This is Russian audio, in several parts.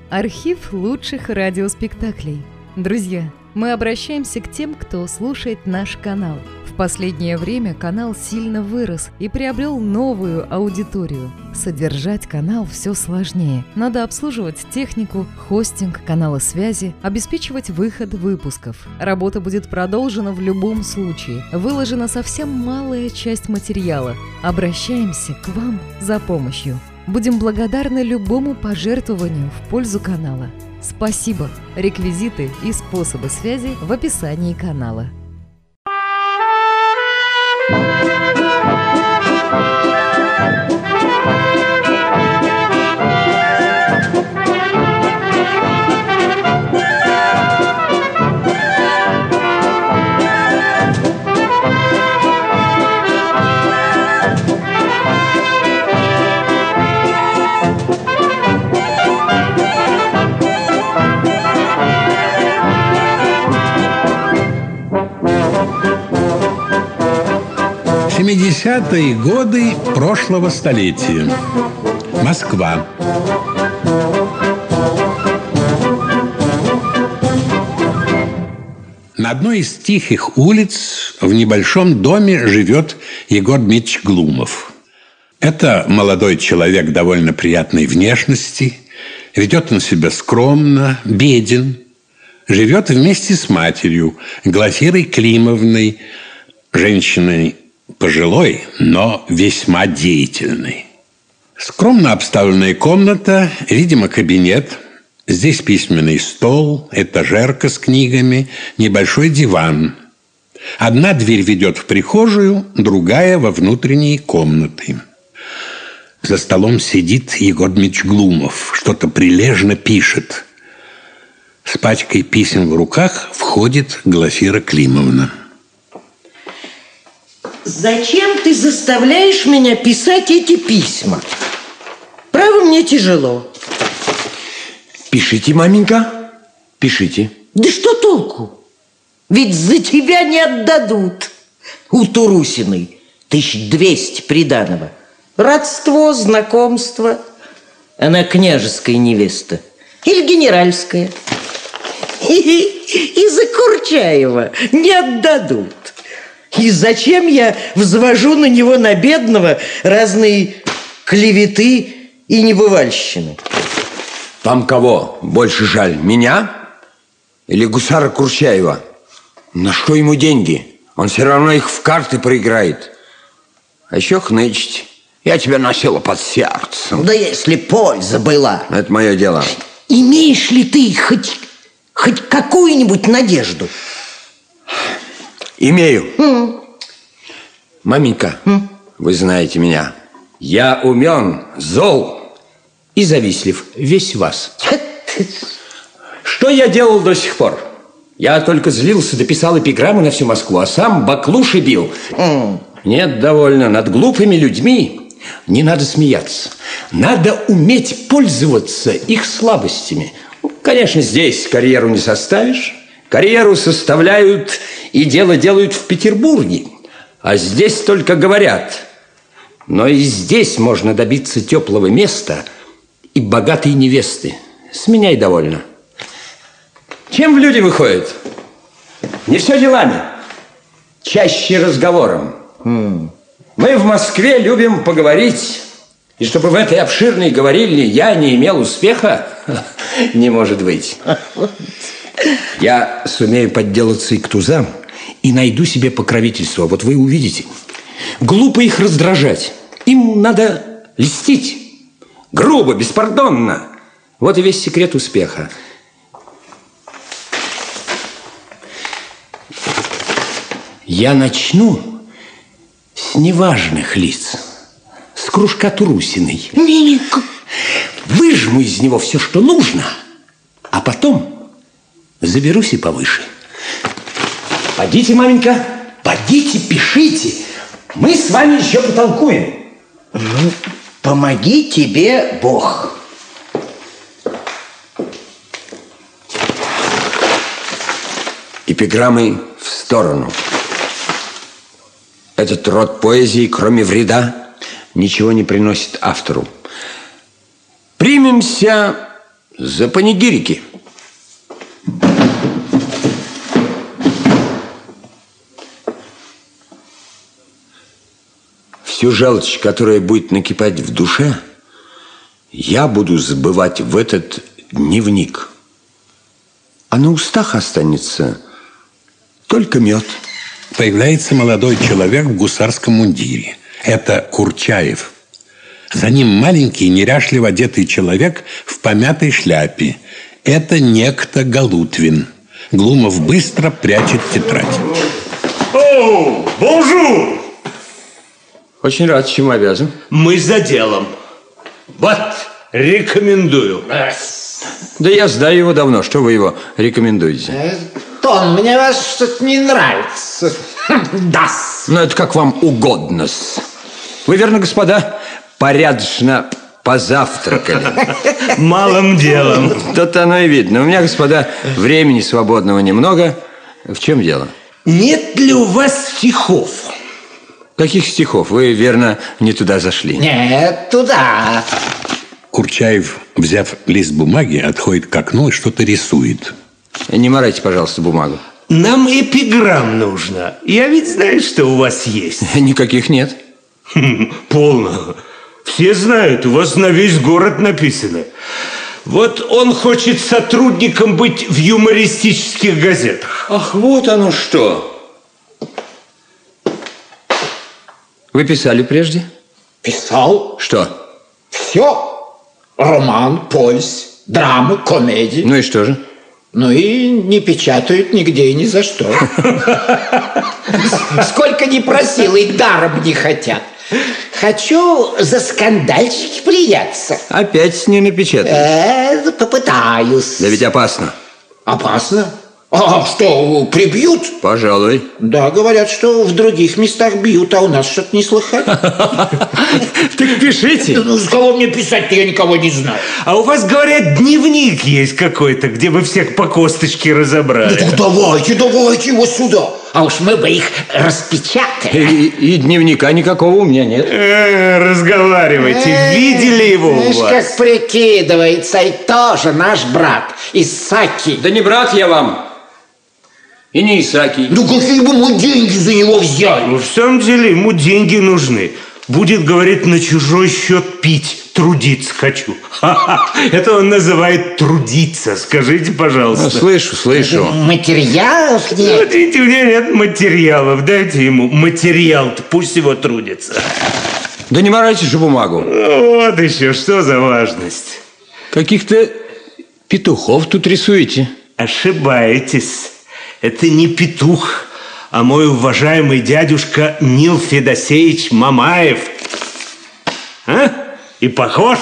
Архив лучших радиоспектаклей. Друзья, мы обращаемся к тем, кто слушает наш канал. В последнее время канал сильно вырос и приобрел новую аудиторию. Содержать канал все сложнее. Надо обслуживать технику, хостинг, каналы связи, обеспечивать выход выпусков. Работа будет продолжена в любом случае. Выложена совсем малая часть материала. Обращаемся к вам за помощью. Будем благодарны любому пожертвованию в пользу канала. Спасибо! Реквизиты и способы связи в описании канала. В 70-е годы прошлого столетия. Москва. На одной из тихих улиц в небольшом доме живет Егор Дмитриевич Глумов. Это молодой человек довольно приятной внешности. Ведет он себя скромно, беден. Живет вместе с матерью, Глафирой Климовной, женщиной пожилой, но весьма деятельной. Скромно обставленная комната, видимо, кабинет. Здесь письменный стол, этажерка с книгами, небольшой диван. Одна дверь ведет в прихожую, другая во внутренние комнаты. За столом сидит Егор Дмитриевич Глумов, что-то прилежно пишет. С пачкой писем в руках входит Глафира Климовна. Зачем ты заставляешь меня писать эти письма? Право, мне тяжело. Пишите, маменька, пишите. Да что толку? Ведь за тебя не отдадут. У Турусиной 1200 приданого. Родство, знакомство. Она княжеская невеста. Или генеральская. И за Курчаева не отдадут. И зачем я взвожу на него, на бедного, разные клеветы и небывальщины? Вам кого больше жаль, меня или гусара Курчаева? На что ему деньги? Он все равно их в карты проиграет. А еще хнычить. Я тебя носила под сердцем. Да если польза была. Это мое дело. Имеешь ли ты хоть какую-нибудь надежду? Имею. Маменька, вы знаете меня. Я умен, зол и завистлив. Весь вас. Что я делал до сих пор? Я только злился, дописал эпиграммы на всю Москву, а сам баклуши бил. Нет, довольно. Над глупыми людьми не надо смеяться. Надо уметь пользоваться их слабостями. Конечно, здесь карьеру не составишь. Карьеру составляют и дело делают в Петербурге. А здесь только говорят. Но и здесь можно добиться теплого места и богатой невесты. С меня и довольно. Чем в люди выходят? Не все делами, чаще разговором. Мы в Москве любим поговорить. И чтобы в этой обширной говорильне я не имел успеха, не может быть. Я сумею подделаться и к тузам, и найду себе покровительство. Вот вы увидите. Глупо их раздражать. Им надо льстить. Грубо, беспардонно. Вот и весь секрет успеха. Я начну с неважных лиц. С кружка Турусиной. Выжму из него все, что нужно, а потом заберусь и повыше. Подите, маменька, подите, пишите. Мы с вами еще потолкуем. Ну, помоги тебе Бог. Эпиграммы в сторону. Этот род поэзии, кроме вреда, ничего не приносит автору. Примемся За панигирики. Всю желчь, которая будет накипать в душе, я буду забывать в этот дневник. А на устах останется только мед. Появляется молодой человек в гусарском мундире. Это Курчаев. За ним маленький, неряшливо одетый человек в помятой шляпе. Это некто Галутвин. Глумов быстро прячет тетрадь. О, бонжур! Очень рад, чему обязан. Мы за делом. Вот, рекомендую. Да я знаю его давно. Что вы его рекомендуете? Тон, мне вас что-то не нравится. Да-с. Ну, это как вам угодно. Вы, верно, господа, порядочно позавтракали. Малым делом. То-то оно и видно. У меня, господа, времени свободного немного. В чем дело? Нет ли у вас стихов? Каких стихов? Вы, верно, не туда зашли. Нет, туда. Курчаев, взяв лист бумаги, отходит к окну и что-то рисует. Не морайте, пожалуйста, бумагу. Нам эпиграмм нужно. Я ведь знаю, что у вас есть. Никаких нет. Полно. Все знают, у вас на весь город написано. Вот он хочет сотрудником быть в юмористических газетах. Ах, вот оно что. Вы писали прежде? Писал Что? все. Роман, повесть, драму, комедию. Ну и что же? Ну и не печатают нигде и ни за что. Сколько ни просил, и даром не хотят. Хочу за скандальчики приняться. Опять не напечатали. Попытаюсь. Да ведь опасно. Опасно? А что, прибьют? Пожалуй. Да, говорят, что в других местах бьют, а у нас что-то не слыхать. Так пишите. Ну, с кого мне писать-то, я никого не знаю. А у вас, говорят, дневник есть какой-то, где вы всех по косточке разобрали. Ну, давайте его сюда. А уж мы бы их распечатали. И дневника никакого у меня нет. Разговаривайте. Видели его у Знаешь, вас? как прикидывается, и тоже наш брат Исаки. Да не брат я вам. И не Исаки. Ну, какие бы мы деньги за него взяли? Ну, в самом деле, ему деньги нужны. Будет, говорит, на чужой счет пить. Трудиться хочу. Это он называет трудиться. Скажите, пожалуйста. Слышу. Материалов нет. Вот видите, у меня нет материалов. Дайте ему материал, пусть его трудится. Да не морайте же бумагу. Вот еще, что за важность. Каких-то петухов тут рисуете. Ошибаетесь. Это не петух, а мой уважаемый дядюшка Нил Федосеевич Мамаев. А? И похож?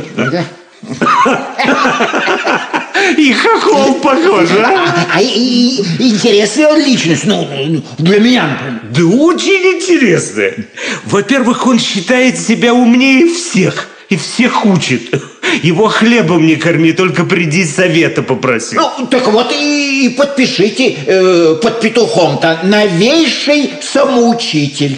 И хохол похож, а? А интересная личность, ну, для меня, например. Да очень интересно. Во-первых, он считает себя умнее всех и всех учит. Его хлебом не корми, только приди совета попроси. Ну, так вот и подпишите под петухом-то: новейший самоучитель.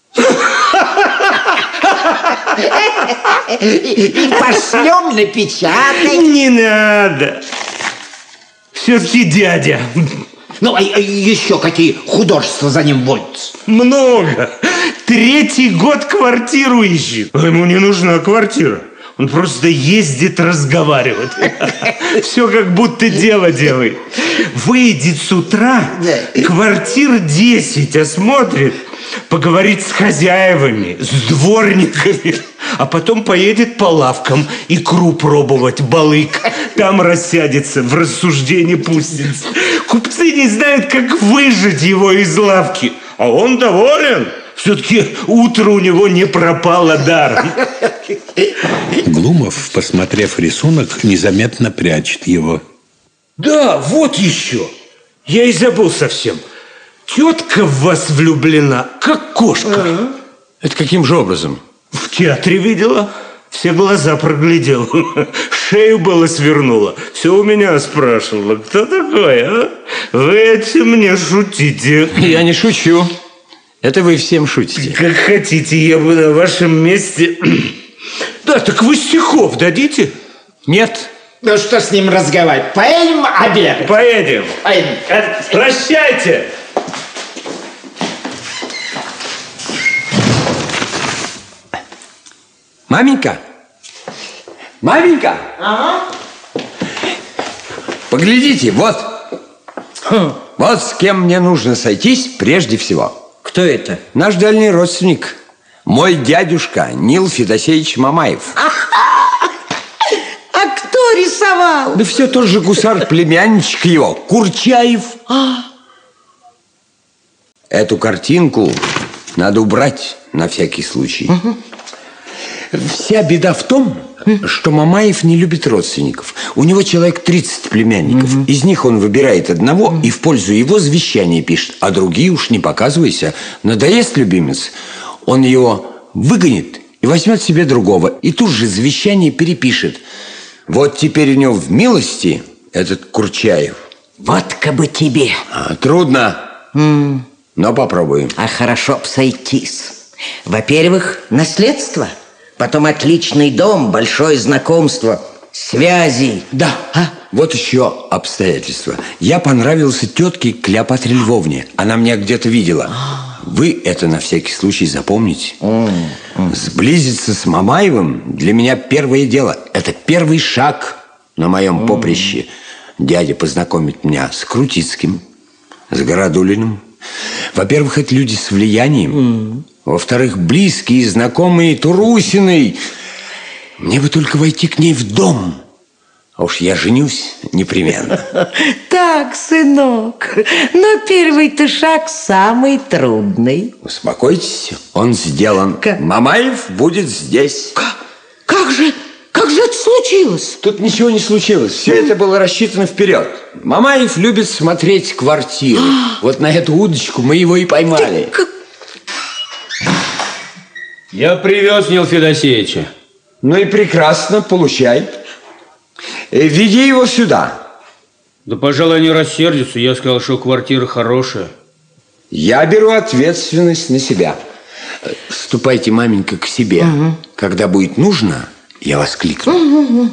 И пошлем напечатать. Не надо. Все-таки дядя. Ну, а еще какие художества за ним водятся? Много. 3-й год квартиру ищет. А ему не нужна квартира. Он просто ездит разговаривать. Все как будто дело делает. Выйдет с утра, квартир 10 осмотрит, поговорит с хозяевами, с дворниками, а потом поедет по лавкам икру пробовать, балык. Там рассядется, в рассуждение пустится. Купцы не знают, как выжать его из лавки, а он доволен. Все-таки утро у него не пропало даром. Глумов, посмотрев рисунок, незаметно прячет его. Да, вот еще. Я и забыл совсем. Тетка в вас влюблена, как кошка. Это каким же образом? В театре видела. Все глаза проглядела. Шею было свернула. Все у меня спрашивала. Кто такой, а? Вы этим мне шутите. Я не шучу. Это вы всем шутите. Как хотите, я бы на вашем месте... Да, так вы стихов дадите? Нет. Ну что с ним разговаривать? Поедем обедать? Поедем. Поедем. Прощайте. Маменька? Маменька? Ага. Поглядите, вот. Вот с кем мне нужно сойтись прежде всего. Кто это? Наш дальний родственник. Мой дядюшка Нил Федосеевич Мамаев. А кто рисовал? Да все тот же гусар, племянничек его, Курчаев. Эту картинку надо убрать на всякий случай. Вся беда в том, что Мамаев не любит родственников. У него человек 30 племянников. Из них он выбирает одного и в пользу его завещания пишет. А другие уж не показывайся. Надоест любимец, он его выгонит и возьмет себе другого. И тут же завещание перепишет. Вот теперь у него в милости этот Курчаев. Водка бы тебе. Трудно, но попробуем. А хорошо б сойтись. Во-первых, наследство. Потом отличный дом, большое знакомство, связи. Да, вот еще обстоятельства. Я понравился тетке Клеопатре Львовне. Она меня где-то видела. Вы это на всякий случай запомните. Сблизиться с Мамаевым для меня первое дело. Это первый шаг на моем поприще. Дядя познакомит меня с Крутицким, с Городулиным. Во-первых, это люди с влиянием. Во-вторых, близкие, знакомые Турусиной. Мне бы только войти к ней в дом. А уж я женюсь непременно. Так, сынок, но первый-то шаг самый трудный. Успокойтесь, он сделан. Мамаев будет здесь. Как же это случилось? Тут ничего не случилось. Все это было рассчитано вперед. Мамаев любит смотреть квартиры. Вот на эту удочку мы его и поймали. Я привез Нила Федосеевича. Ну и прекрасно, получай. Веди его сюда. Да, пожалуй, они рассердятся. Я сказал, что квартира хорошая. Я беру ответственность на себя. Ступайте, маменька, к себе. Когда будет нужно, я вас кликну.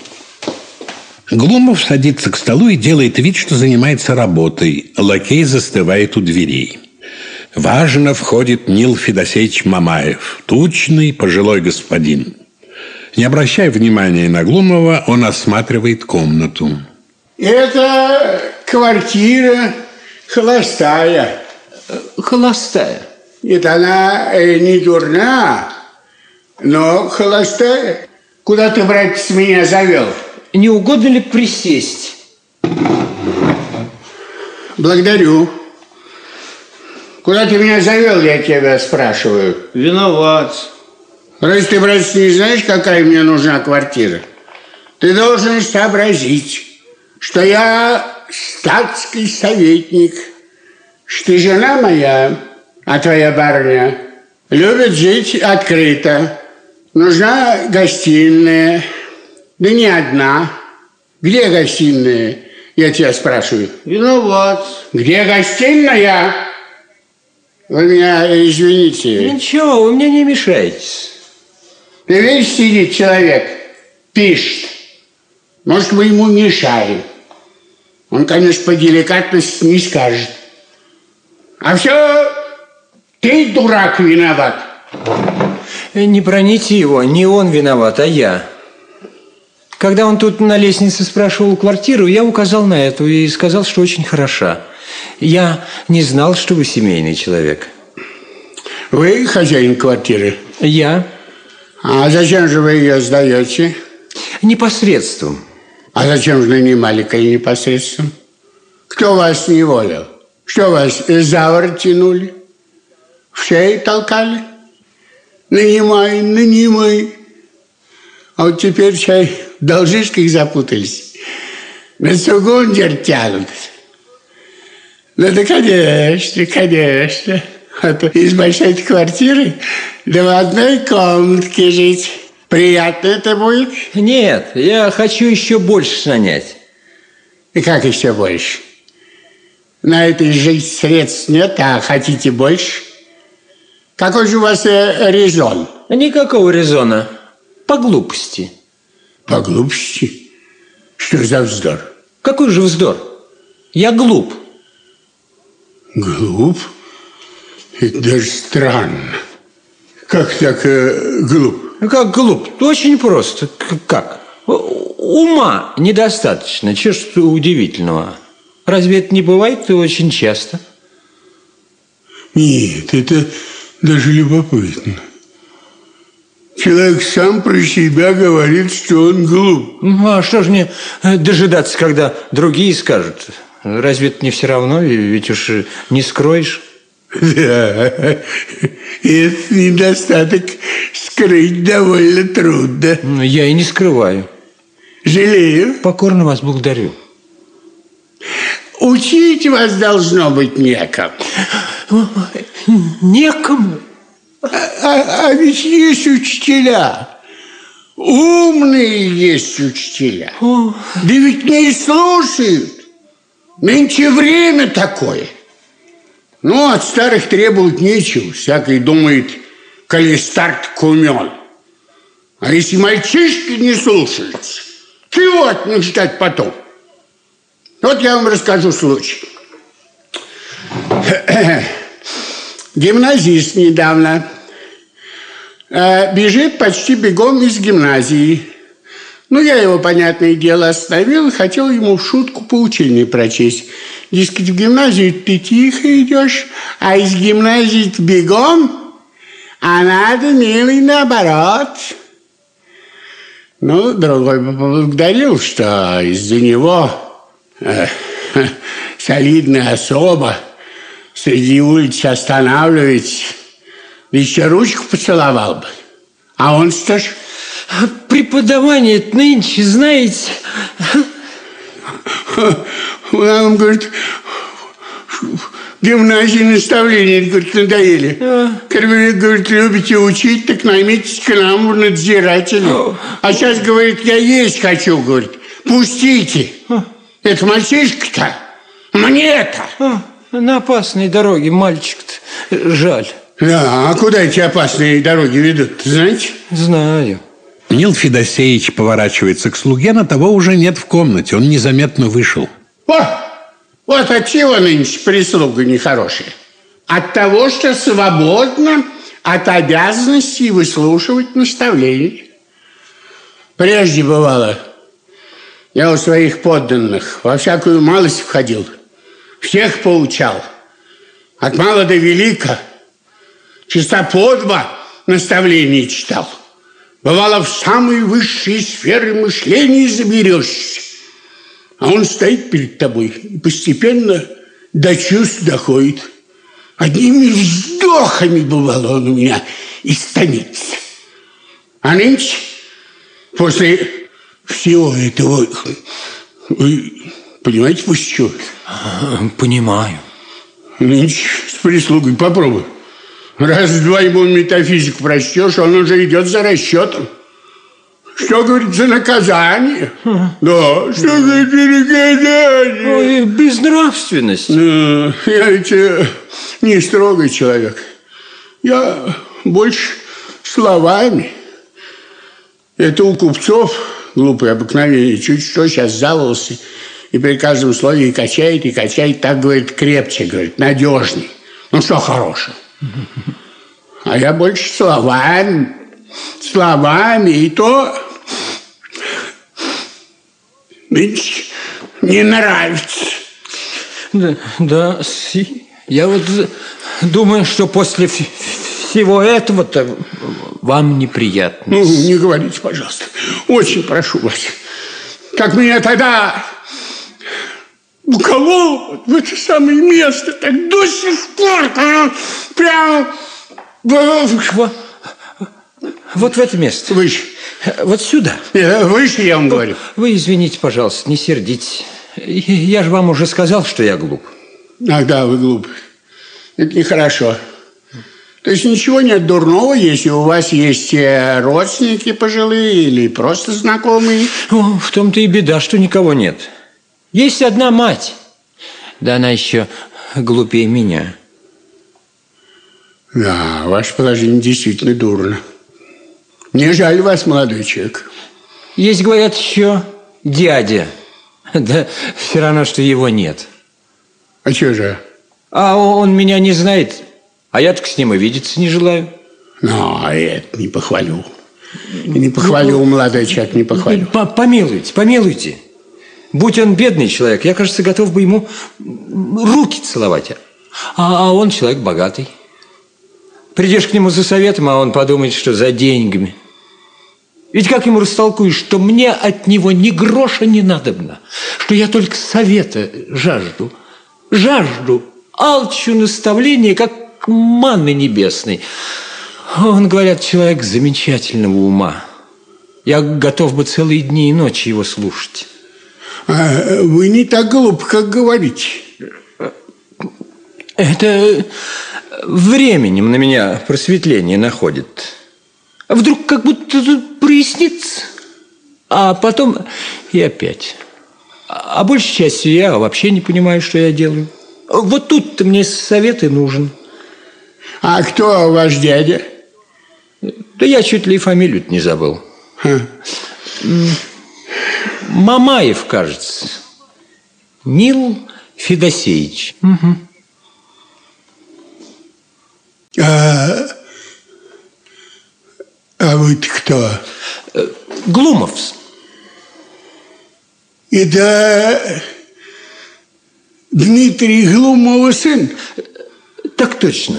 Глумов садится к столу и делает вид, что занимается работой. Лакей застывает у дверей. Важно входит Нил Федосеевич Мамаев, тучный пожилой господин. Не обращая внимания на Глумова, он осматривает комнату. Это квартира холостая. Холостая? Нет, она не дурна, но холостая. Куда ты, братец, меня завел? Не угодно ли присесть? Благодарю. Куда ты меня завел, я тебя спрашиваю? Виноват. Раз ты, братец, не знаешь, какая мне нужна квартира, ты должен сообразить, что я статский советник, что жена моя, а твоя барыня, любит жить открыто. Нужна гостиная, да не одна. Где гостиная, я тебя спрашиваю? Виноват. Где гостиная? Вы меня извините. Ничего, вы мне не мешаетесь. Ты видишь, сидит человек, пишет. Может, мы ему мешаем. Он, конечно, по деликатности не скажет. А все ты, дурак, виноват. Не броните его, не он виноват, а я. Когда он тут на лестнице спрашивал квартиру, я указал на эту и сказал, что очень хороша. Я не знал, что вы семейный человек. Вы хозяин квартиры? Я. А зачем же вы ее сдаете? Непосредством. А зачем же нанимали-ка непосредством? Кто вас неволил? Что вас за ворот тянули? В шею толкали? Нанимай. А вот теперь чай в должишках запутались. На сугундер тянут. Ну да, конечно. А то из большой квартиры да в одной комнатке жить. Приятно это будет? Нет, я хочу еще больше нанять. И как еще больше? На этой жить средств нет, а хотите больше? Какой же у вас резон? Никакого резона. По глупости. По глупости? Что за вздор? Какой же вздор? Я глуп. Глуп? Это даже странно. Как так глуп? Как глуп? Очень просто. Как? Ума недостаточно. Чего ж удивительного? Разве это не бывает очень часто? Нет, это даже любопытно. Человек сам про себя говорит, что он глуп. А что ж мне дожидаться, когда другие скажут? Разве это не все равно? Ведь уж не скроешь. Да, этот недостаток скрыть довольно трудно. Я и не скрываю. Жалею. Покорно вас благодарю. Учить вас должно быть некому. Некому? А ведь есть учителя. Умные есть учителя. Да ведь не слушают. Нынче время такое. Ну, от старых требовать нечего. Всякий думает, коли стар, так умен. А если мальчишки не слушаются, чего от них ждать потом? Вот я вам расскажу случай. Гимназист недавно бежит почти бегом из гимназии. Ну, я его, понятное дело, остановил и хотел ему в шутку поучение прочесть. Дескать, в гимназию ты тихо идешь, а из гимназии ты бегом, а надо, милый, наоборот. Ну, другой поблагодарил, что из-за него солидная особа среди улиц останавливается, да еще ручку поцеловал бы. А он что ж? Преподавание нынче, знаете... Он говорит, в гимназии наставления, говорит, надоели. Говорит, любите учить, так наймитесь к нам в надзиратели. А сейчас, говорит, я есть хочу, говорит, пустите. Это мальчишка-то, мне-то. На опасной дороге мальчик-то жаль. Да, а куда эти опасные дороги ведут, знаете? Знаю. Нил Федосеевич поворачивается к слуге, но того уже нет в комнате. Он незаметно вышел. Вот от чего нынче прислуга нехорошая? От того, что свободно от обязанностей выслушивать наставления. Прежде бывало, я у своих подданных во всякую малость входил, всех поучал, от мала до велика, чистоподба наставления читал. Бывало, в самые высшие сферы мышления заберешься. А он стоит перед тобой и постепенно до чувств доходит. Одними вздохами, бывало, он у меня истомится. А нынче, после всего этого, вы понимаете, после чего? Понимаю. Нынче с прислугой попробуй. Раз-два ему метафизику прочтешь, он уже идет за расчетом. Что, говорит, за наказание? Да, что за наказание? Ой, безнравственность. Я ведь не строгий человек. Я больше словами. Это у купцов глупое обыкновение. Чуть что сейчас заволосы и при каждом слове и качает. Так, говорит, крепче, говорит, надежней. Ну, что хорошего? А я больше словами, и то нынче не нравится. Да, я вот думаю, что после всего этого-то вам неприятно. Ну, не говорите, пожалуйста. Очень прошу вас. Как меня тогда уколол в это самое место, так до сих пор прям... Вот в это место. Выше. Вот сюда. Выше, я вам говорю. Вы извините, пожалуйста, не сердитесь. Я же вам уже сказал, что я глуп. Ах да, вы глуп. Это нехорошо. То есть ничего нет дурного, если у вас есть родственники пожилые или просто знакомые? В том-то и беда, что никого нет. Есть одна мать. Да она еще глупее меня. Да, ваше положение действительно дурно. Мне жаль вас, молодой человек. Есть, говорят, еще дядя. Да все равно, что его нет. А что же? А он меня не знает, а я так с ним и видеться не желаю. Ну, а это не похвалю. Не похвалю, молодой человек, не похвалю. Помилуйте. Будь он бедный человек, я, кажется, готов бы ему руки целовать. А он человек богатый. Придешь к нему за советом, а он подумает, что за деньгами. Ведь как ему растолкуешь, что мне от него ни гроша не надобно, что я только совета жажду, алчу наставления, как манны небесной. Он, говорят, человек замечательного ума. Я готов бы целые дни и ночи его слушать. А вы не так глупы, как говорите. Это временем на меня просветление находит. Вдруг как будто прояснится, а потом и опять. А большей частью я вообще не понимаю, что я делаю. Вот тут-то мне совет и нужен. А кто ваш дядя? Да я чуть ли и фамилию-то не забыл. Мамаев, кажется. Нил Федосеевич. Угу. А вы-то кто? Глумовс. Это Дмитрий Глумова сын? Так точно.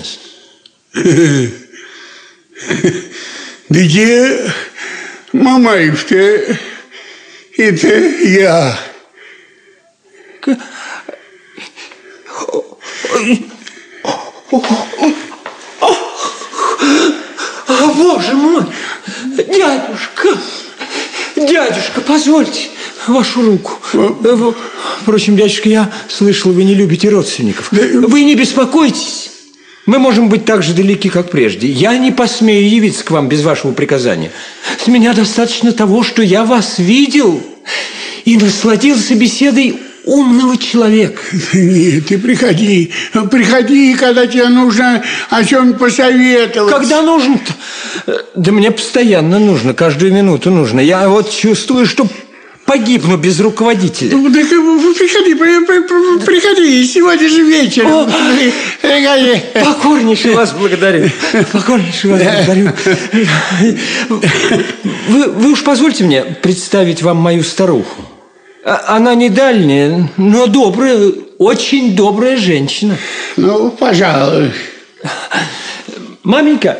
Да где Мамаев-то? Это я. Боже мой! Дядюшка, позвольте вашу руку. Впрочем, дядюшка, я слышал, вы не любите родственников. Вы не беспокойтесь. Мы можем быть так же далеки, как прежде. Я не посмею явиться к вам без вашего приказания. С меня достаточно того, что я вас видел и насладился беседой умного человека. Нет, ты приходи, когда тебе нужно о чем посоветовать. Когда нужно-то? Да мне постоянно нужно, каждую минуту нужно. Я вот чувствую, что погибну без руководителя. Ну, так приходи, сегодня же вечером. Приходи. Покорнейше вас благодарю. Вы уж позвольте мне представить вам мою старуху. Она не дальняя, но добрая, очень добрая женщина. Ну, пожалуй. Маменька!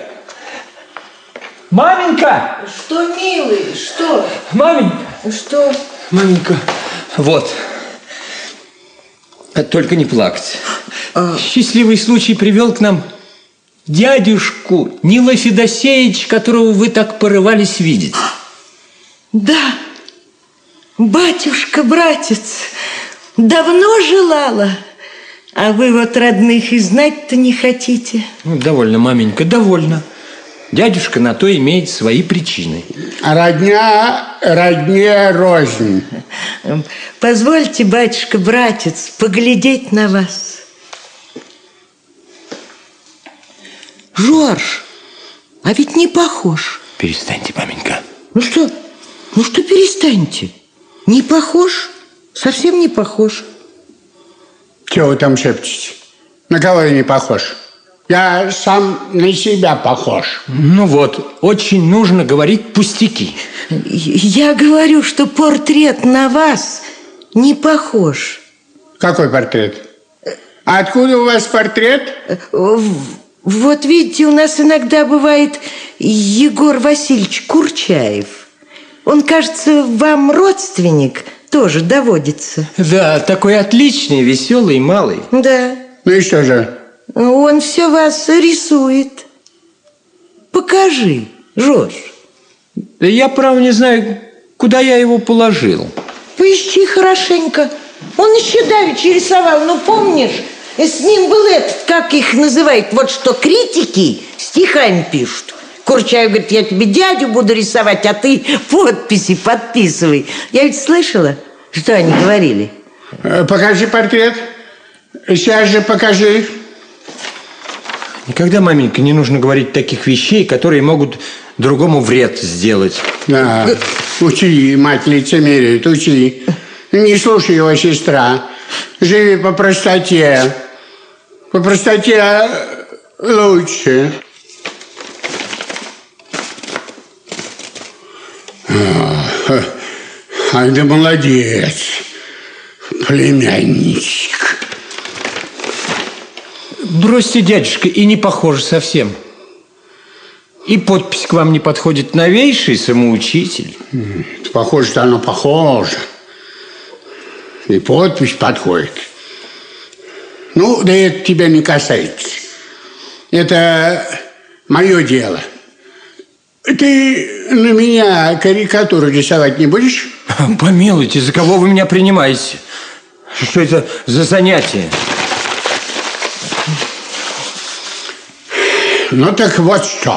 Что, милый, что? Маменька! Что? Маменька, вот. Только не плакать. Счастливый случай привел к нам дядюшку Нила Федосеевича, которого вы так порывались видеть. Да, батюшка-братец, давно желала, а вы вот родных и знать-то не хотите. Ну, довольно, маменька, довольно. Дядюшка на то имеет свои причины. Родня родне рознь. Позвольте, батюшка-братец, поглядеть на вас. Жорж, а ведь не похож. Перестаньте, маменька. Ну что перестаньте? Не похож? Совсем не похож. Чего вы там шепчете? На кого я не похож? Я сам на себя похож. Ну вот, очень нужно говорить пустяки. Я говорю, что портрет на вас не похож. Какой портрет? А откуда у вас портрет? Вот видите, у нас иногда бывает Егор Васильевич Курчаев. Он, кажется, вам родственник, тоже доводится. Да, такой отличный, веселый, малый. Да. Ну и что же? Он все вас рисует. Покажи, Жорж. Да я, право, не знаю, куда я его положил. Поищи хорошенько. Он еще давеча рисовал, ну помнишь? С ним был этот, как их называют, вот что критики стихами пишут. Курчаев говорит, я тебе дядю буду рисовать, а ты подписи подписывай. Я ведь слышала, что они говорили. Покажи портрет. Сейчас же покажи. Никогда, маменька, не нужно говорить таких вещей, которые могут другому вред сделать. Да, учи, мать лицемерит, учи. Не слушай его, сестра. Живи по простоте. По простоте лучше. Ах, да молодец, племянничек. Бросьте, дядюшка, и не похоже совсем. И подпись к вам не подходит. Новейший самоучитель. Похоже-то оно похоже. И подпись подходит. Ну, да это тебя не касается. Это мое дело. Ты на меня карикатуру рисовать не будешь? Помилуйте, за кого вы меня принимаете? Что это за занятие? Ну, так вот что.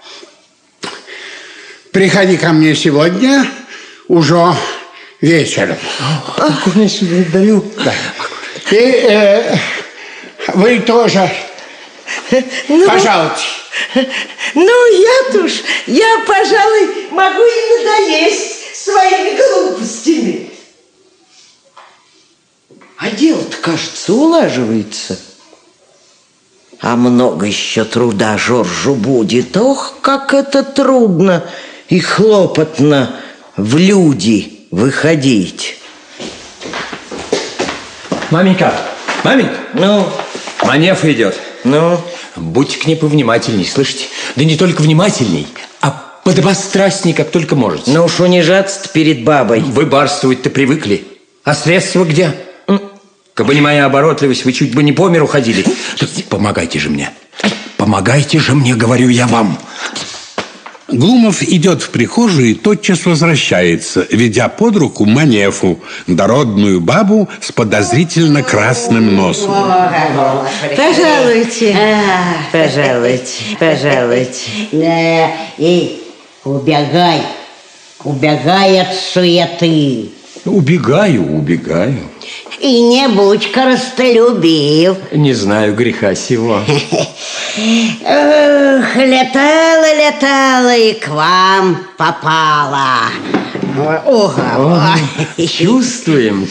Приходи ко мне сегодня уже вечером. Аккуратно сюда даю. Да. И вы тоже пожалуйте. Ну, я, пожалуй, могу и надоесть своими глупостями. А дело-то, кажется, улаживается. А много еще труда Жоржу будет. Ох, как это трудно и хлопотно в люди выходить. Маменька, маменька. Ну? Манефа идет. Ну? Будьте к ней повнимательней, слышите? Да не только внимательней, а подобострастней, как только можете. Ну уж унижаться-то перед бабой. Вы барствовать-то привыкли. А средства где? Кабы не моя оборотливость, вы чуть бы не по миру ходили. Помогайте же мне. Помогайте же мне, говорю я вам. Глумов идет в прихожую и тотчас возвращается, ведя под руку Манефу, дородную бабу с подозрительно красным носом. Пожалуйте. Пожалуйте. Эй, убегай от суеты. Убегаю. И не будь коростолюбив. Не знаю греха сего. Эх, летала и к вам попала. Чувствуем.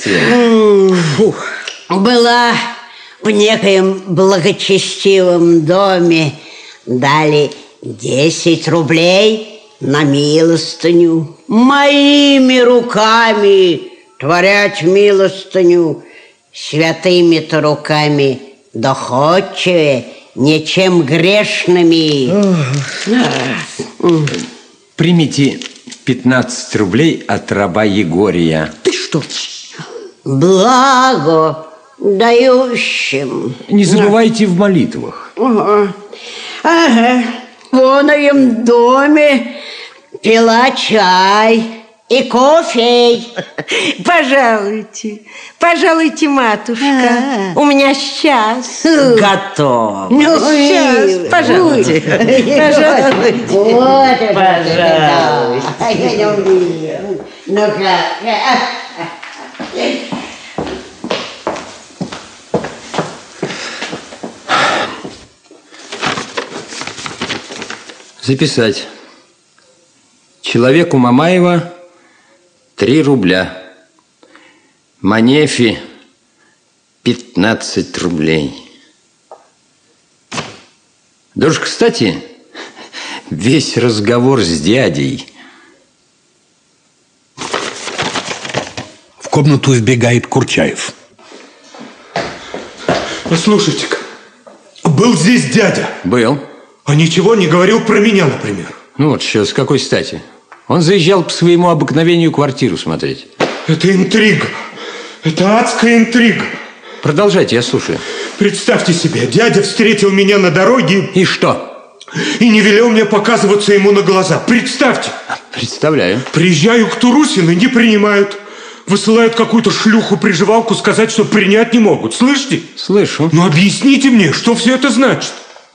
Была в некоем благочестивом доме, дали 10 рублей на милостыню. Моими руками творять милостыню, святыми-то руками доходчивее, нечем грешными. Примите 15 рублей от раба Егория. Ты что? Благо дающим. Не забывайте в молитвах. Ага. В оном доме пила чай и кофе. Пожалуйте, матушка. У меня сейчас готово. Ну, сейчас, пожалуйте. Вот это. Ну-ка. Записать. Человеку Мамаева 3 рубля. Манефе 15 рублей. Да уж, кстати, весь разговор с дядей. В комнату вбегает Курчаев. Послушайте-ка, был здесь дядя. Был. А ничего не говорил про меня, например. Ну вот что, с какой стати? Он заезжал по своему обыкновению квартиру смотреть. Это интрига. Это адская интрига. Продолжайте, я слушаю. Представьте себе, дядя встретил меня на дороге. И что? И не велел мне показываться ему на глаза. Представьте. Представляю. Приезжаю к Турусину, не принимают. Высылают какую-то шлюху-приживалку сказать, что принять не могут. Слышите? Слышу. Ну объясните мне, что все это значит?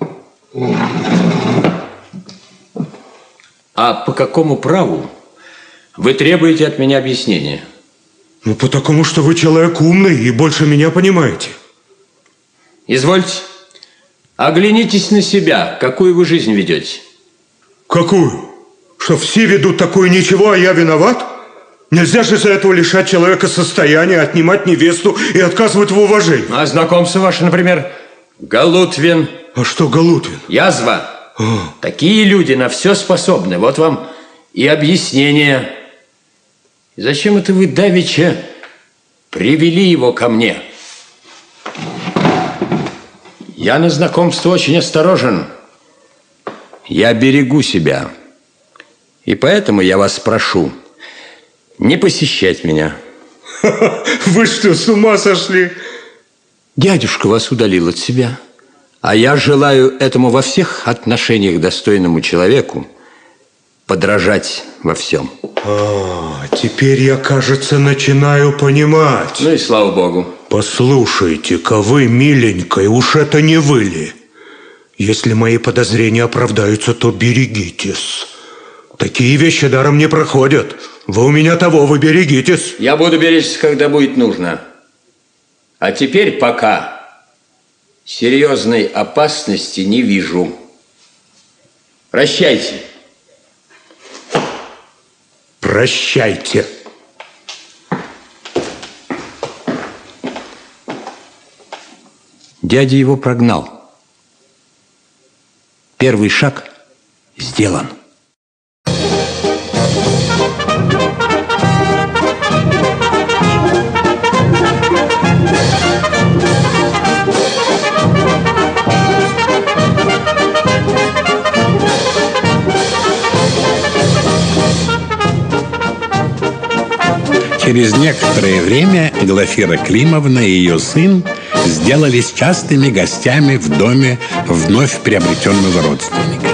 А по какому праву вы требуете от меня объяснения? Ну, потому что вы человек умный и больше меня понимаете. Извольте, оглянитесь на себя. Какую вы жизнь ведете? Какую? Что все ведут такое ничего, а я виноват? Нельзя же из-за этого лишать человека состояния, отнимать невесту и отказывать в уважении. А знакомство ваше, например, Галутвин. А что Галутвин? Язва. Такие люди на все способны. Вот вам и объяснение. Зачем это вы давеча привели его ко мне? Я на знакомство очень осторожен. Я берегу себя. И поэтому я вас прошу не посещать меня. Вы что, с ума сошли? Дядюшка вас удалил от себя. А я желаю этому во всех отношениях достойному человеку подражать во всем. Теперь я, кажется, начинаю понимать. Ну и слава богу. Послушайте-ка вы, миленькая, уж это не вы ли? Если мои подозрения оправдаются, то берегитесь. Такие вещи даром не проходят. Вы у меня того, вы берегитесь. Я буду беречься, когда будет нужно. А теперь пока серьезной опасности не вижу. Прощайте. Прощайте. Дядя его прогнал. Первый шаг сделан. Через некоторое время Глафира Климовна и ее сын сделались частыми гостями в доме вновь приобретенного родственника.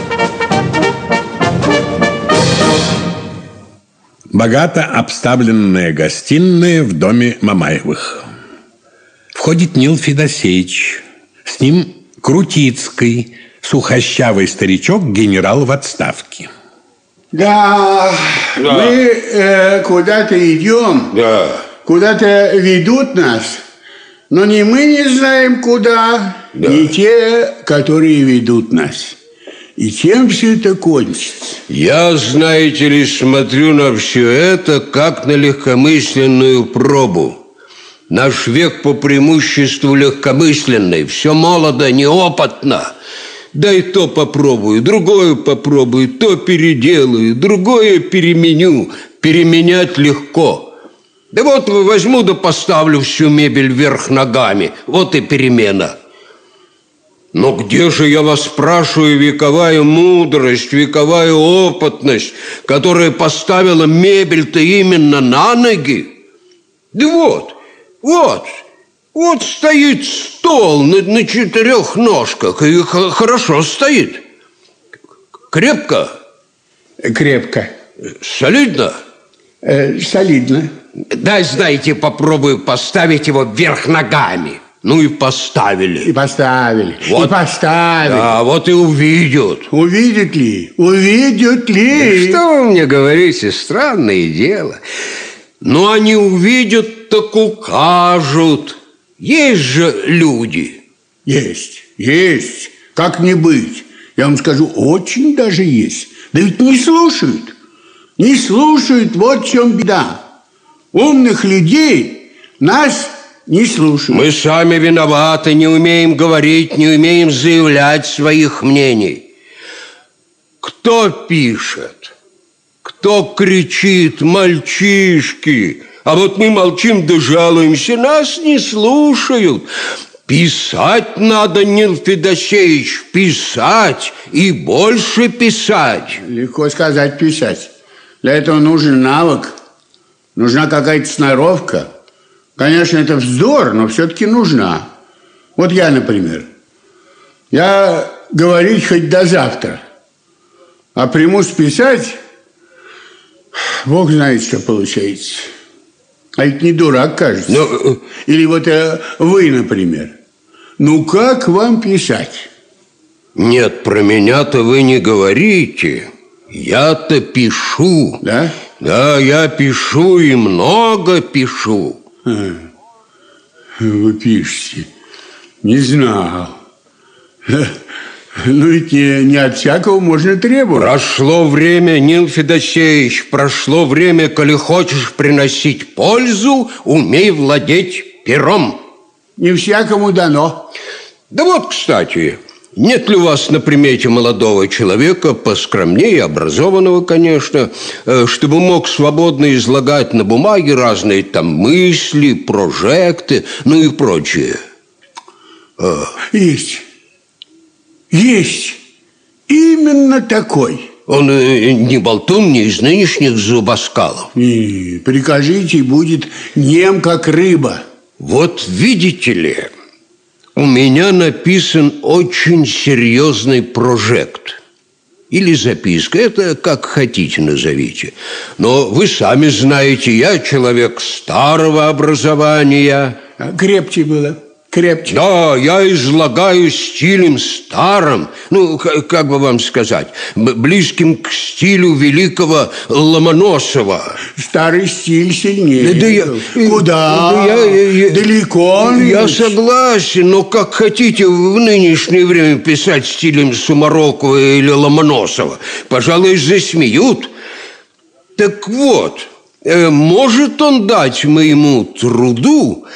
Богато обставленная гостиная в доме Мамаевых. Входит Нил Федосеевич. С ним Крутицкий, сухощавый старичок, генерал в отставке. Да. Мы куда-то идем, куда-то ведут нас, но ни мы не знаем куда, ни те, которые ведут нас. И чем все это кончится? Я, знаете ли, смотрю на все это как на легкомысленную пробу. Наш век по преимуществу легкомысленный, все молодо, неопытно. Да и то попробую, другое попробую, то переделаю, другое переменю. Переменять легко. Да вот возьму да поставлю всю мебель вверх ногами. Вот и перемена. Но где же, я вас спрашиваю, вековая мудрость, вековая опытность, которая поставила мебель-то именно на ноги? Да вот стоит стол на 4 ножках, и хорошо стоит. Крепко? Крепко. Солидно? Солидно. Дай, знаете, попробую поставить его вверх ногами. Ну и поставили. И поставили. Вот. И поставили. А вот и увидят. Увидят ли? Увидят ли? Да что вы мне говорите? Странное дело. Но они увидят, так укажут. Есть же люди. Есть. Как не быть? Я вам скажу, очень даже есть. Да ведь не слушают. Не слушают, вот в чем беда. Умных людей нас не слушают. Мы сами виноваты, не умеем говорить, не умеем заявлять своих мнений. Кто пишет? Кто кричит? Мальчишки. А вот мы молчим да жалуемся, нас не слушают. Писать надо, Нил Федосеевич, писать и больше писать. Легко сказать писать. Для этого нужен навык, нужна какая-то сноровка. Конечно, это вздор, но все-таки нужна. Вот я, например, я говорить хоть до завтра, а примусь писать, Бог знает, что получается. А ведь не дурак, кажется. Но... Или вот вы, например. Ну, как вам писать? Нет, про меня-то вы не говорите. Я-то пишу. Да? Да, я пишу и много пишу. Вы пишете. Не знал. Ну ведь не от всякого можно требовать. Прошло время, Нил Федосеевич, прошло время, коли хочешь приносить пользу, умей владеть пером. Не всякому дано. Да вот, кстати, нет ли у вас на примете молодого человека, поскромнее, образованного, конечно, чтобы мог свободно излагать на бумаге разные там мысли, прожекты, ну и прочее? Есть. Есть. Именно такой. Он не болтун, не из нынешних зубоскалов. И прикажите, будет нем, как рыба. Вот видите ли, у меня написан очень серьезный прожект. Или записка, это как хотите назовите. Но вы сами знаете, я человек старого образования. Крепче было. Крепче. Да, я излагаю стилем старым, ну, как бы вам сказать, близким к стилю великого Ломоносова. Старый стиль сильнее. Да Куда? Далеко. Я согласен, но как хотите в нынешнее время писать стилем Сумарокова или Ломоносова, пожалуй, засмеют. Так вот, может он дать моему труду...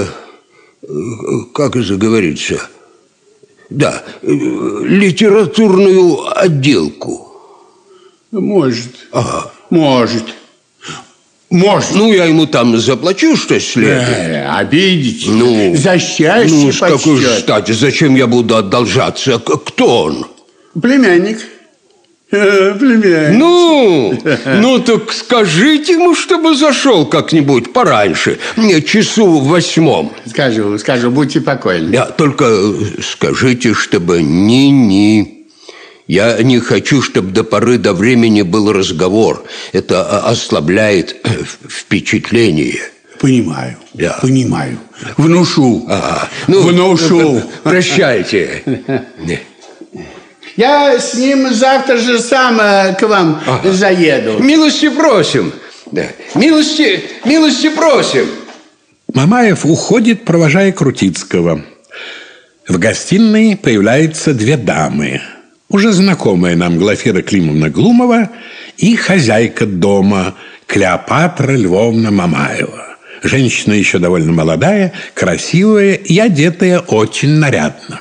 как же говорится, да, литературную отделку. Может. Ага. Может. Ну, я ему там заплачу, что следует. Обидите. Ну, за счастье ну, с какой же стати? Зачем я буду отдолжаться? Кто он? Племянник. Племянник. Ну, так скажите ему, чтобы зашел как-нибудь пораньше, часу в 8. Скажу, будьте покойны. Да, только скажите, чтобы ни-ни. Я не хочу, чтобы до поры до времени был разговор. Это ослабляет впечатление. Понимаю, да. Понимаю. Внушу. Внушу. Прощайте. Я с ним завтра же сам к вам заеду. Милости просим. Да. Милости просим. Мамаев уходит, провожая Крутицкого. В гостиной появляются две дамы. Уже знакомая нам Глафира Климовна Глумова и хозяйка дома Клеопатра Львовна Мамаева. Женщина еще довольно молодая, красивая и одетая очень нарядно.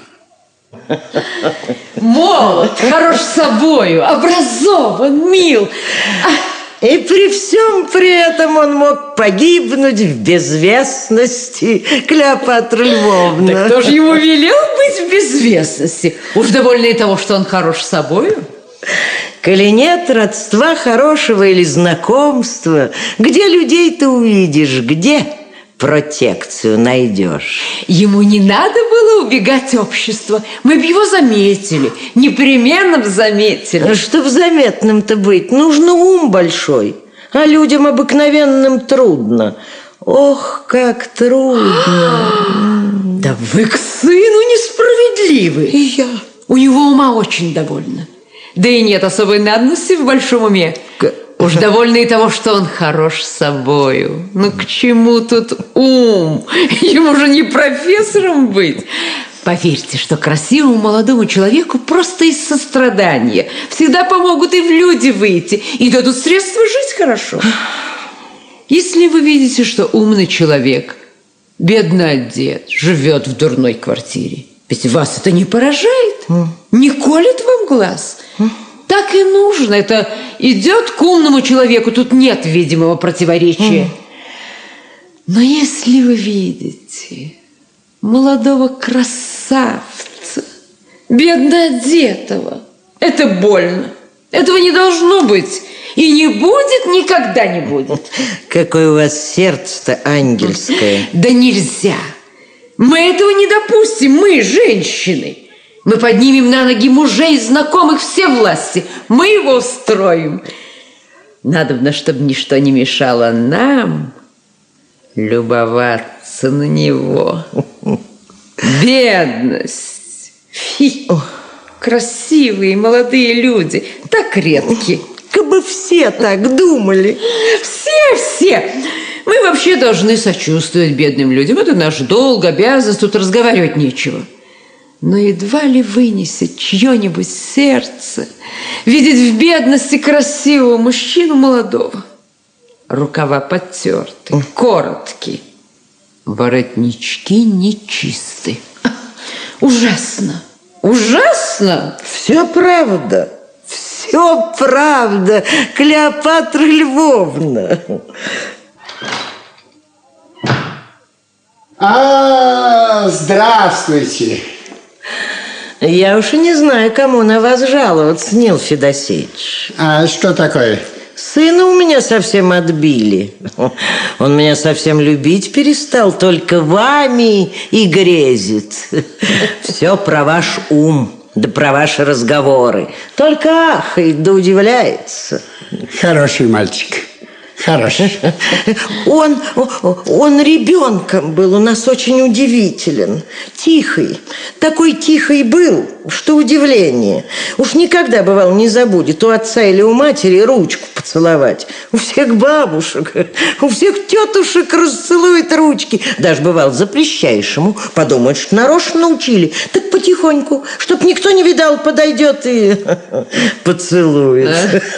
Молод, хорош собою, образован, мил. И при всем при этом он мог погибнуть в безвестности, Клеопатра Львовна. Да кто же ему велел быть в безвестности? Уж довольно и того, что он хорош собою. Коли нет родства хорошего или знакомства, где людей ты увидишь, где протекцию найдешь? Ему не надо было убегать общества. Мы бы его заметили, непременно бы заметили. Чтоб заметным-то быть, нужно ум большой, а людям обыкновенным трудно. Ох, как трудно. Да вы к сыну несправедливы. И я. У него ума очень довольно. Да и нет особой надобности в большом уме. Уж довольно и того, что он хорош собою. Ну, к чему тут ум? Ему же не профессором быть. Поверьте, что красивому молодому человеку просто из сострадания всегда помогут и в люди выйти, и дадут средства жить хорошо. Если вы видите, что умный человек, бедно одет, живет в дурной квартире, ведь вас это не поражает, не колет вам глаз. Так и нужно. Это идет к умному человеку. Тут нет видимого противоречия. Но если вы видите молодого красавца, бедно одетого, это больно. Этого не должно быть. И не будет, никогда не будет. Какое у вас сердце-то ангельское. Да нельзя. Мы этого не допустим. Мы, женщины. Мы поднимем на ноги мужей, знакомых, все власти. Мы его устроим. Надобно, чтобы ничто не мешало нам любоваться на него. Бедность. Фи. Красивые молодые люди. Так редки. Как бы все так думали. Все. Мы вообще должны сочувствовать бедным людям. Это наш долг, обязанность. Тут разговаривать нечего. но едва ли вынесет чье-нибудь сердце видеть в бедности красивого мужчину молодого. Рукава подтерты, короткие, воротнички нечисты. Ужасно, ужасно. Все правда, все правда, Клеопатра Львовна. Здравствуйте. Я уж и не знаю, кому на вас жаловаться, Нил Федосеевич. А что такое? Сына у меня совсем отбили. Он меня совсем любить перестал, только вами и грезит. Все про ваш ум, да про ваши разговоры. Только ахает, да удивляется. Хороший мальчик. Хороший. Он ребенком был, у нас очень удивителен. Тихий. Такой тихий был, что удивление. Уж никогда, бывало, не забудет у отца или у матери ручку поцеловать. У всех бабушек, у всех тетушек расцелует ручки. Даже, бывало, запрещаешь ему. Подумает, что нарочно научили. Так потихоньку, чтоб никто не видал, подойдет и поцелует.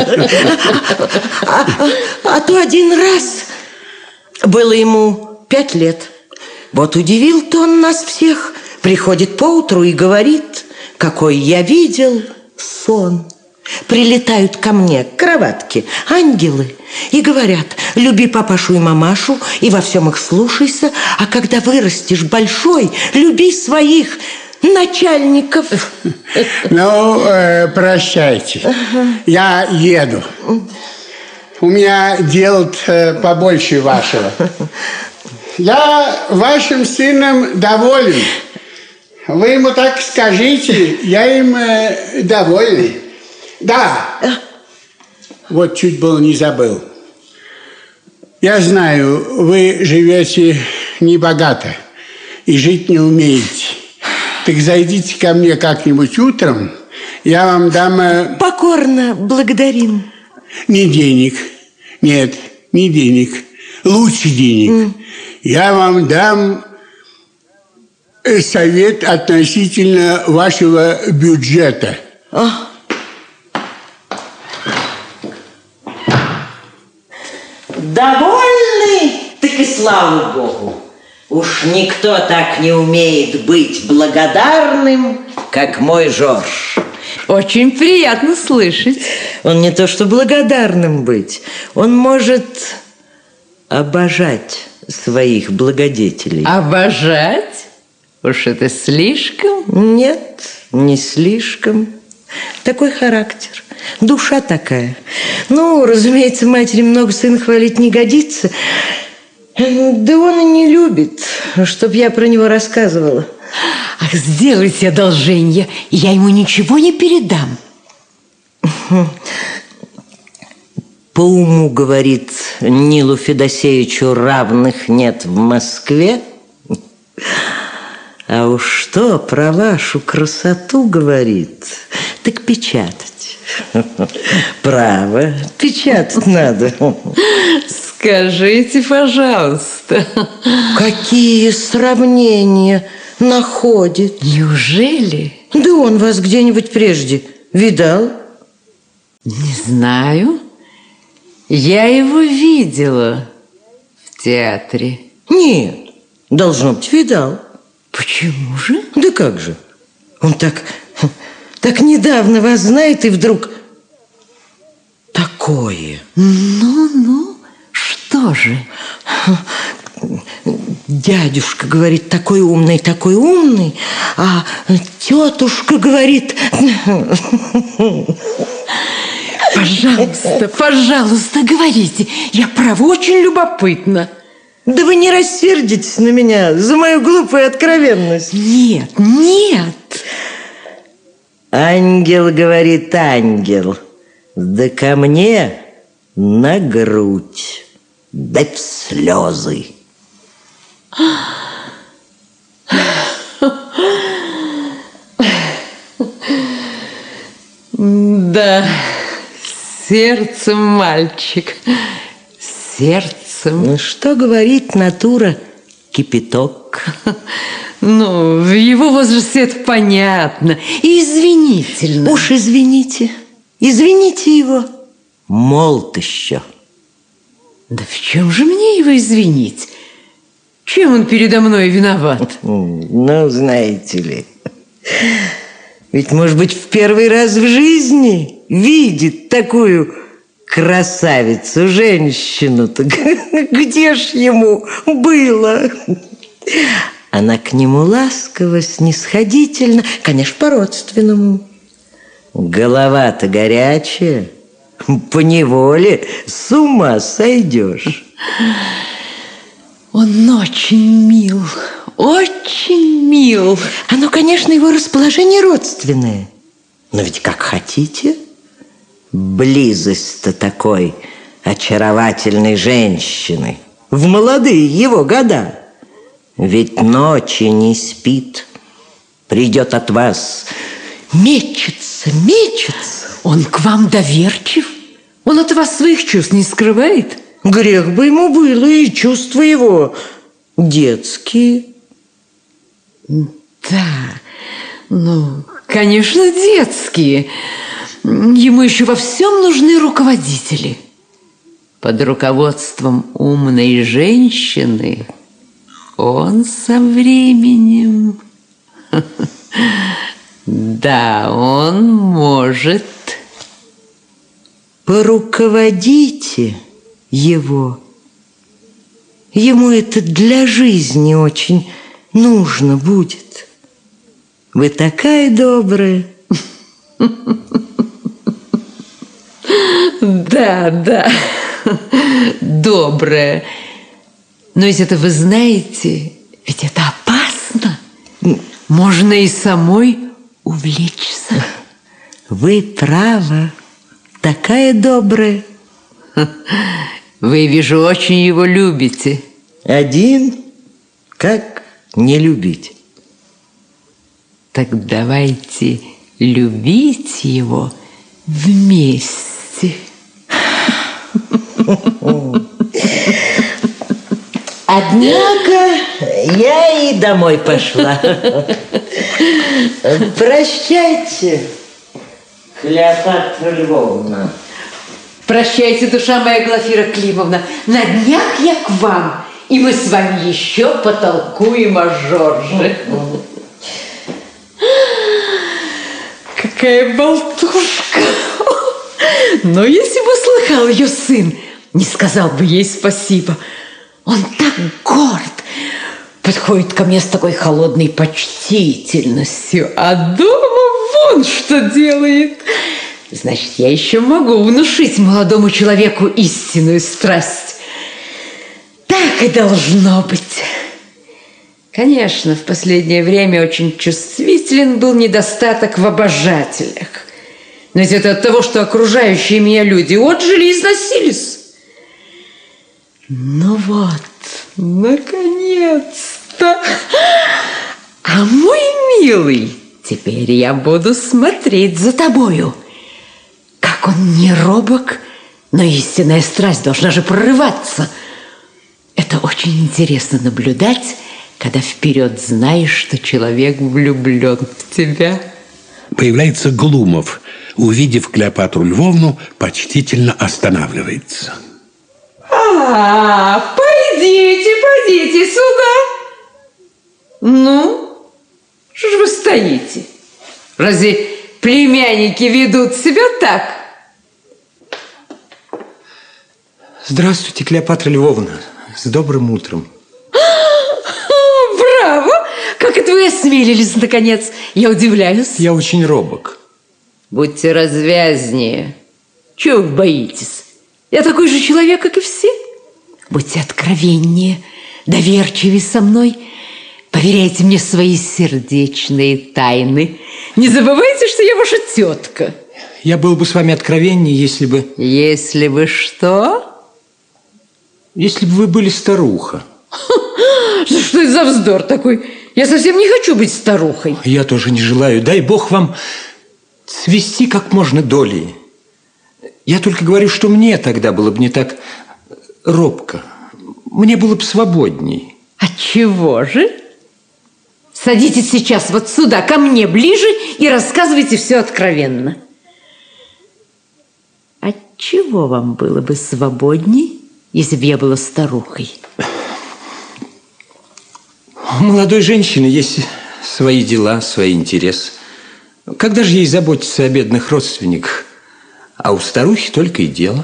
А то один раз было ему 5 лет. Вот удивил-то он нас всех. Приходит поутру и говорит: какой я видел сон. Прилетают ко мне к кроватке ангелы и говорят: люби папашу и мамашу и во всем их слушайся, а когда вырастешь большой, люби своих начальников. Ну, прощайте. Я еду. У меня дел побольше вашего. Я вашим сыном доволен. Вы ему так скажите, я им довольный. Да. Вот чуть было не забыл. Я знаю, вы живете небогато и жить не умеете. Так зайдите ко мне как-нибудь утром, я вам дам... Покорно благодарим. Не денег. Нет, не денег. Лучше денег. Я вам дам совет относительно вашего бюджета. Довольны? Так и слава Богу. Уж никто так не умеет быть благодарным, как мой Жорж. Очень приятно слышать. Он не то что благодарным быть, он может обожать своих благодетелей. Обожать? Уж это слишком? Нет, не слишком. Такой характер, душа такая. Ну, разумеется, матери много сына хвалить не годится. Да он и не любит, чтоб я про него рассказывала. Ах, сделайте одолжение, и я ему ничего не передам. По уму, говорит, Нилу Федосеевичу равных нет в Москве. А уж что про вашу красоту говорит, так печатать. Право, печатать надо. Скажите, пожалуйста. Какие сравнения находит? Неужели? Да он вас где-нибудь прежде видал? Не знаю. Я его видела в театре. Нет, должно быть, видал. Почему же? Да как же? Он так недавно вас знает, и вдруг такое. Ну, что же? Дядюшка говорит, такой умный, а тетушка говорит... Пожалуйста, говорите. Я, право, очень любопытна. Да вы не рассердитесь на меня за мою глупую откровенность. Нет. Ангел говорит, ангел, да ко мне на грудь, да в слезы. Да, сердцем мальчик, сердцем. Что говорит натура? Кипяток. Ну, в его возрасте это понятно и извинительно. Уж извините. Извините его. Молод еще. Да в чем же мне его извинить? Чем он передо мной виноват? Ну, знаете ли, ведь, может быть, в первый раз в жизни видит такую красавицу, женщину-то. Где ж ему было? Она к нему ласково, снисходительно, конечно, по-родственному. Голова-то горячая, поневоле с ума сойдешь. Он очень мил, очень мил. Оно, конечно, его расположение родственное. Но ведь как хотите, близость-то такой очаровательной женщины в молодые его года. Ведь ночи не спит, придет от вас, мечется. Он к вам доверчив? Он от вас своих чувств не скрывает? Грех бы ему было, и чувства его детские. Да, ну, конечно, детские. Ему еще во всем нужны руководители. Под руководством умной женщины он со временем... Да, он может... Поруководите его. Ему это для жизни очень нужно будет. Вы такая добрая. Да, добрая. Но ведь это, вы знаете, ведь это опасно. Можно и самой увлечься. Вы правы, такая добрая. Вы, вижу, очень его любите. Один, как не любить? Так давайте любить его вместе. Однако я и домой пошла. Прощайте, Клеопатра Львовна. Прощайте, душа моя, Глафира Климовна. На днях я к вам, и мы с вами еще потолкуем о Жорже. Какая болтушка. Но если бы слыхал ее сын, не сказал бы ей спасибо. Он так горд, подходит ко мне с такой холодной почтительностью, а дома вон что делает. Значит, я еще могу внушить молодому человеку истинную страсть. Так и должно быть. Конечно, в последнее время очень чувствителен был недостаток в обожателях. Но ведь это от того, что окружающие меня люди отжили и износились. Ну вот, наконец-то. А мой милый, теперь я буду смотреть за тобою. Как он не робок, но истинная страсть должна же прорываться. Это очень интересно наблюдать, когда вперед знаешь, что человек влюблен в тебя. Появляется Глумов. Увидев Клеопатру Львовну, почтительно останавливается. Пойдите сюда. Ну, что же вы стоите? Разве племянники ведут себя так? Здравствуйте, Клеопатра Львовна. С добрым утром. Браво! Как это вы осмелились, наконец? Я удивляюсь. Я очень робок. Будьте развязнее. Чего вы боитесь? Я такой же человек, как и все. Будьте откровеннее, доверчивее со мной. Поверяйте мне свои сердечные тайны. Не забывайте, что я ваша тетка. Я был бы с вами откровеннее, если бы... Если бы что? Если бы вы были старуха. Что это за вздор такой? Я совсем не хочу быть старухой. Я тоже не желаю. Дай Бог вам свести как можно долей. Я только говорю, что мне тогда было бы не так робко. Мне было бы свободней. Отчего же? Садитесь сейчас вот сюда, ко мне ближе, и рассказывайте все откровенно. Отчего вам было бы свободней, если бы я была старухой? У молодой женщины есть свои дела, свои интересы. Когда же ей заботиться о бедных родственниках? А у старухи только и дело.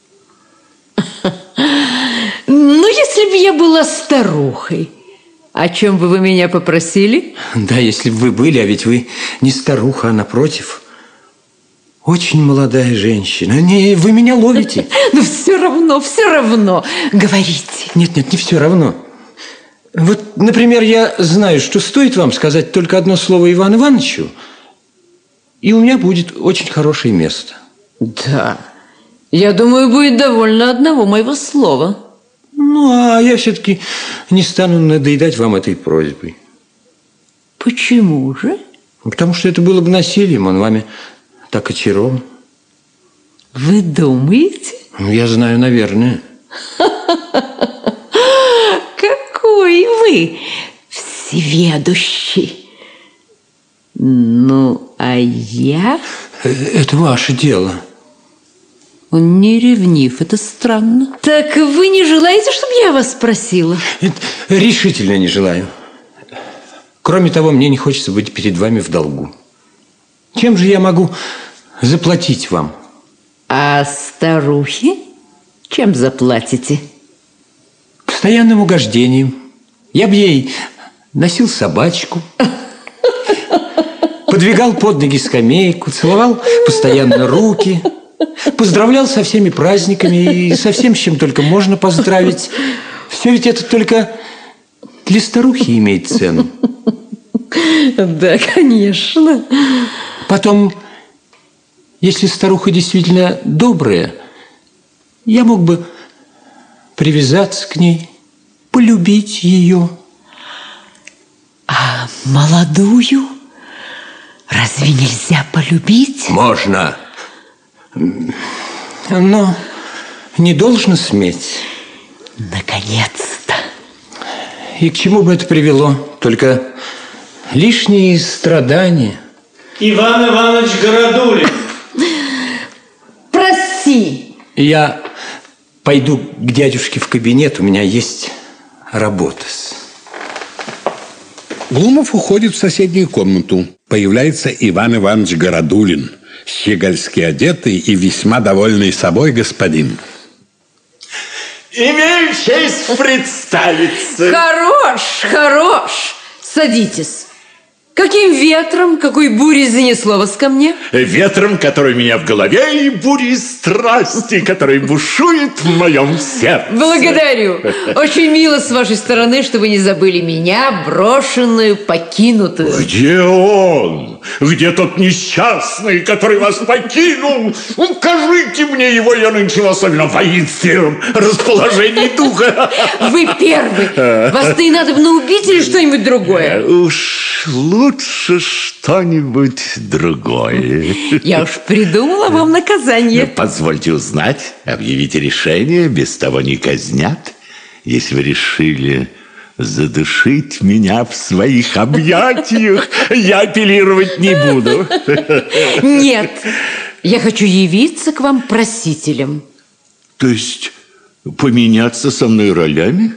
Ну, если бы я была старухой, о чем бы вы меня попросили? Да, если бы вы были, а ведь вы не старуха, а напротив, очень молодая женщина. Не, вы меня ловите. Ну, все равно, говорите. Нет, не все равно. Вот, например, я знаю, что стоит вам сказать только одно слово Ивану Ивановичу, и у меня будет очень хорошее место. Да, я думаю, будет довольно одного моего слова. Ну, а я все-таки не стану надоедать вам этой просьбой. Почему же? Потому что это было бы насилием, он вами так очарован. Вы думаете? Я знаю, наверное. Какой вы всеведущий. Ну, а я... Это ваше дело. Он не ревнив, это странно. Так вы не желаете, чтобы я вас спросила? Решительно не желаю. Кроме того, мне не хочется быть перед вами в долгу. Чем же я могу заплатить вам? А старухе чем заплатите? Постоянным угождением. Я бы ей носил собачку, подвигал под ноги скамейку, целовал постоянно руки, поздравлял со всеми праздниками и со всем, с чем только можно поздравить. Все ведь это только для старухи имеет цену. Да, конечно. Потом, если старуха действительно добрая, я мог бы привязаться к ней, полюбить ее. А молодую разве нельзя полюбить? Можно. Но не должно сметь. Наконец-то. И к чему бы это привело? Только лишние страдания. Иван Иванович Городулин. Проси. Я пойду к дядюшке в кабинет, у меня есть работа. Глумов уходит в соседнюю комнату. Появляется Иван Иванович Городулин, щегольски одетый и весьма довольный собой господин. Имею честь представиться. Хорош. Садитесь. Каким ветром, какой бурей занесло вас ко мне? Ветром, который у меня в голове, и бурей страсти, который бушует в моем сердце. Благодарю. Очень мило с вашей стороны, что вы не забыли меня, брошенную, покинутую. Где он? Где тот несчастный, который вас покинул? Укажите мне его, я нынче в особенном воинственном расположении духа. Вы первый. Вас-то и надо бы убить или что-нибудь другое? Уж лучше что-нибудь другое. Я уж придумала вам наказание. Позвольте узнать, объявите решение, без того не казнят. Если вы решили задушить меня в своих объятиях, я апеллировать не буду. Нет, я хочу явиться к вам просителем. То есть поменяться со мной ролями?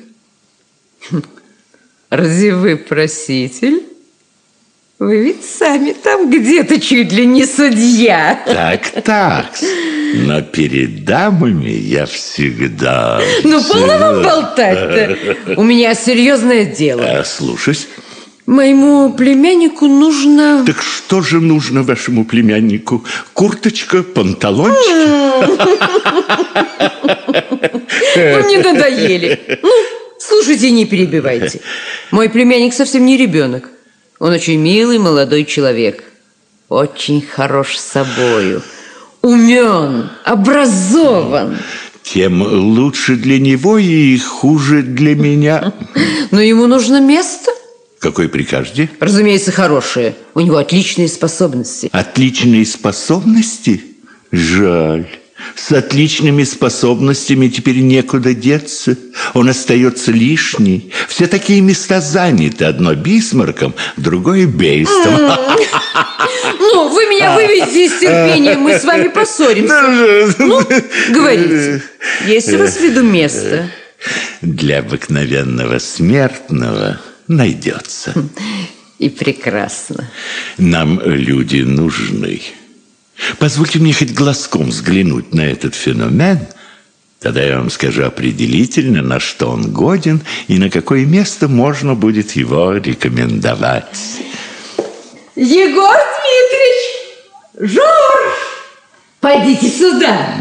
Разве вы проситель? Вы ведь сами там где-то чуть ли не судья. Так. Но перед дамами я всегда... Ну, полно вам болтать-то. У меня серьезное дело. Слушаюсь. Моему племяннику нужно... Так что же нужно вашему племяннику? Курточка, панталончики? Вы мне надоели. Ну, слушайте и не перебивайте. Мой племянник совсем не ребенок. Он очень милый молодой человек. Очень хорош собою. Умен, образован. Тем лучше для него и хуже для меня. Но ему нужно место. Какое прикажете? Разумеется, хорошее. У него отличные способности. Отличные способности? Жаль. С отличными способностями теперь некуда деться. Он остается лишний. Все такие места заняты. Одно Бисмарком, другое Бейстом. Ну, вы меня выведете из терпения, мы с вами поссоримся. Ну, говорите, есть у вас в виду место? Для обыкновенного смертного найдется. И прекрасно. Нам люди нужны. Позвольте мне хоть глазком взглянуть на этот феномен, тогда я вам скажу определительно, на что он годен и на какое место можно будет его рекомендовать. Егор Дмитриевич! Жорж! Пойдите сюда!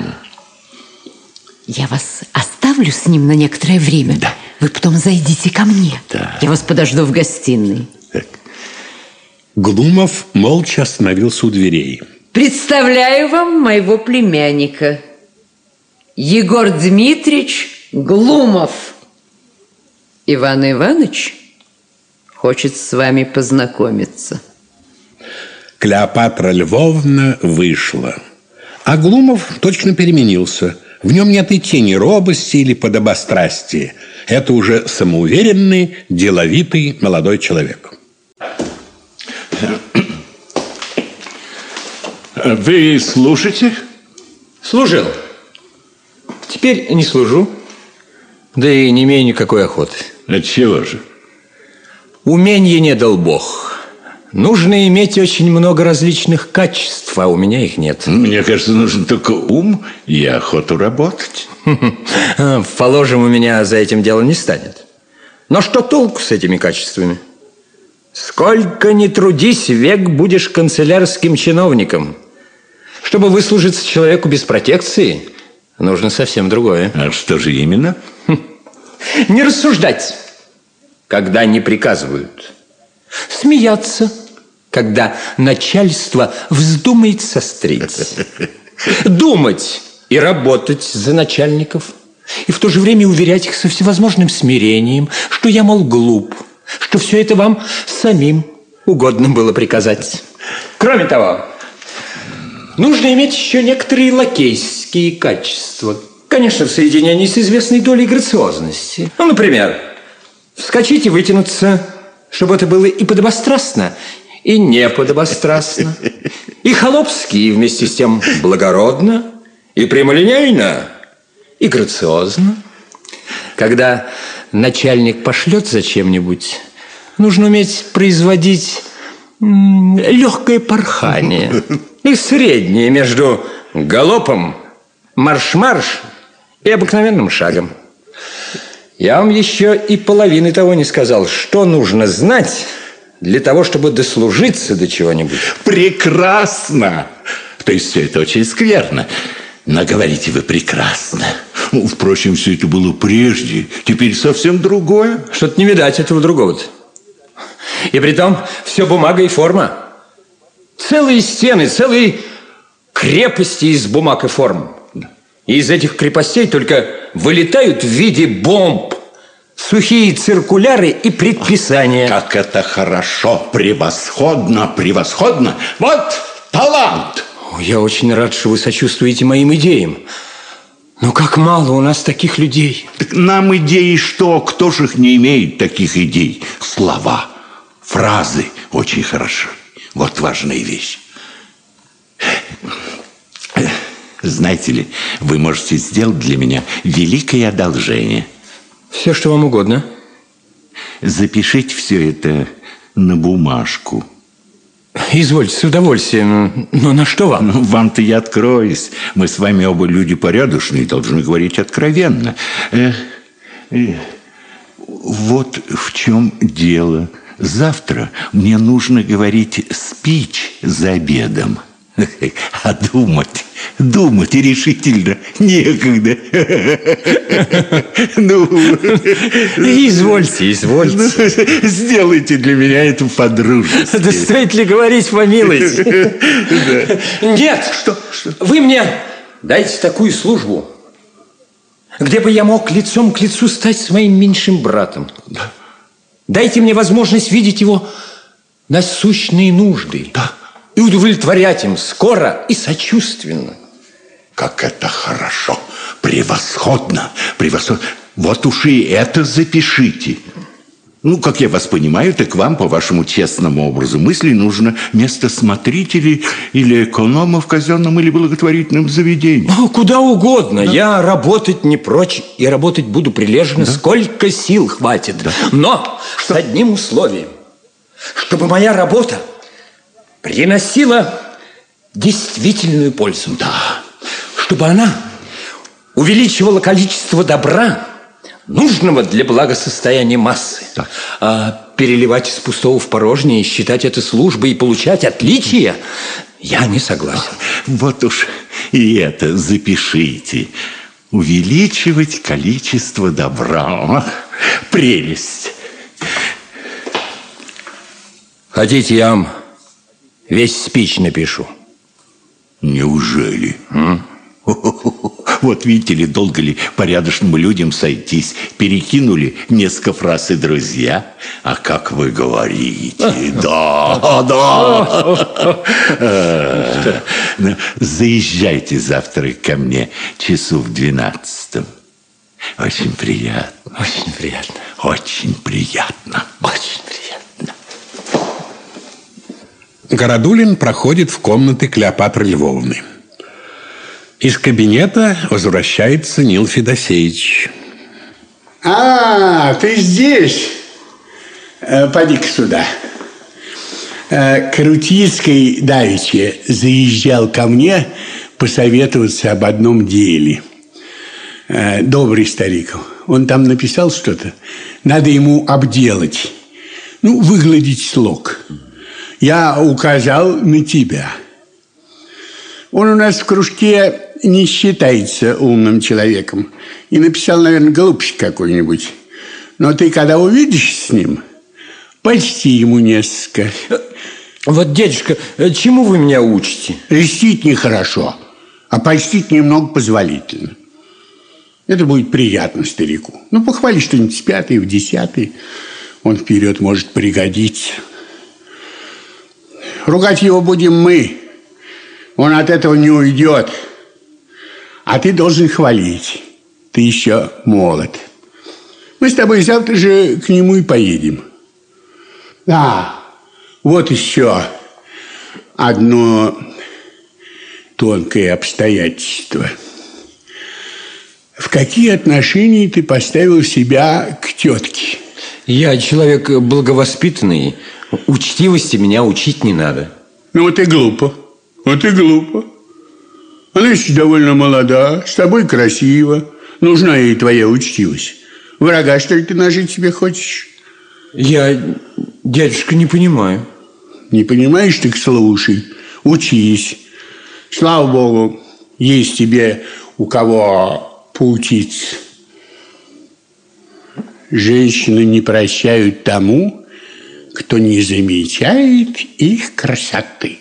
Я вас оставлю с ним на некоторое время. Да. Вы потом зайдите ко мне. Да. Я вас подожду в гостиной. Так. Глумов молча остановился у дверей. Представляю вам моего племянника. Егор Дмитриевич Глумов. Иван Иванович хочет с вами познакомиться. Клеопатра Львовна вышла. А Глумов точно переменился. В нем нет и тени робости или подобострастия. Это уже самоуверенный, деловитый молодой человек. Вы служите? Служил. Теперь не служу. Да и не имею никакой охоты. Отчего же? Уменья не дал Бог. Нужно иметь очень много различных качеств, а у меня их нет. Мне кажется, нужен только ум и охоту работать. Положим, у меня за этим дело не станет. Но что толку с этими качествами? Сколько ни трудись, век будешь канцелярским чиновником. Чтобы выслужиться человеку без протекции, нужно совсем другое. А что же именно? Не рассуждать, когда не приказывают. Смеяться, когда начальство вздумает сострить. Думать и работать за начальников. И в то же время уверять их со всевозможным смирением, что я, мол, глуп, что все это вам самим угодно было приказать. Кроме того, нужно иметь еще некоторые лакейские качества. Конечно, в соединении с известной долей грациозности. Ну, например, вскочить и вытянуться, чтобы это было и подобострастно, и не подобострастно, и холопски, и вместе с тем благородно, и прямолинейно, и грациозно. Когда начальник пошлет за чем-нибудь, нужно уметь производить легкое порхание и среднее между галопом, марш-марш и обыкновенным шагом. Я вам еще и половины того не сказал, что нужно знать для того, чтобы дослужиться до чего-нибудь. Прекрасно! То есть все это очень скверно. Но говорите вы прекрасно. Ну, впрочем, все это было прежде. Теперь совсем другое. Что-то не видать этого другого-то. И притом все бумага и форма. Целые стены, целые крепости из бумаг и форм. И из этих крепостей только вылетают в виде бомб сухие циркуляры и предписания. Как это хорошо, превосходно, превосходно. Вот талант. Я очень рад, что вы сочувствуете моим идеям. Но как мало у нас таких людей. Так нам идеи что? Кто же их не имеет, таких идей? Слова, фразы очень хороши. Вот важная вещь. Знаете ли, вы можете сделать для меня великое одолжение. Все, что вам угодно. Запишите все это на бумажку. Извольте, с удовольствием. Но на что вам? Ну, вам-то я откроюсь. Мы с вами оба люди порядочные, должны говорить откровенно. Вот в чем дело. Завтра мне нужно говорить спич за обедом. А думать решительно некогда. Ну, извольте. Сделайте для меня это по-дружески. Да стоит ли говорить по милости? Нет, что? Вы мне дайте такую службу, где бы я мог лицом к лицу стать с моим меньшим братом. Дайте мне возможность видеть его насущные нужды. И удовлетворять им скоро и сочувственно. как это хорошо! Превосходно! Превосходно! Вот уж и это запишите. Ну, как я вас понимаю, так вам, по вашему честному образу мысли, нужно место смотрителей или эконома в казенном или благотворительном заведении. Куда угодно. Да. Я работать не прочь, и работать буду прилежно, да? Сколько сил хватит. Да. Но с одним условием. Чтобы моя работа приносила действительную пользу. Да. Чтобы она увеличивала количество добра, нужного для благосостояния массы. Да. А переливать из пустого в порожнее, считать это службой и получать отличия, я не согласен. Вот уж и это запишите. Увеличивать количество добра. Прелесть. Хотите, я вам весь спич напишу? Неужели? Вот видите ли, долго ли порядочным людям сойтись? Перекинули несколько фраз и друзья. А как вы говорите? Да. Заезжайте завтра ко мне часу в 12. Очень приятно. Очень приятно. Очень приятно. Очень приятно. Городулин проходит в комнаты Клеопатры Львовны. Из кабинета возвращается Нил Федосеевич. А, ты здесь? Поди-ка сюда. Крутицкий давеча заезжал ко мне посоветоваться об одном деле. Добрый старик. Он там написал что-то. Надо ему обделать. Ну, выгладить слог. Я указал на тебя. Он у нас в кружке не считается умным человеком. И написал, наверное, глупость какой-нибудь. Но ты, когда увидишь с ним, почти ему несколько. Вот, дядюшка, чему вы меня учите? Льстить нехорошо, а польстить немного позволительно. Это будет приятно старику. Ну, похвали что-нибудь с 5-й в 10-й. Он вперед может пригодиться. Ругать его будем мы. Он от этого не уйдет. А ты должен хвалить. Ты еще молод. Мы с тобой завтра же к нему и поедем. Да, вот еще одно тонкое обстоятельство. В какие отношения ты поставил себя к тетке? Я человек благовоспитанный. Учтивости меня учить не надо. Ну вот и глупо. Вот и глупо. Она еще довольно молода, с тобой красиво. Нужна ей твоя учтивость. Врага, что ли, ты нажить себе хочешь? Я, дядюшка, не понимаю. Не понимаешь, так слушай. Учись. Слава Богу, есть тебе у кого поучиться. Женщины не прощают тому, кто не замечает их красоты.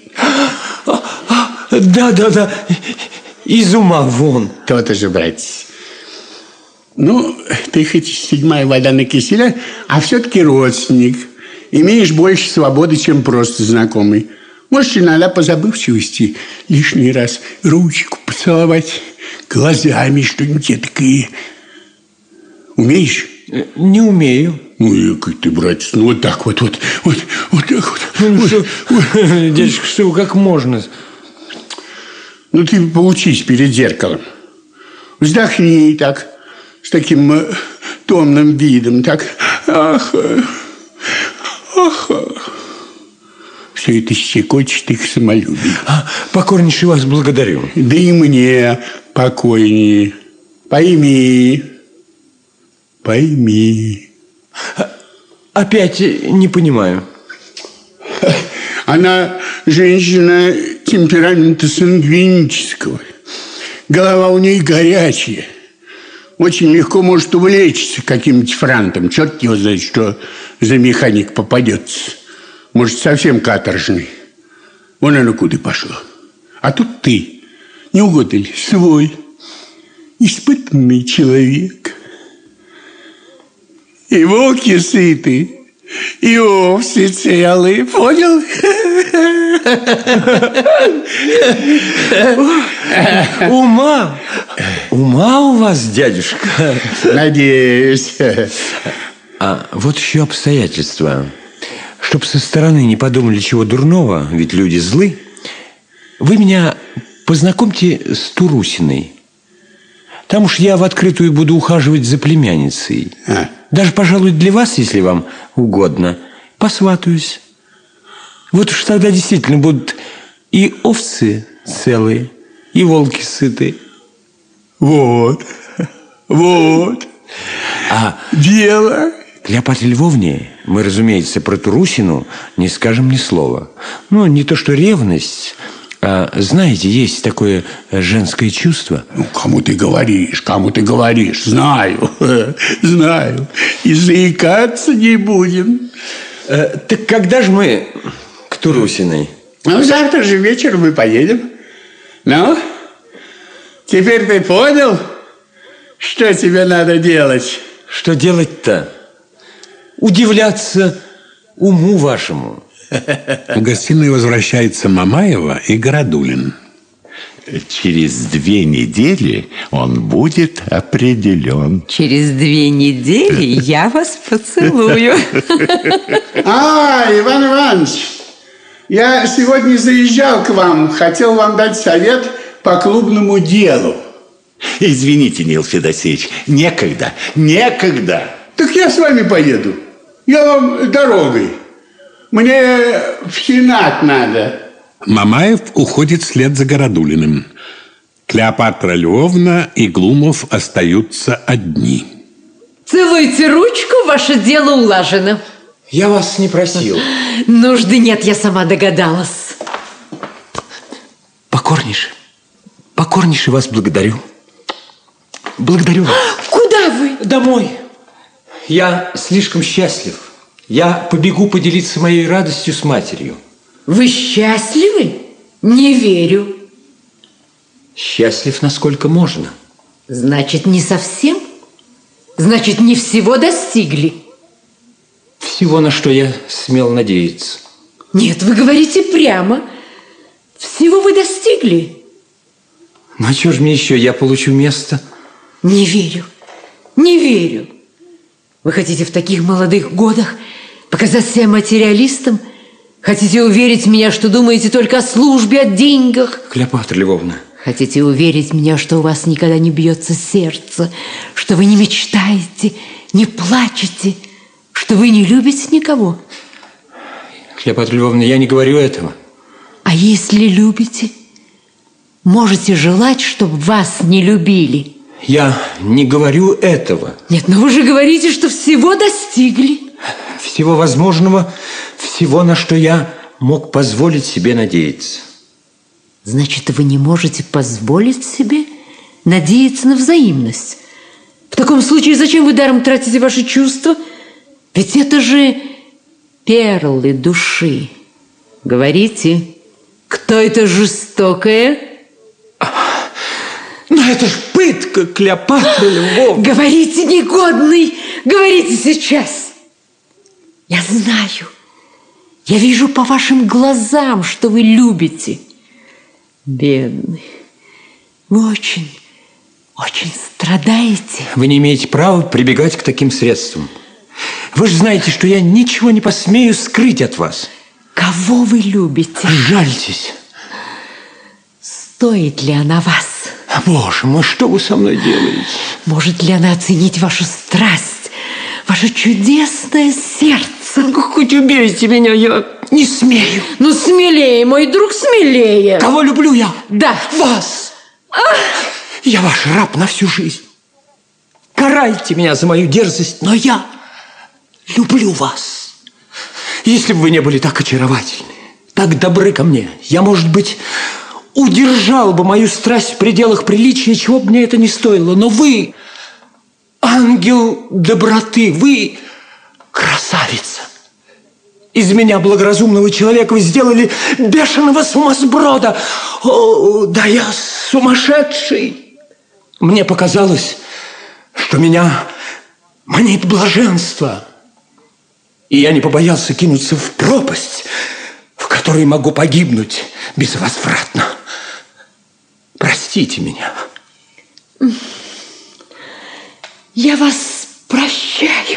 Да, из ума вон. То-то же, братец. Ну, ты хоть 7-я вода на киселе, а все-таки родственник. Имеешь больше свободы, чем просто знакомый. Можешь иногда по забывчивости лишний раз ручку поцеловать, глазами что-нибудь такое. Умеешь? Не умею. Ну, какой ты, братец, ну вот так вот так вот. Ну, что, дядюшка, что, как можно? Ну, ты поучись перед зеркалом. Вздохни так, с таким томным видом, так. Ах. Все это щекочет их самолюбие. Покорнейше вас благодарю. Да и мне покойнее. Пойми. Опять не понимаю. Она женщина темперамента сангвинического. Голова у ней горячая. Очень легко может увлечься каким-нибудь франтом. Черт его знает, что за механик попадется. Может, совсем каторжный. Вон оно куда пошло. А тут ты, не угодно ли, свой, испытанный человек. И волки сыты, и овцы целые. Понял? Ума у вас, дядюшка. Надеюсь. А вот еще обстоятельства. Чтоб со стороны не подумали чего дурного, ведь люди злы, вы меня познакомьте с Турусиной. Там уж я в открытую буду ухаживать за племянницей. Даже, пожалуй, для вас, если вам угодно, посватаюсь. Вот уж тогда действительно будут и овцы целые, и волки сытые. Вот. Дело. Клеопатре Львовне мы, разумеется, про Турусину не скажем ни слова. Ну, не то что ревность, а, знаете, есть такое женское чувство. Ну, кому ты говоришь? Знаю. И заикаться не будем. Так когда же мы к Турусиной? Ну, завтра же вечером мы поедем. Ну, теперь ты понял, что тебе надо делать? Что делать-то? Удивляться уму вашему. В гостиную возвращается Мамаева и Городулин. Через 2 недели он будет определен. Через 2 недели я вас поцелую. Иван Иванович, я сегодня заезжал к вам, хотел вам дать совет по клубному делу. Извините, Нил Федосеевич, некогда. Так я с вами поеду. Я вам дорогой. Мне в Сенат надо. Мамаев уходит вслед за Городулиным. Клеопатра Львовна и Глумов остаются одни. Целуйте ручку, ваше дело улажено. Я вас не просил. Нужды нет, я сама догадалась. Покорнейше вас благодарю. Благодарю вас. Куда вы? Домой. Я слишком счастлив. Я побегу поделиться моей радостью с матерью. Вы счастливы? Не верю. Счастлив, насколько можно. Значит, не совсем? Значит, не всего достигли? Всего, на что я смел надеяться. Нет, вы говорите прямо. Всего вы достигли. Ну, а что же мне еще? Я получу место. Не верю. Вы хотите в таких молодых годах показать себя материалистом? Хотите уверить меня, что думаете только о службе, о деньгах? Клеопатра Львовна. Хотите уверить меня, что у вас никогда не бьется сердце, что вы не мечтаете, не плачете, что вы не любите никого? Клеопатра Львовна, я не говорю этого. А если любите, можете желать, чтобы вас не любили? Я не говорю этого. Нет, но вы же говорите, что всего достигли. Всего возможного, всего, на что я мог позволить себе надеяться. Значит, вы не можете позволить себе надеяться на взаимность. В таком случае зачем вы даром тратите ваши чувства? Ведь это же перлы души. Говорите, кто это жестокое? Но это ж пытка, Клеопатра Львовна. Говорите, негодный, говорите сейчас. Я знаю, я вижу по вашим глазам, что вы любите. Бедный, вы очень страдаете. Вы не имеете права прибегать к таким средствам. Вы же знаете, что я ничего не посмею скрыть от вас. Кого вы любите? Жальтесь. Стоит ли она вас? Боже мой, что вы со мной делаете? Может ли она оценить вашу страсть, ваше чудесное сердце? Хоть убейте меня, я не смею. Ну, смелее, мой друг, смелее. Кого люблю я? Да. Вас. Я ваш раб на всю жизнь. Карайте меня за мою дерзость, но я люблю вас. Если бы вы не были так очаровательны, так добры ко мне, я, может быть, удержал бы мою страсть в пределах приличия, чего бы мне это ни стоило. Но вы, ангел доброты, вы красавица. Из меня, благоразумного человека, вы сделали бешеного сумасброда. О, да я сумасшедший. Мне показалось, что меня манит блаженство. И я не побоялся кинуться в пропасть, в которой могу погибнуть безвозвратно. Простите меня. Я вас прощаю.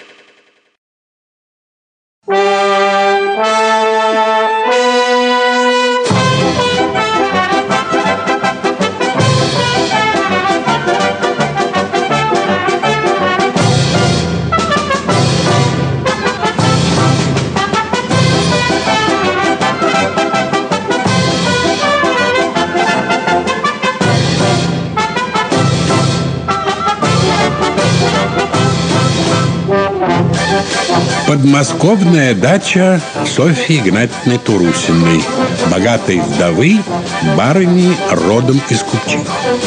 Подмосковная дача Софьи Игнатьевны Турусиной, богатой вдовы, барыни родом из Купчих.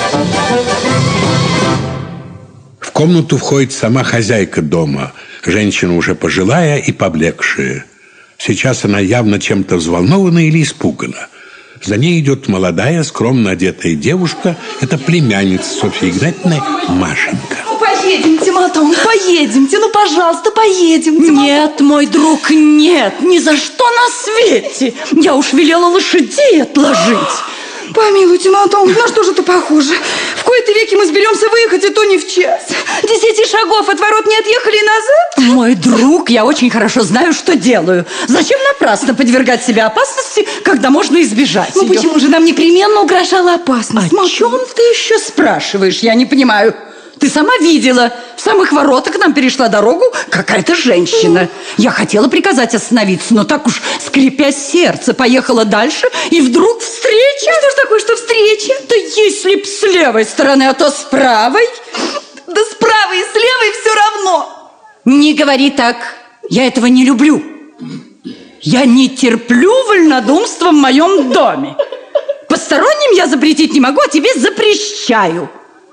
В комнату входит сама хозяйка дома, женщина уже пожилая и поблекшая. Сейчас она явно чем-то взволнована или испугана. За ней идет молодая, скромно одетая девушка. Это племянница Софьи Игнатьевны Машенька. Поедемте, Матон, поедемте, ну, пожалуйста, поедемте. Нет, мой друг, нет, ни за что на свете. Я уж велела лошадей отложить. Помилуйте, Матон, на что же это похоже? В кои-то веки мы сберемся выехать, и то не в час. 10 шагов от ворот не отъехали и назад. Мой друг, я очень хорошо знаю, что делаю. Зачем напрасно подвергать себя опасности, когда можно избежать ее? Почему же нам непременно угрожала опасность? О чем ты еще спрашиваешь? Я не понимаю. Ты сама видела, в самых воротах к нам перешла дорогу какая-то женщина. Я хотела приказать остановиться, но так уж, скрипя сердце, поехала дальше, и вдруг встреча. Что ж такое, что встреча? Да если б с левой стороны, а то с правой. Да с правой и с левой все равно. Не говори так, я этого не люблю. Я не терплю вольнодумства в моем доме. Посторонним я запретить не могу, а тебе запрещаю.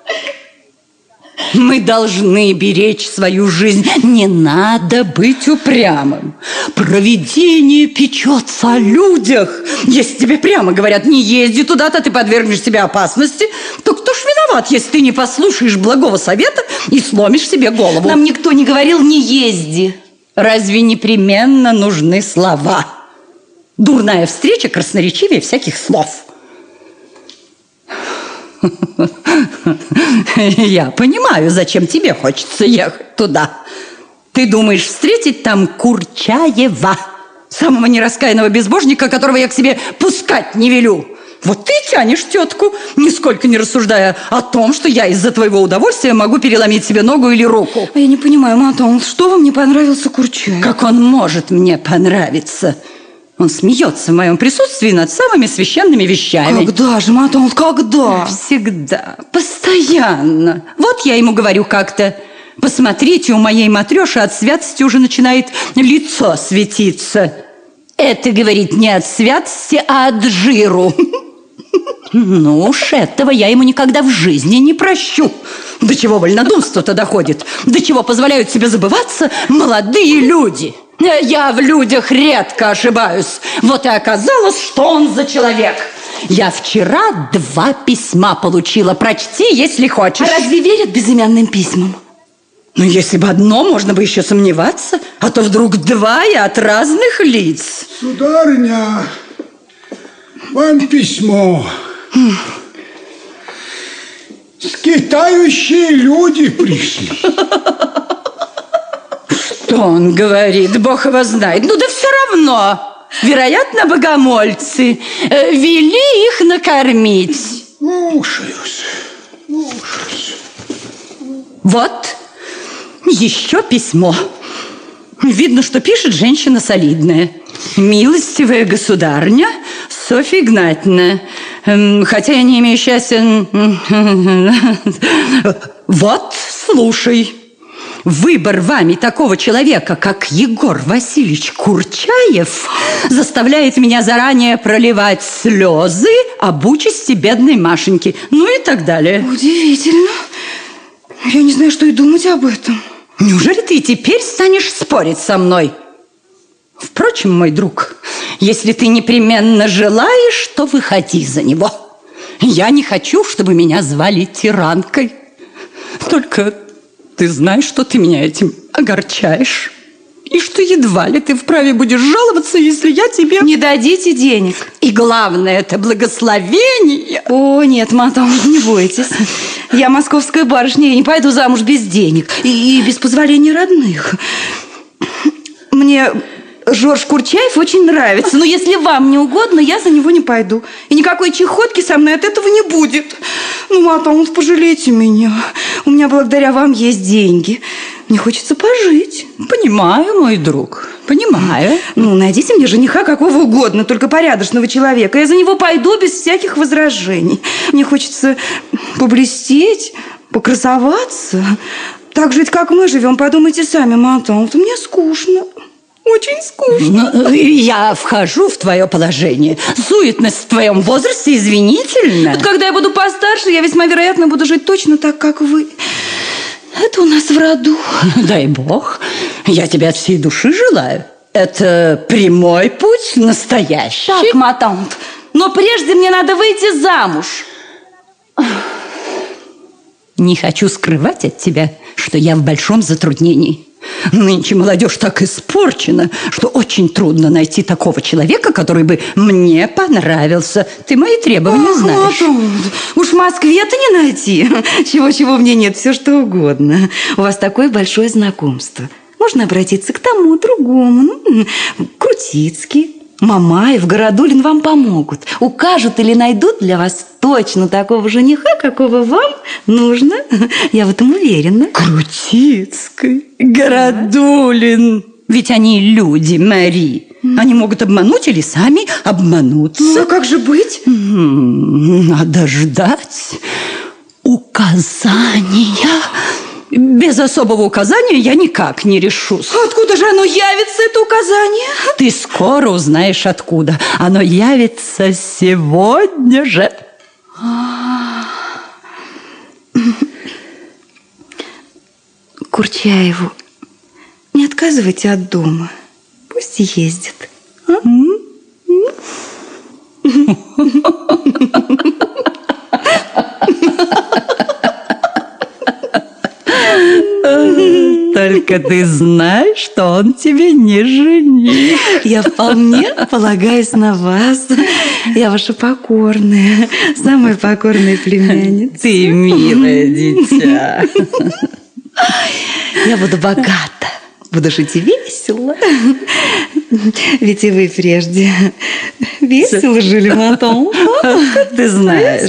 Мы должны беречь свою жизнь. Не надо быть упрямым. Провидение печется о людях. Если тебе прямо говорят, не езди туда-то, ты подвергнешь себя опасности, то кто ж виноват, если ты не послушаешь благого совета и сломишь себе голову? Нам никто не говорил, не езди. Разве непременно нужны слова? Дурная встреча красноречивее всяких слов. Я понимаю, зачем тебе хочется ехать туда. Ты думаешь встретить там Курчаева, самого нераскаянного безбожника, которого я к себе пускать не велю. Вот ты тянешь тетку, нисколько не рассуждая о том, что я из-за твоего удовольствия могу переломить себе ногу или руку. А я не понимаю, Матон, что вам не понравился Курчаев? Как он может мне понравиться? Он смеется в моем присутствии над самыми священными вещами. Когда же, Матон, когда? Всегда, постоянно. Вот я ему говорю как-то: посмотрите, у моей матреши от святости уже начинает лицо светиться. Это, говорит, не от святости, а от жиру. Ну уж этого я ему никогда в жизни не прощу. До чего вольнодумство-то доходит? До чего позволяют себе забываться молодые люди? Я в людях редко ошибаюсь. Вот и оказалось, что он за человек. Я вчера 2 письма получила. Прочти, если хочешь. А разве верят безымянным письмам? Ну, если бы одно, можно бы еще сомневаться. А то вдруг 2 и от разных лиц. Сударыня, вам письмо. Скитающие люди пришли. Что он говорит? Бог его знает. Ну да все равно. Вероятно, богомольцы вели их накормить. Слушаюсь. Вот еще письмо. Видно, что пишет женщина солидная. Милостивая государня Софья Игнатьевна. Хотя я не имею счастья... Вот, слушай. Выбор вами такого человека, как Егор Васильевич Курчаев, заставляет меня заранее проливать слезы об участи бедной Машеньки. Ну и так далее. Удивительно. Я не знаю, что и думать об этом. Неужели ты и теперь станешь спорить со мной? Впрочем, мой друг, если ты непременно желаешь, то выходи за него. Я не хочу, чтобы меня звали тиранкой. Только... Ты знаешь, что ты меня этим огорчаешь? И что едва ли ты вправе будешь жаловаться, если я тебе... Не дадите денег. И главное, это благословение. О, нет, мадам, не бойтесь. Я московская барышня, я не пойду замуж без денег и без позволения родных. Мне Жорж Курчаев очень нравится, но если вам не угодно, я за него не пойду. И никакой чехотки со мной от этого не будет. Ну, мадам, пожалейте меня. У меня благодаря вам есть деньги. Мне хочется пожить. Понимаю, мой друг, понимаю. Ну, найдите мне жениха какого угодно, только порядочного человека. Я за него пойду без всяких возражений. Мне хочется поблестеть, покрасоваться. Так жить, как мы живем, подумайте сами, мадам. Мне скучно. Очень скучно. Ну, я вхожу в твое положение. Суетность в твоем возрасте извинительна. Вот когда я буду постарше, я весьма вероятно буду жить точно так, как вы. Это у нас в роду. Дай бог. Я тебе от всей души желаю. Это прямой путь, настоящий. Так, матант. Но прежде мне надо выйти замуж. Не хочу скрывать от тебя, что я в большом затруднении. Нынче молодежь так испорчена, что очень трудно найти такого человека, который бы мне понравился. Ты мои требования знаешь. Уж в Москве-то не найти. Чего-чего мне нет, все что угодно. У вас такое большое знакомство. Можно обратиться к тому, другому. Крутицкий, Мамаев, Городулин вам помогут. Укажут или найдут для вас точно такого жениха, какого вам нужно. Я в этом уверена. Крутицкий, Городулин. Ведь они люди, Мари. Они могут обмануть или сами обмануться. Ну, а как же быть? Надо ждать указания. Без особого указания я никак не решусь. Откуда же оно явится, это указание? Ты скоро узнаешь, откуда. Оно явится сегодня же. Курчаеву не отказывайте от дома. Пусть ездит. Только ты знаешь, что он тебе не жених. Я вполне полагаюсь на вас. Я ваша покорная, самая покорная племянница. Ты милое дитя. Я буду богата, буду жить весело. Ведь и вы прежде весело жили, Матон. Ты знаешь.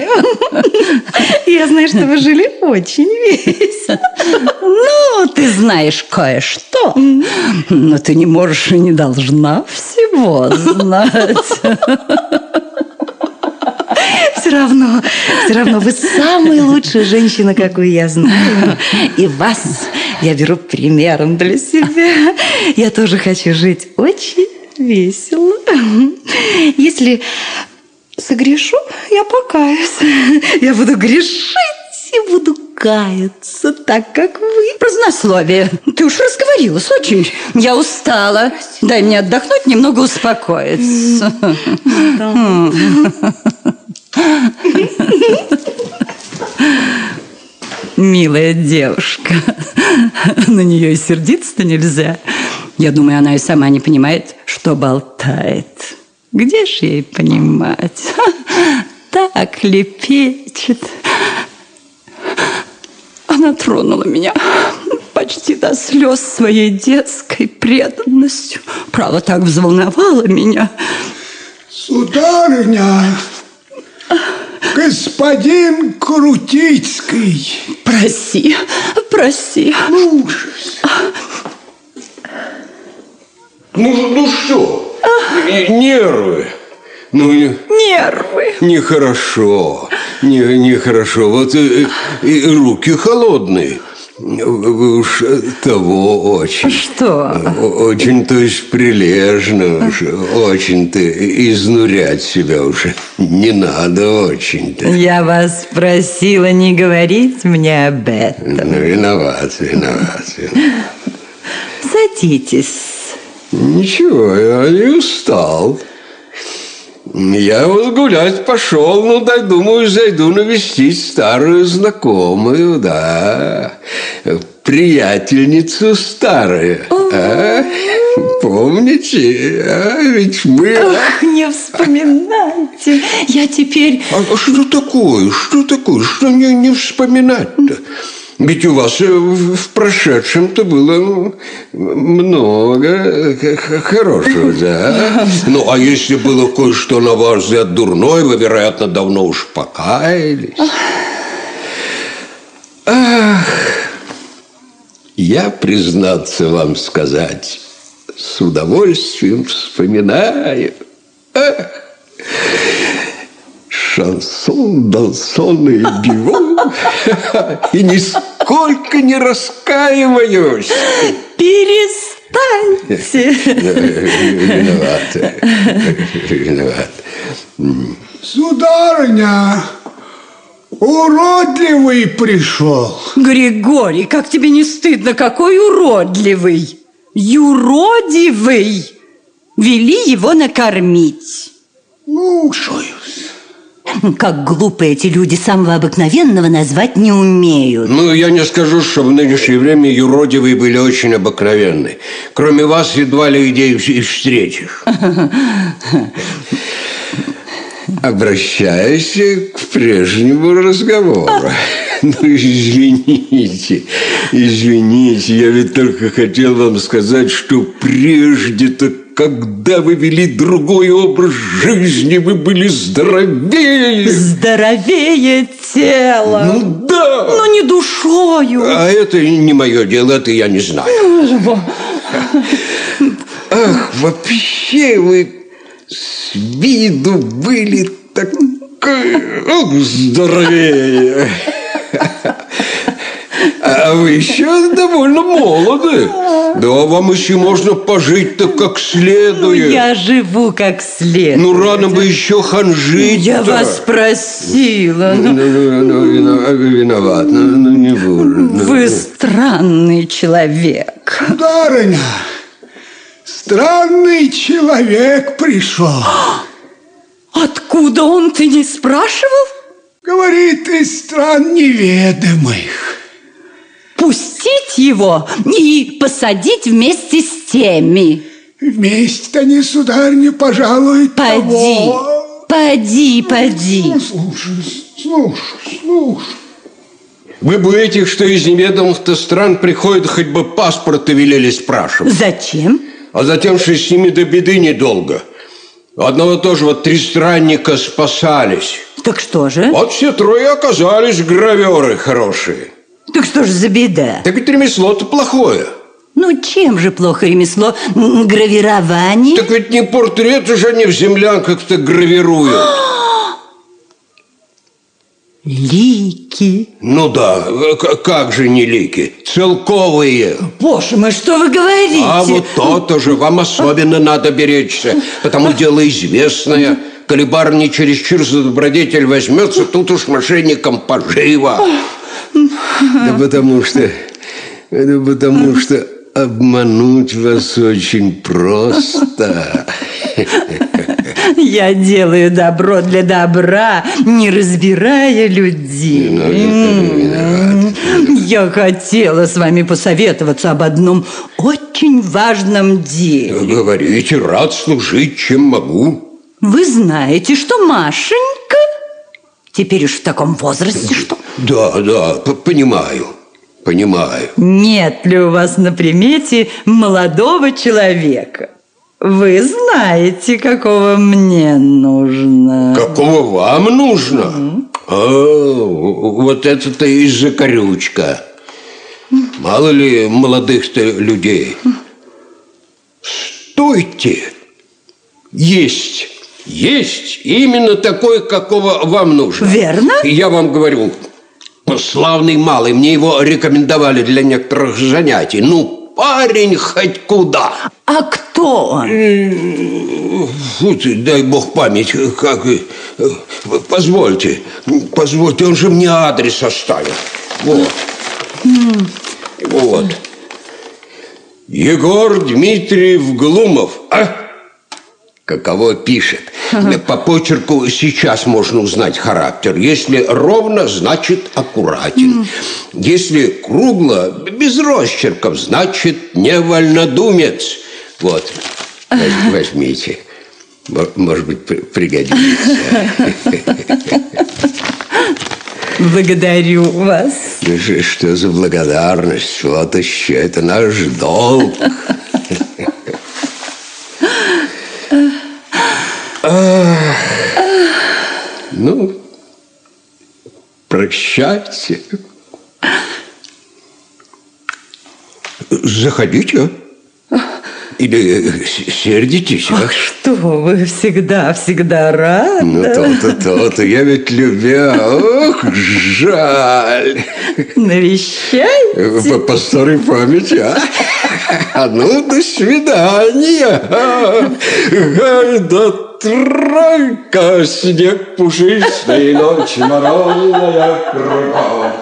Я знаю, что вы жили очень весело. Ну, ты знаешь кое-что, но ты не можешь и не должна всего знать. Все равно вы самая лучшая женщина, какую я знаю. И вас я беру примером для себя. Я тоже хочу жить очень весело. Если согрешу, я покаюсь. Я буду грешить и буду каяться, так как вы. Празднословие. Ты уж разговорилась очень. Я устала. Дай мне отдохнуть, немного успокоиться. Милая девушка. На нее и сердиться-то нельзя. Я думаю, она и сама не понимает, что болтает. Где ж ей понимать? Так лепечет. Она тронула меня почти до слез своей детской преданностью. Право, так взволновала меня. Сударыня, господин Крутицкий. Проси, проси. Ну что? Нервы. Ну, нервы. Нехорошо. Нехорошо. Вот и руки холодные. Вы уж того очень. Что? Очень, то есть, прилежно уж. Очень-то изнурять себя уже не надо очень-то. Я вас просила не говорить мне об этом. Ну, виноват. Садитесь. Ничего, я не устал. Я вот гулять пошел, ну, дай, думаю, зайду навестить старую знакомую, да. приятельницу старую. А? Помните? А? Ведь мы... Ах, не вспоминайте. Я теперь... А что такое? Что такое? Что не вспоминать-то? Ведь у вас в прошедшем-то было много хорошего, да? Ну, а если было кое-что, на ваш взгляд, дурное, вы, вероятно, давно уж покаялись. Ах, я, признаться вам сказать, с удовольствием вспоминаю. Ах, шансон, дансон и бивон. И нисколько не раскаиваюсь. Перестаньте. Виноват. Сударыня, уродливый пришел. Григорий, как тебе не стыдно, какой уродливый. Юродивый. Вели его накормить. Слушаюсь. Как глупо эти люди, самого обыкновенного назвать не умеют. Ну, я не скажу, что в нынешнее время юродивые были очень обыкновенны. Кроме вас, едва ли где и встретишь. Обращаюсь к прежнему разговору. Ну, извините, я ведь только хотел вам сказать, что прежде-то, когда вы вели другой образ жизни, вы были здоровее. Здоровее тела. Ну да. Но не душою. А это не мое дело, это я не знаю. Ах, вообще вы с виду были такой здоровее. А вы еще довольно молоды. Да, вам еще можно пожить-то как следует. Ну, я живу как следует. Ну, рано бы еще ханжить-то. Я вас просила. Виноват, не буду. Вы странный человек. Сударыня, странный человек пришел. Откуда он, ты не спрашивал? Говорит, из стран неведомых. Пустить его и посадить вместе с теми. Вместе они, сударыня, пожалуй, Поди. Слушай. Вы бы этих, что из неведомых-то стран приходят, хоть бы паспорты велели спрашивать. Зачем? А затем, что с ними до беды недолго. Одного тоже вот 3 странника спасались. Так что же? Вот все 3 оказались граверы хорошие. Так что же за беда? Так ведь ремесло-то плохое. Ну, чем же плохо ремесло? Гравирование? Так ведь не портреты же они в землянках-то гравируют. Лики. Ну да, как же не лики? Целковые. Боже мой, что вы говорите? А вот то-то же вам особенно надо беречься, потому дело известное. Коли барыня чересчур за добродетель возьмется, тут уж мошенникам поживо. Да потому что обмануть вас очень просто. Я делаю добро для добра, не разбирая людей. Я хотела с вами посоветоваться об одном очень важном деле. Говорите, рад служить, чем могу. Вы знаете, что Машенька теперь уж в таком возрасте, что... Да, понимаю. Нет ли у вас на примете молодого человека? Вы знаете, какого мне нужно. Какого вам нужно? Вот это-то и закорючка. Мало ли молодых-то людей. Стойте! Есть именно такой, какого вам нужно. Верно? Я вам говорю, славный малый, мне его рекомендовали для некоторых занятий. Ну, парень хоть куда. А кто он? Дай бог память, как... Позвольте, он же мне адрес оставил. Вот. Егор Дмитриев Глумов. Каково пишет. По почерку сейчас можно узнать характер. Если ровно, значит аккуратен. Если кругло, без росчерков, значит не вольнодумец. Вот, возьмите. Может быть, пригодится. Благодарю вас. Что за благодарность? Вот еще, это наш долг. Ну, прощайте. Заходите. Или сердитесь, а? Ах, что вы, всегда рада. Ну, то-то, я ведь любя. Ох, жаль. Навещайте. По старой памяти, а? Ну, до свидания. Гайда тройка, снег пушистый, ночь морозная, кругом.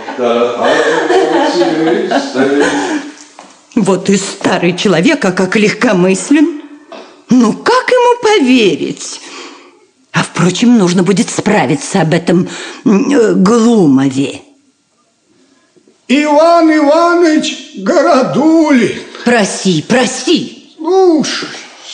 Вот и старый человек, а как легкомыслен. Ну, как ему поверить? А, впрочем, нужно будет справиться об этом Глумове. Иван Иванович Городулин. Проси. Слушай.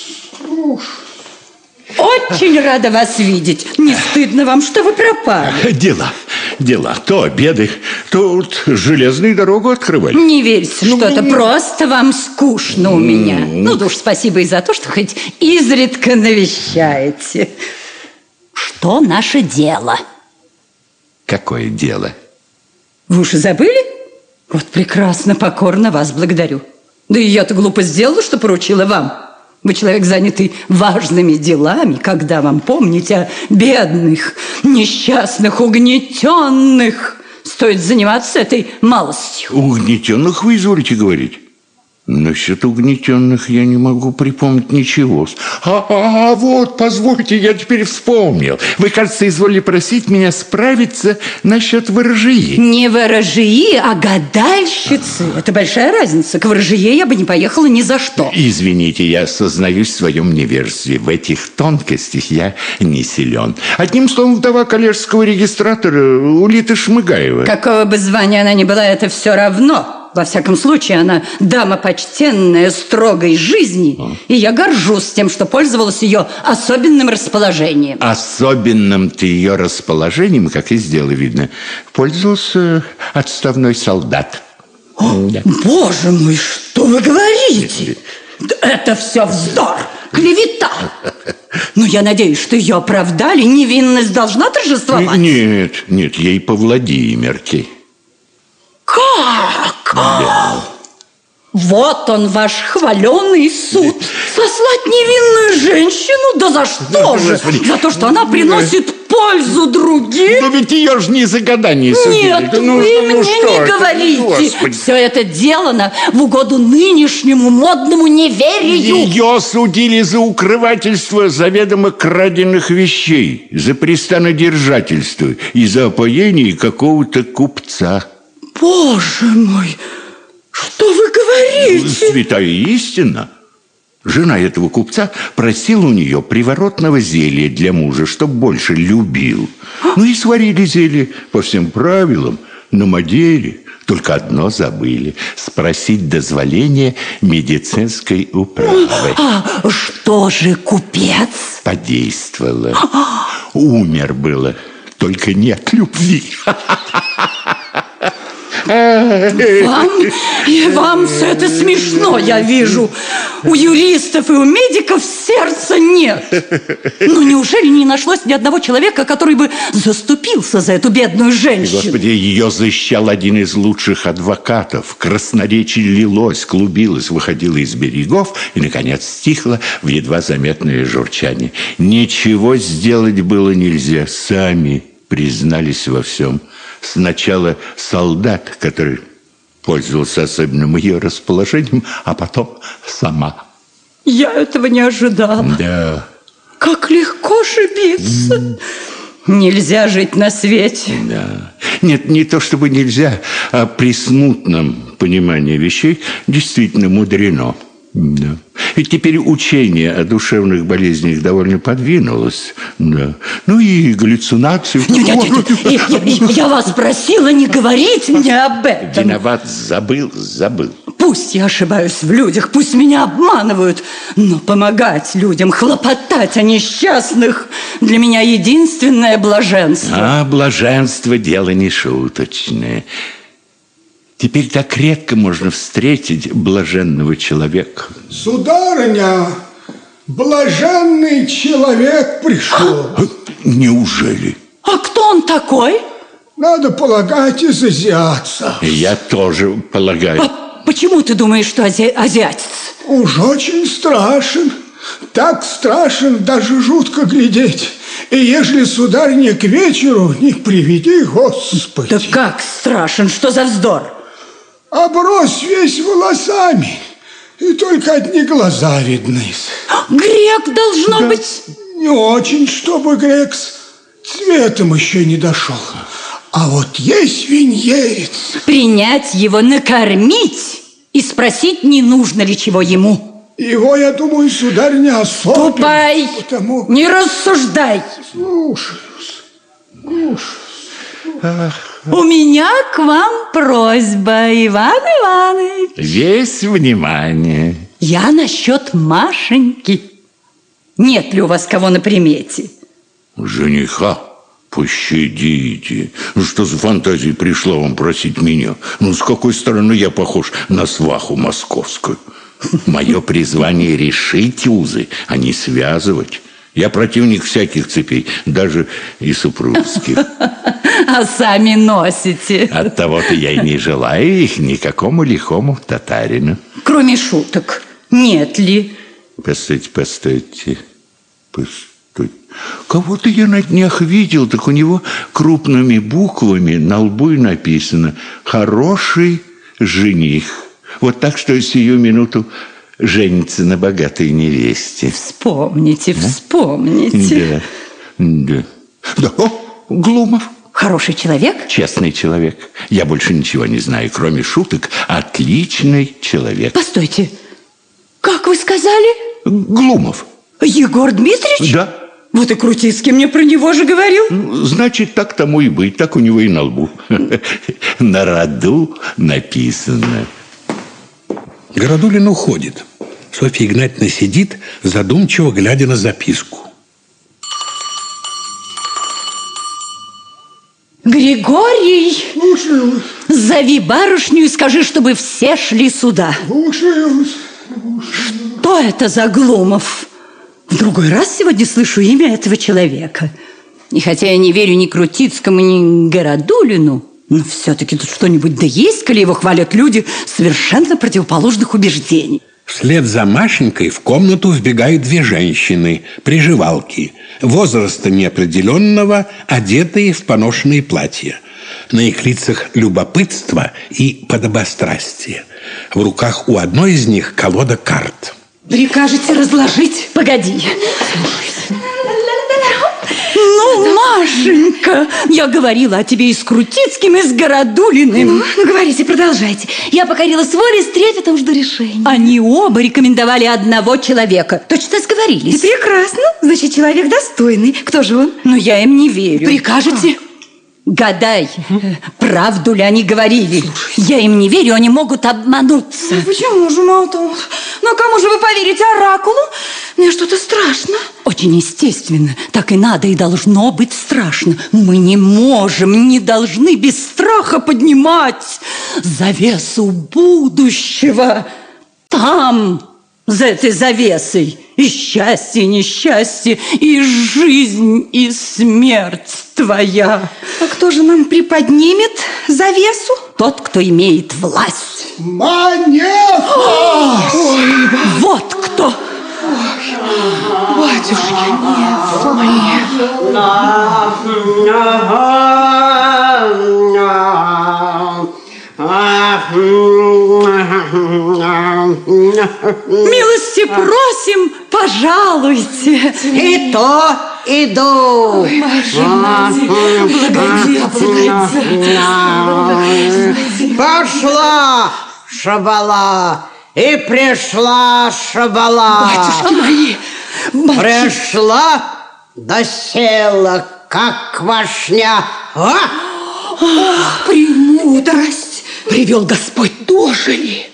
Очень рада вас видеть. Не стыдно вам, что вы пропали? Дела. То обеды, то железную дорогу открывали. Не верьте, что это просто вам скучно у меня. Ну, да уж спасибо и за то, что хоть изредка навещаете. Что наше дело? Какое дело? Вы уж и забыли? Вот прекрасно, покорно вас благодарю. Да и я-то глупо сделала, что поручила вам. Вы человек, занятый важными делами, когда вам помнить о бедных, несчастных, угнетенных. Стоит заниматься этой малостью. Угнетенных вы изволите говорить? Насчет угнетенных я не могу припомнить ничего. Вот, позвольте, я теперь вспомнил. Вы, кажется, изволили просить меня справиться насчет ворожьи. Не ворожьи, а гадальщицы. Это большая разница. К ворожье я бы не поехала ни за что. Извините, я сознаюсь в своем невежестве. В этих тонкостях я не силен. Одним словом, вдова коллежского регистратора Улита Шмыгаева. Какого бы звания она ни была, это все равно. Во всяком случае, она дама почтенная, строгой жизни, и я горжусь тем, что пользовалась ее особенным расположением. Особенным-то ее расположением, как из дела видно, пользовался отставной солдат. Да. Боже мой, что вы говорите? Это все вздор, клевета. Но я надеюсь, что ее оправдали, невинность должна торжествовать. Нет, ей по Владимирке. Как? Да. Вот он, ваш хваленый суд. Сослать невинную женщину? Да за что же? За то, что она приносит пользу другим? Но ведь ее же не за гадание судили. Нет, вы мне не говорите. Господи. Все это делано в угоду нынешнему модному неверию. Ее судили за укрывательство заведомо краденных вещей, за пристанодержательство и за опоение какого-то купца. Боже мой, что вы говорите? Святая истина. Жена этого купца просила у нее приворотного зелья для мужа, чтоб больше любил. Ну и сварили зелье по всем правилам, намодели. Только одно забыли – спросить дозволения медицинской управы. Что же купец? Подействовало. Умер было, только не от любви. Вам все это смешно, я вижу. У юристов и у медиков сердца нет. Ну, неужели не нашлось ни одного человека, который бы заступился за эту бедную женщину? Господи, ее защищал один из лучших адвокатов. Красноречие лилось, клубилось, выходило из берегов и, наконец, стихло в едва заметное журчание. Ничего сделать было нельзя. Сами признались во всем. Сначала солдат, который пользовался особенным ее расположением, а потом сама. Я этого не ожидала. Да. Как легко ошибиться. Нельзя жить на свете. Да. Нет, не то чтобы нельзя, а при смутном понимании вещей действительно мудрено. Да. Ведь теперь учение о душевных болезнях довольно подвинулось. Да. Ну и галлюцинации. Нет, я вас просила не говорить мне об этом. Виноват, забыл. Пусть я ошибаюсь в людях, пусть меня обманывают, но помогать людям, хлопотать о несчастных для меня единственное блаженство. А блаженство – дело не шуточное. Теперь так редко можно встретить блаженного человека. Сударыня, блаженный человек пришел. Неужели? А кто он такой? Надо полагать, из азиатца. Я тоже полагаю. Почему ты думаешь, что азиатец? Уж очень страшен. Так страшен, даже жутко глядеть. И ежели, сударыня, к вечеру, не приведи, Господи. Да как страшен, что за вздор? Оброс весь волосами, и только одни глаза видны. Грек должно быть. Не очень, чтобы грек, цветом еще не дошел. А вот есть веньерец. Принять его, накормить и спросить, не нужно ли чего ему. Его, я думаю, сударыня, особенно. Ступай, потому... не рассуждай. Слушаюсь. У меня к вам просьба, Иван Иванович. Весь внимание. Я насчет Машеньки. Нет ли у вас кого на примете? Жениха? Пощадите. Что за фантазия пришла вам просить меня? С какой стороны я похож на сваху московскую? Мое призвание решить узы, а не связывать. Я противник всяких цепей, даже и супружеских. А сами носите. Оттого-то я и не желаю их никакому лихому татарину. Кроме шуток, нет ли? Постойте. Кого-то я на днях видел, так у него крупными буквами на лбу и написано «Хороший жених». Вот так, что сию минуту женится на богатой невесте. Вспомните. Да. О, Глумов. Хороший человек? Честный человек. Я больше ничего не знаю, кроме шуток. Отличный человек. Постойте. Как вы сказали? Глумов. Егор Дмитриевич? Да. Вот и Крутицкий мне про него же говорил. Значит, так тому и быть. Так у него и на лбу. На роду написано. Городулин уходит. Софья Игнатьевна сидит, задумчиво глядя на записку. Григорий, Слушаюсь. зови барышню и скажи, чтобы все шли сюда. Слушаюсь. Что это за Глумов? В другой раз сегодня слышу имя этого человека. И хотя я не верю ни Крутицкому, ни Городулину, но все-таки тут что-нибудь да есть, коли его хвалят люди совершенно противоположных убеждений. Вслед за Машенькой в комнату вбегают две женщины, приживалки, возраста неопределенного, одетые в поношенные платья. На их лицах любопытство и подобострастие. В руках у одной из них колода карт. Прикажете разложить? Погоди. Ну, Машенька, я говорила о тебе и с Крутицким, и с Городулиным. Ну, говорите, продолжайте. Я покорилась воле, с трепетом жду решения. Они оба рекомендовали одного человека. Точно сговорились. И прекрасно. Значит, человек достойный. Кто же он? Но я им не верю. Прикажете? Гадай, правду ли они говорили. Я им не верю, они могут обмануться. Почему же, Малтон? Ну, кому же вы поверите, оракулу? Мне что-то страшно. Очень естественно. Так и надо, и должно быть страшно. Мы не можем, не должны без страха поднимать завесу будущего. Там, за этой завесой, и счастье, и несчастье, и жизнь, и смерть твоя. А кто же нам приподнимет завесу? Тот, кто имеет власть. Манефа! Вот кто! Батюшки, Милости просим, пожалуйте. И то иду. Пошла, шабала, И пришла Шабала. Батюшки мои! Пришла, да села, как квашня. Ох, премудрость! Привел Господь, дожили.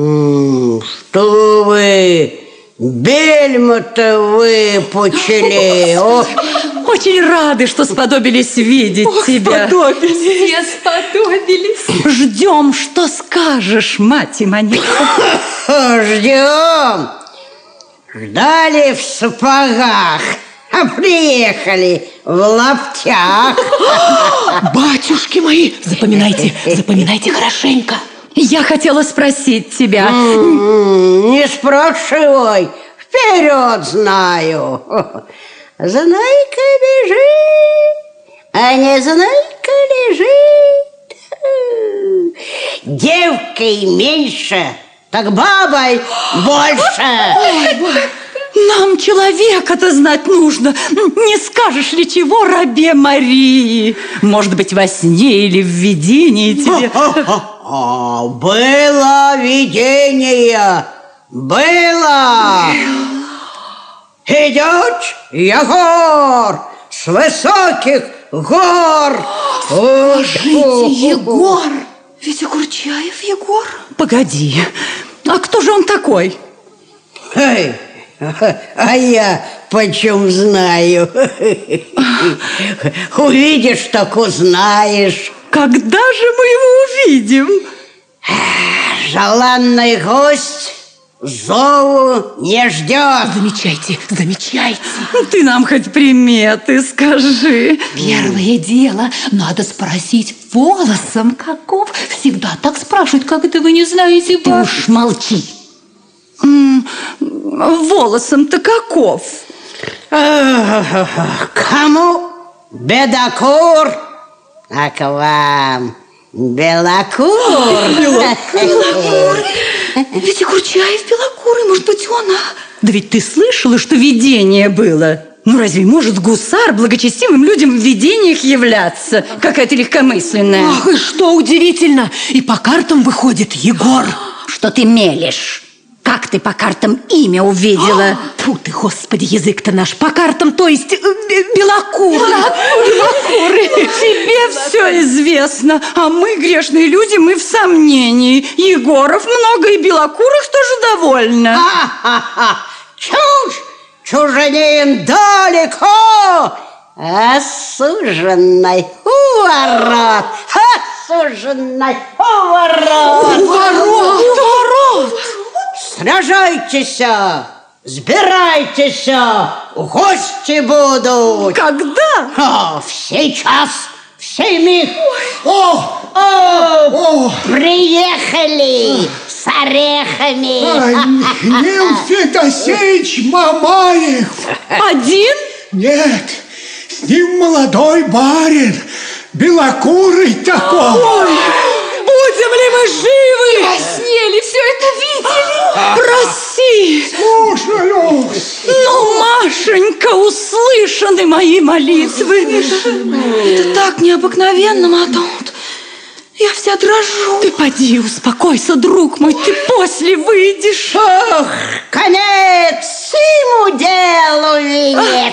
Что вы, бельма-то выпучили. Очень рады, что сподобились видеть тебя. Сподобились. Все сподобились. Ждем, что скажешь, мать Иманика. Ждем. Ждали в сапогах, а приехали в лаптях. Батюшки мои, запоминайте хорошенько. Я хотела спросить тебя. Не спрашивай, вперед знаю. Знайка бежит, а не знайка лежит. Девкой меньше, так бабой больше. Нам человека-то знать нужно. Не скажешь ли чего рабе Марии? Может быть, во сне или в видении тебе? Было видение, было. Идет Егор с высоких гор. Скажите, Егор? Ведь Курчаев Егор? Погоди, а кто же он такой? А я почем знаю? Увидишь, так узнаешь. Когда же мы его увидим? Желанный гость зову не ждет. Замечайте. Ты нам хоть приметы скажи. Первое дело, надо спросить волосом каков. Всегда так спрашивают, как это вы не знаете. Ты уж молчи. Волосом-то каков? Кому бедокур, а к вам белокур. Белокур. Ведь и Курчаев белокурый, может быть, он, Да ведь ты слышала, что видение было? Ну, разве может гусар благочестивым людям в видениях являться? Какая-то легкомысленная. Ах, и что удивительно, и по картам выходит Егор. Что ты мелешь? Как ты по картам имя увидела? Фу ты, Господи, язык-то наш по картам, то есть белокурый. Тебе все известно, а мы, грешные люди, мы в сомнении. Егоров много и белокурых тоже довольно. Чушь! Чужанин далеко, осуженный у ворот, осуженный у ворот. Сражайтесь, сбирайтесь, гости будут. Когда? Сейчас, в сей миг. Приехали с орехами. Нил Федосеевич Мамаев. Один? Нет, с ним молодой барин, белокурый такой. Ой, будем ли мы живы? Краснели, все это видели. Проси. Слушаюсь. Ну, Машенька, услышаны мои молитвы. Это так необыкновенно, Матонт. Я вся дрожу. Ты поди, успокойся, друг мой, ты после выйдешь. Ох, конец всему делу венец.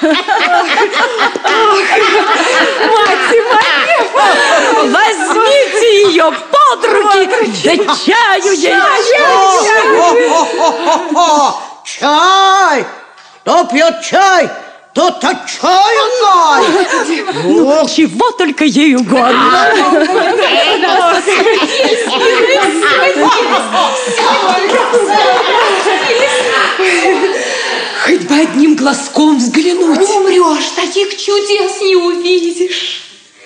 Мать моя, возьмите ее под руки, да чаю ей. Чай! Кто пьет чай, тот отчаянный. Ну, чего только ей угодно. Хоть бы одним глазком взглянуть. Умрешь, таких чудес не увидишь.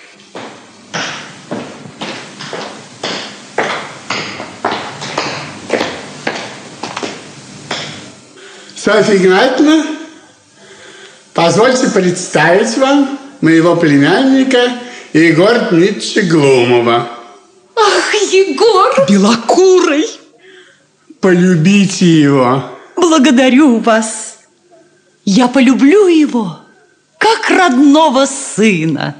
Софья Игнатьевна, позвольте представить вам моего племянника Егора Дмитриевича Глумова. Ах, Егор! Белокурый! Полюбите его. Благодарю вас. Я полюблю его, как родного сына.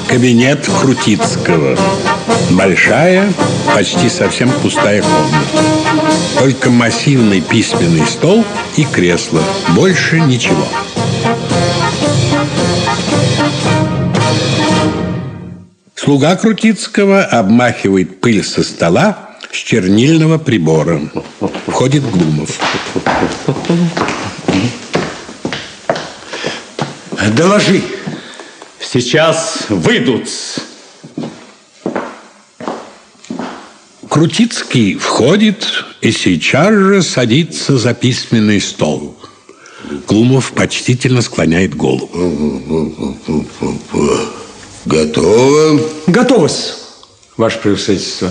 Кабинет Крутицкого. Большая, почти совсем пустая комната. Только массивный письменный стол и кресло. Больше ничего. Слуга Крутицкого обмахивает пыль со стола с чернильного прибора. Входит Глумов. Доложи. Сейчас выйдут. Крутицкий входит и сейчас же садится за письменный стол. Глумов почтительно склоняет голову. Готово? Готово-с, ваше превосходительство.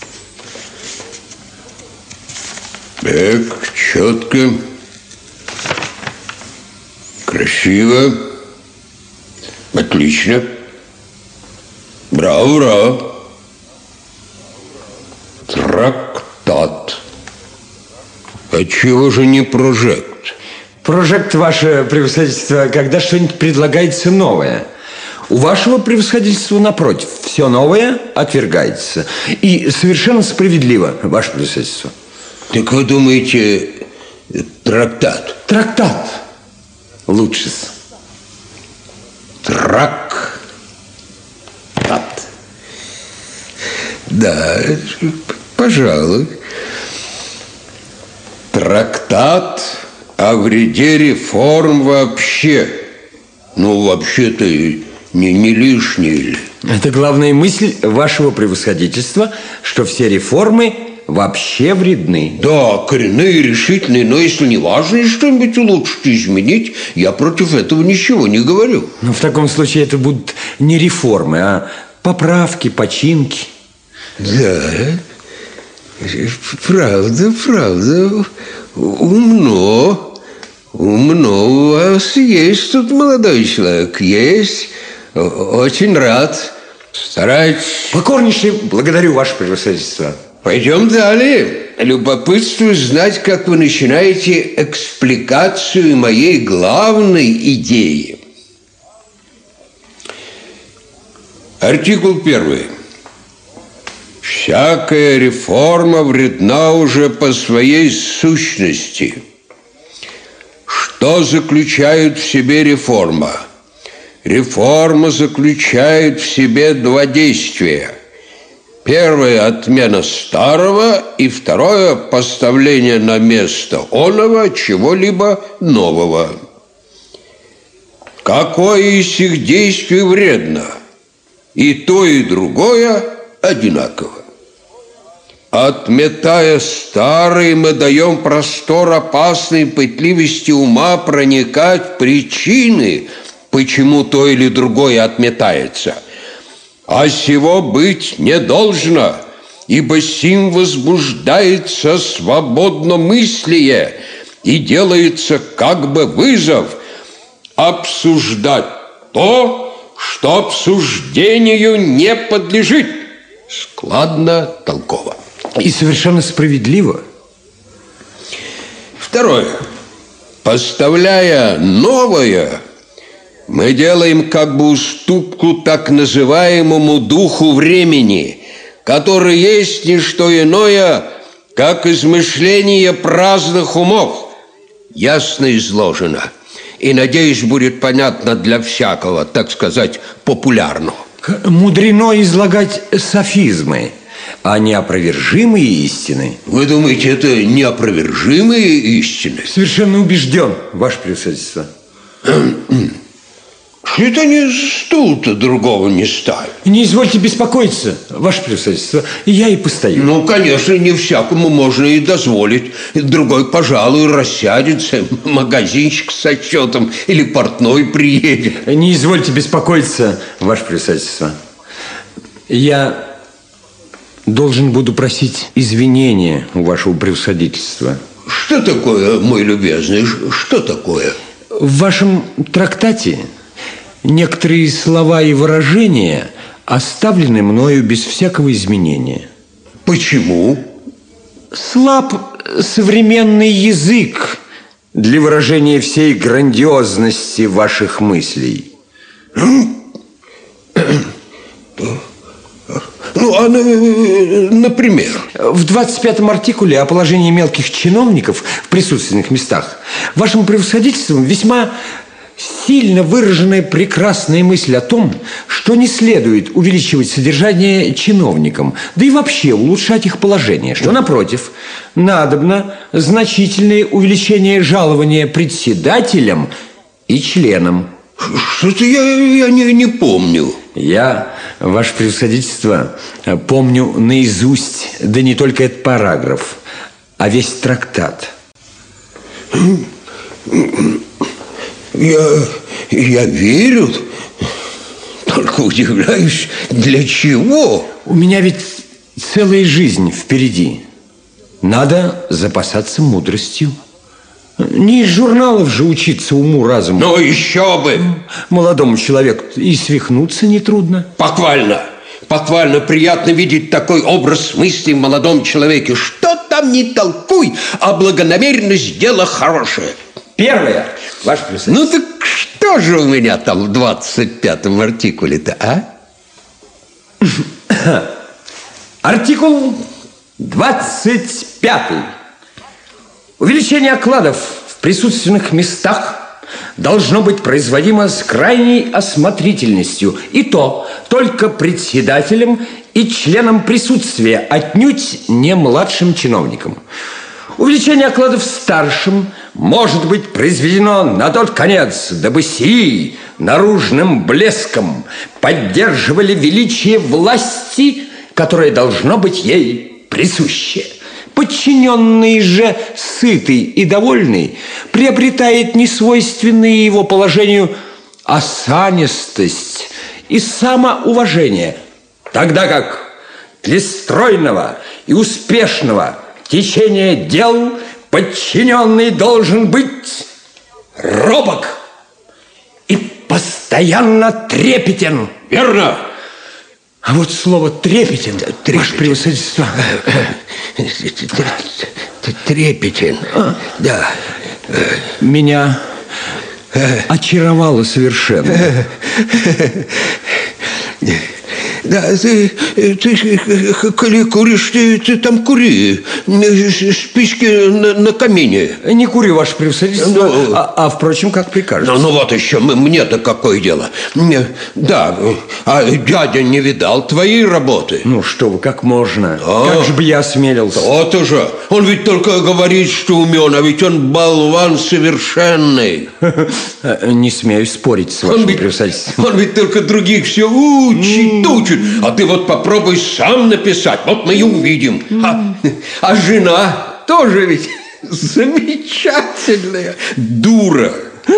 Так, четко. Красиво. Отлично. Браво, браво. Трактат. А чего же не прожект? Прожект, ваше превосходительство, когда что-нибудь предлагается новое. У вашего превосходительства, напротив, все новое отвергается. И совершенно справедливо, ваше превосходительство. Так вы думаете, трактат? Трактат. Лучше-с. Трактат. Да, пожалуй. Трактат о вреде реформ вообще. Ну, вообще-то не лишний. Это главная мысль вашего превосходительства, что все реформы вообще вредны. Да, коренные, решительные, но если не важно что-нибудь улучшить, изменить, я против этого ничего не говорю. Но в таком случае это будут не реформы, а поправки, починки. Да, правда, умно у вас есть тут молодой человек, есть, очень рад, старайтесь. Покорнейше благодарю, ваше превосходительство. Пойдем далее. Любопытствую знать, как вы начинаете экспликацию моей главной идеи. Артикул 1. Всякая реформа вредна уже по своей сущности. Что заключает в себе реформа? Реформа заключает в себе два действия. Первое – отмена старого, и второе – поставление на место оного чего-либо нового. Какое из их действий вредно? И то, и другое одинаково. Отметая старый, мы даем простор опасной пытливости ума проникать в причины, почему то или другое отметается. А сего быть не должно, ибо сим возбуждается свободномыслие и делается как бы вызов обсуждать то, что обсуждению не подлежит. Складно, толково. И совершенно справедливо. Второе. Поставляя новое, мы делаем как бы уступку так называемому духу времени, который есть не что иное, как измышление праздных умов. Ясно изложено. И, надеюсь, будет понятно для всякого, так сказать, популярного. Мудрено излагать софизмы, а неопровержимые истины. Вы думаете, это неопровержимые истины? Совершенно убежден, ваше превосходительство. Это не стул-то другого не ставят. Не извольте беспокоиться, ваше превосходительство, я и постою. Ну, конечно, не всякому можно и дозволить. Другой, пожалуй, рассядется, магазинчик с отчетом или портной приедет. Не извольте беспокоиться, ваше превосходительство. Я должен буду просить извинения у вашего превосходительства. Что такое, мой любезный, что такое? В вашем трактате некоторые слова и выражения оставлены мною без всякого изменения. Почему? Слаб современный язык для выражения всей грандиозности ваших мыслей. Например? В 25-м артикуле о положении мелких чиновников в присутственных местах вашим превосходительством весьма сильно выраженная прекрасная мысль о том, что не следует увеличивать содержание чиновникам, да и вообще улучшать их положение, что, напротив, надобно значительное увеличение жалования председателям и членам. Что-то я не помню. Я, ваше превосходительство, помню наизусть, да не только этот параграф, а весь трактат. Я верю, только удивляюсь, для чего? У меня ведь целая жизнь впереди. Надо запасаться мудростью. Не из журналов же учиться уму-разуму. Ну, еще бы! Молодому человеку и свихнуться нетрудно. Похвально! Похвально, приятно видеть такой образ мысли в молодом человеке. Что там не толкуй, а благонамеренность – дело хорошее. Первое, ваше превосходительство. Ну так что же у меня там в 25-м артикуле-то, а? Артикул 25. Увеличение окладов в присутственных местах должно быть производимо с крайней осмотрительностью, и то только председателем и членом присутствия, отнюдь не младшим чиновником. Увеличение окладов старшим может быть произведено на тот конец, дабы сии наружным блеском поддерживали величие власти, которое должно быть ей присуще. Подчиненный же, сытый и довольный, приобретает несвойственные его положению осанистость и самоуважение, тогда как для стройного и успешного течения дел подчиненный должен быть робок и постоянно трепетен. Верно. А вот слово «трепетен», ваше превосходительство. Трепетен, да. Меня очаровало совершенно. Да, ты коли куришь, ты там кури. Спички на камине. Не курю, ваше превосходительство, впрочем, как прикажете. Ну вот еще, мне-то какое дело. Да, а дядя не видал твоей работы? Ну что вы, как можно? Как же бы я осмелился? Вот уже. Он ведь только говорит, что умен, а ведь он болван совершенный. Не смею спорить с вашим превосходительством. Он ведь только других все учит. А ты вот попробуй сам написать. Вот мы и увидим. А жена тоже ведь замечательная дура.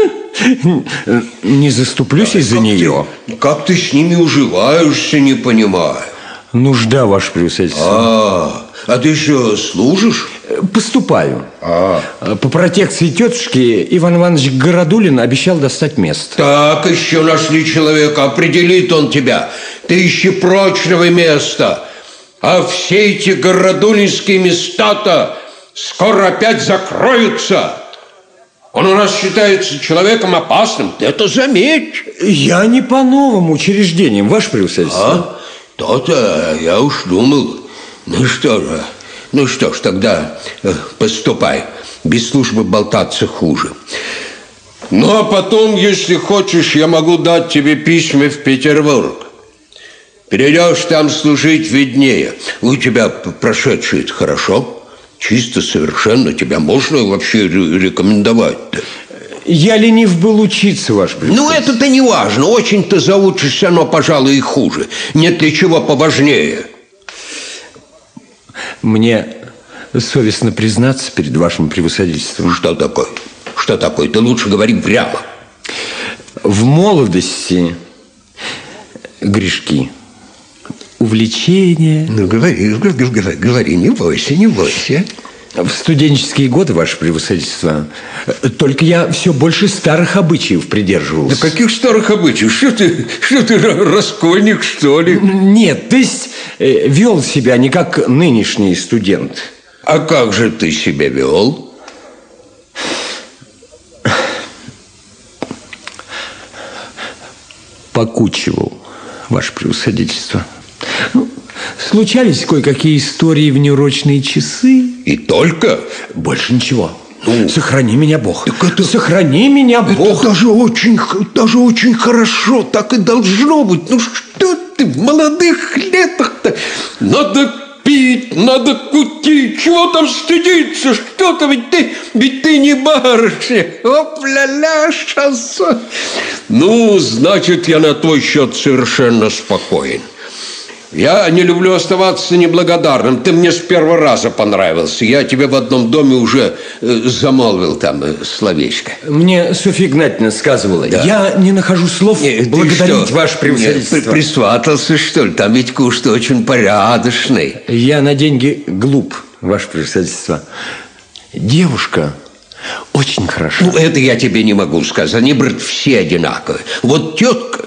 Не заступлюсь из-за нее. Как ты с ними уживаешься, не понимаю. Нужда, ваше превосходительство. А ты еще служишь? Поступаю. По протекции тетушки Иван Иванович Городулин обещал достать место. Так, еще нашли человека. Определит он тебя. Ты ищи прочного места. А все эти городулинские места-то скоро опять закроются. Он у нас считается человеком опасным. Ты это заметь. Я не по новым учреждениям, ваше превосходительство. То-то я уж думал. Ну что ж, тогда поступай. Без службы болтаться хуже. Ну, а потом, если хочешь, я могу дать тебе письма в Петербург. Перейдешь там служить виднее. У тебя прошедшее-то хорошо. Чисто совершенно. Тебя можно вообще рекомендовать-то? Я ленив был учиться, ваше превосходительство. Ну, это-то не важно. Очень-то заучишься, но, пожалуй, и хуже. Нет ли чего поважнее? Мне совестно признаться перед вашим превосходительством. Что такое? Что такое? Ты лучше говори прямо. В молодости грешки, увлечения. Ну, говори, не бойся. В студенческие годы, ваше превосходительство, только я все больше старых обычаев придерживался. Да каких старых обычаев? Что ты раскольник, что ли? Нет, то есть вел себя не как нынешний студент. А как же ты себя вел? Покучивал, ваше превосходительство. Случались кое-какие истории в неурочные часы. И только? Больше ничего. Сохрани меня, Бог. Сохрани меня, Бог. Это даже очень хорошо. Так и должно быть. Ну что ты в молодых летах-то? Надо пить, надо кутить. Чего там стыдиться? Что-то ведь ты не барышня. Оп-ля-ля, шансон. Ну, значит, я на твой счет совершенно спокоен. Я не люблю оставаться неблагодарным. Ты мне с первого раза понравился. Я тебе в одном доме уже замолвил там словечко. Мне Софья Игнатьевна сказывала. Да. Я не нахожу слов благодарить ваше превосходительство. Присватался, что ли? Там ведь куш-то очень порядочный. Я на деньги глуп, ваше превосходительство. Девушка очень хороша. Ну, это я тебе не могу сказать. Они, брат, все одинаковые. Вот тетка...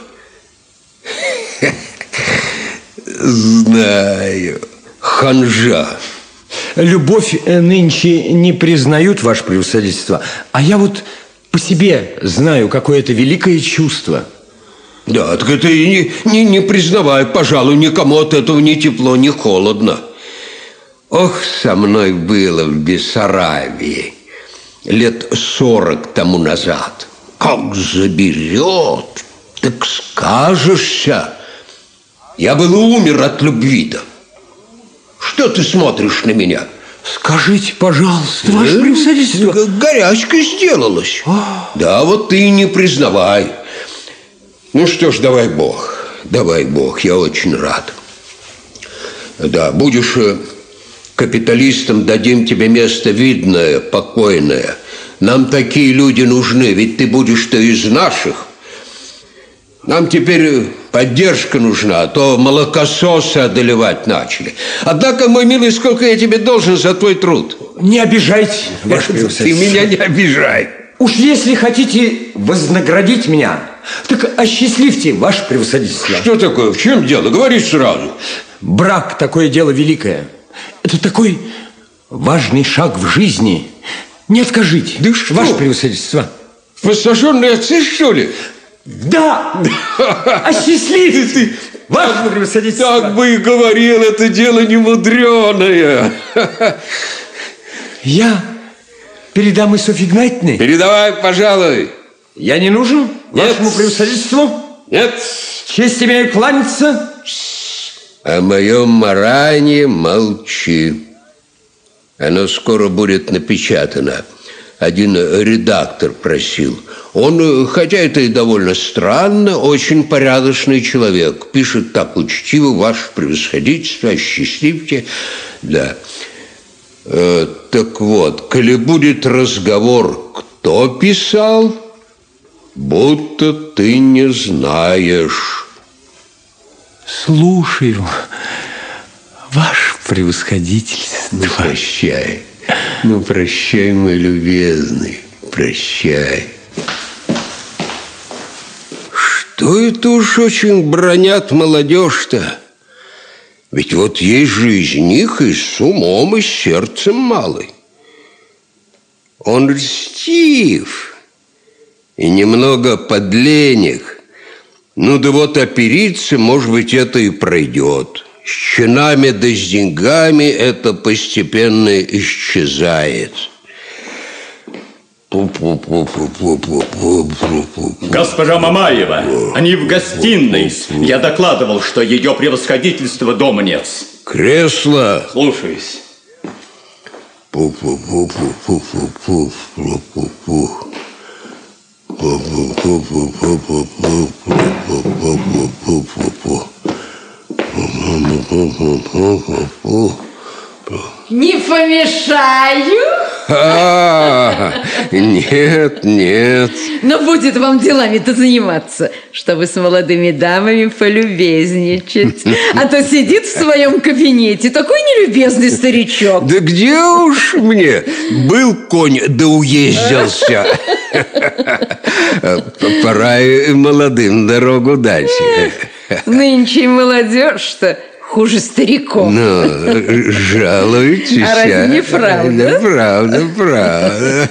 Знаю. Ханжа. Любовь нынче не признают, ваше превосходительство. А я вот по себе знаю, какое это великое чувство. Да, так это и не признавай, пожалуй, никому от этого ни тепло, ни холодно. Ох, со мной было в Бессарабии лет 40 тому назад. Как заберет, так скажешься. Я был умер от любви-то. Что ты смотришь на меня? Скажите, пожалуйста, ваше превосходительство. Горячка сделалась. Да, вот ты не признавай. Ну что ж, давай Бог, я очень рад. Да, будешь капиталистом, дадим тебе место видное, покойное. Нам такие люди нужны, ведь ты будешь-то из наших. Нам теперь поддержка нужна, а то молокососы одолевать начали. Однако, мой милый, сколько я тебе должен за твой труд? Не обижайте, ваше превосходительство. Ты меня не обижай. Уж если хотите вознаградить меня, так осчастливьте, ваше превосходительство. Что такое? В чем дело? Говори сразу. Брак – такое дело великое. Это такой важный шаг в жизни. Не откажите, да что? Ваше превосходительство. Посаженные отцы, что ли? Да! Осчастливьте! Ваше превосходительство! Так бы и говорил, это дело немудреное. Я передам и Софье Игнатьевне? Передавай, пожалуй. Я не нужен вашему превосходительству? Нет. Честь имею кланяться. О моем маранье молчи. Оно скоро будет напечатано. Один редактор просил. Он, хотя это и довольно странно, очень порядочный человек. Пишет так учтиво: ваше превосходительство, осчастливьте. Да. Так вот, коли будет разговор, кто писал, будто ты не знаешь. Слушаю, ваше превосходительство. Ну, прощай, мой любезный, прощай. Что это уж очень бронят молодежь-то? Ведь вот есть же из них и с умом, и с сердцем малый. Он льстив и немного подлинник. Ну да вот опериться, может быть, это и пройдет. С чинами да с деньгами это постепенно исчезает. Госпожа Мамаева, они в гостиной. Я докладывал, что ее превосходительства дома нет. Кресло. Слушаюсь. Не помешаю? Нет. Но будет вам делами-то заниматься, чтобы с молодыми дамами полюбезничать. А то сидит в своем кабинете такой нелюбезный старичок. Да где уж мне? Был конь, да уездился. Пора и молодым дорогу дать. Нынче молодежь-то хуже стариков. Ну, жалуйтесь. А разве не правда? Правда.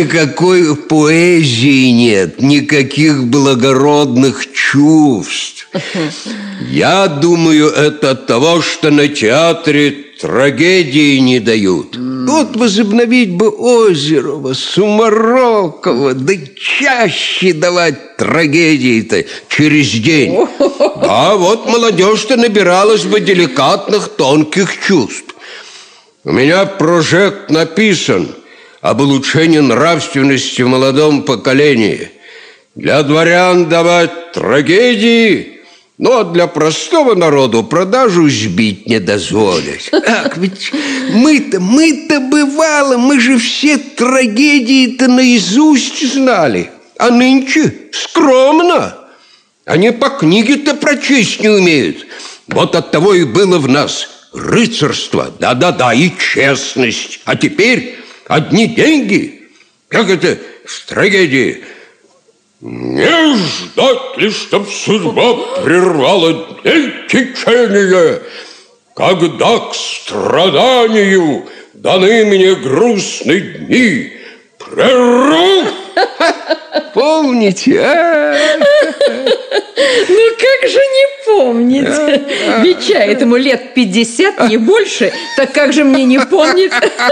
Никакой поэзии нет, никаких благородных чувств. Я думаю, это от того, что на театре трагедии не дают. Вот возобновить бы Озерова, Сумарокова, да чаще давать трагедии-то через день. А вот молодежь-то набиралась бы деликатных, тонких чувств. У меня прожект написан об улучшении нравственности в молодом поколении. Для дворян давать трагедии, но для простого народу продажу сбить не дозволят. Так, ведь мы-то бывало, мы же все трагедии-то наизусть знали. А нынче скромно. Они по книге-то прочесть не умеют. Вот оттого и было в нас рыцарство, да-да-да, и честность. А теперь одни деньги. Как это в трагедии? Не ждать ли, чтоб судьба прервала день течения, когда к страданию даны мне грустные дни. Прерву! Помните, а? Ну как же не помнить? Ведь этому лет 50, не больше. Так как же мне не помнить?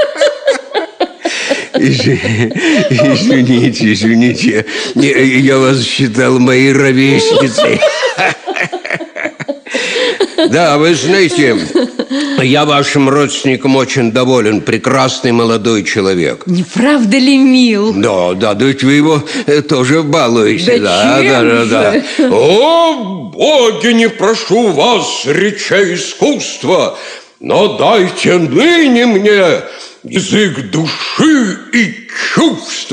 Извините, я вас считал моей ровесницей. Да, вы знаете, я вашим родственникам очень доволен. Прекрасный молодой человек. Не правда ли, мил? Да, ведь вы его тоже балуете. Да. О, боги, не прошу вас речей искусства, но дайте ныне мне язык души и чувств.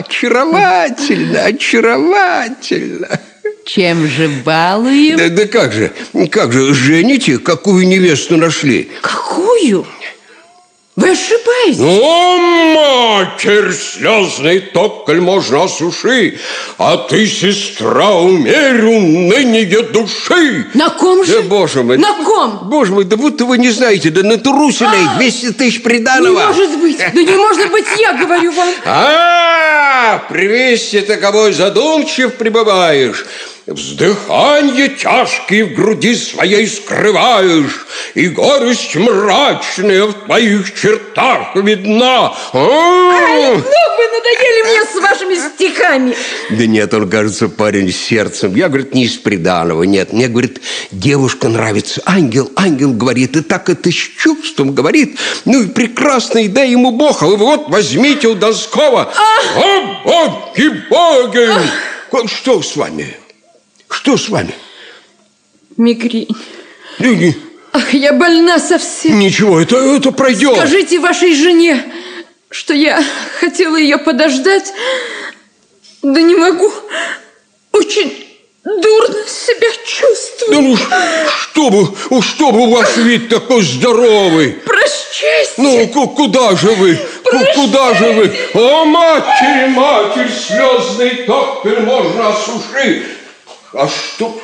Очаровательно. Чем же балуем? Да как же, жените, какую невесту нашли? Какую? Вы ошибаетесь. О, матерь, слезный ток, коль можно осуши, а ты, сестра, умерю ныне души. На ком же? Да, боже мой. На ком? Боже мой, да будто вы не знаете, да на Трусиной 200 тысяч приданого. Не может быть, да не может быть, я говорю вам. При вести таковой задумчив пребываешь, вздыханье тяжкие в груди своей скрываешь, и горесть мрачная в твоих чертах видна. Ай, ну вы надоели мне с вашими стихами. Да нет, он, кажется, парень с сердцем. Я, говорит, не из приданого, нет. Мне, говорит, девушка нравится. Ангел, говорит, и так это с чувством говорит. Ну и прекрасно, и дай ему Бог. А вы вот возьмите у Донского. О, боги! Что с вами? Что с вами? Мигрень. Ах, я больна совсем. Ничего, это пройдет. Скажите вашей жене, что я хотела ее подождать, да не могу. Очень дурно себя чувствую. Да ну, что вы, у вас вид такой здоровый. Прощайте. Ну, куда же вы? Куда же вы? О, матерь, слезный ток можно осушить. А что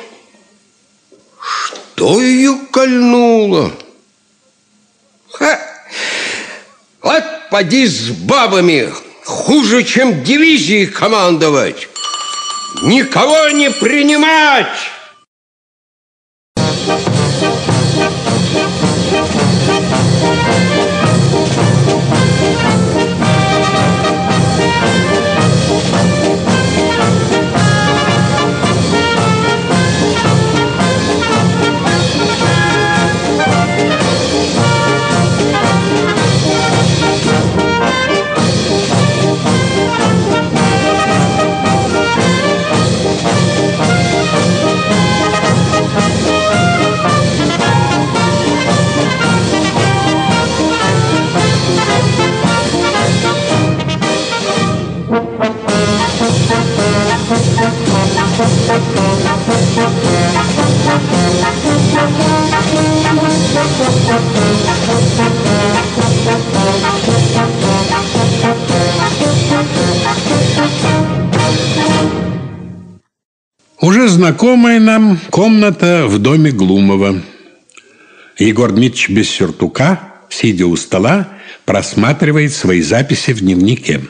ее кольнуло? Вот поди с бабами, хуже, чем дивизией командовать. Никого не принимать! Уже знакомая нам комната в доме Глумова. Егор Дмитриевич без сюртука, сидя у стола, просматривает свои записи в дневнике.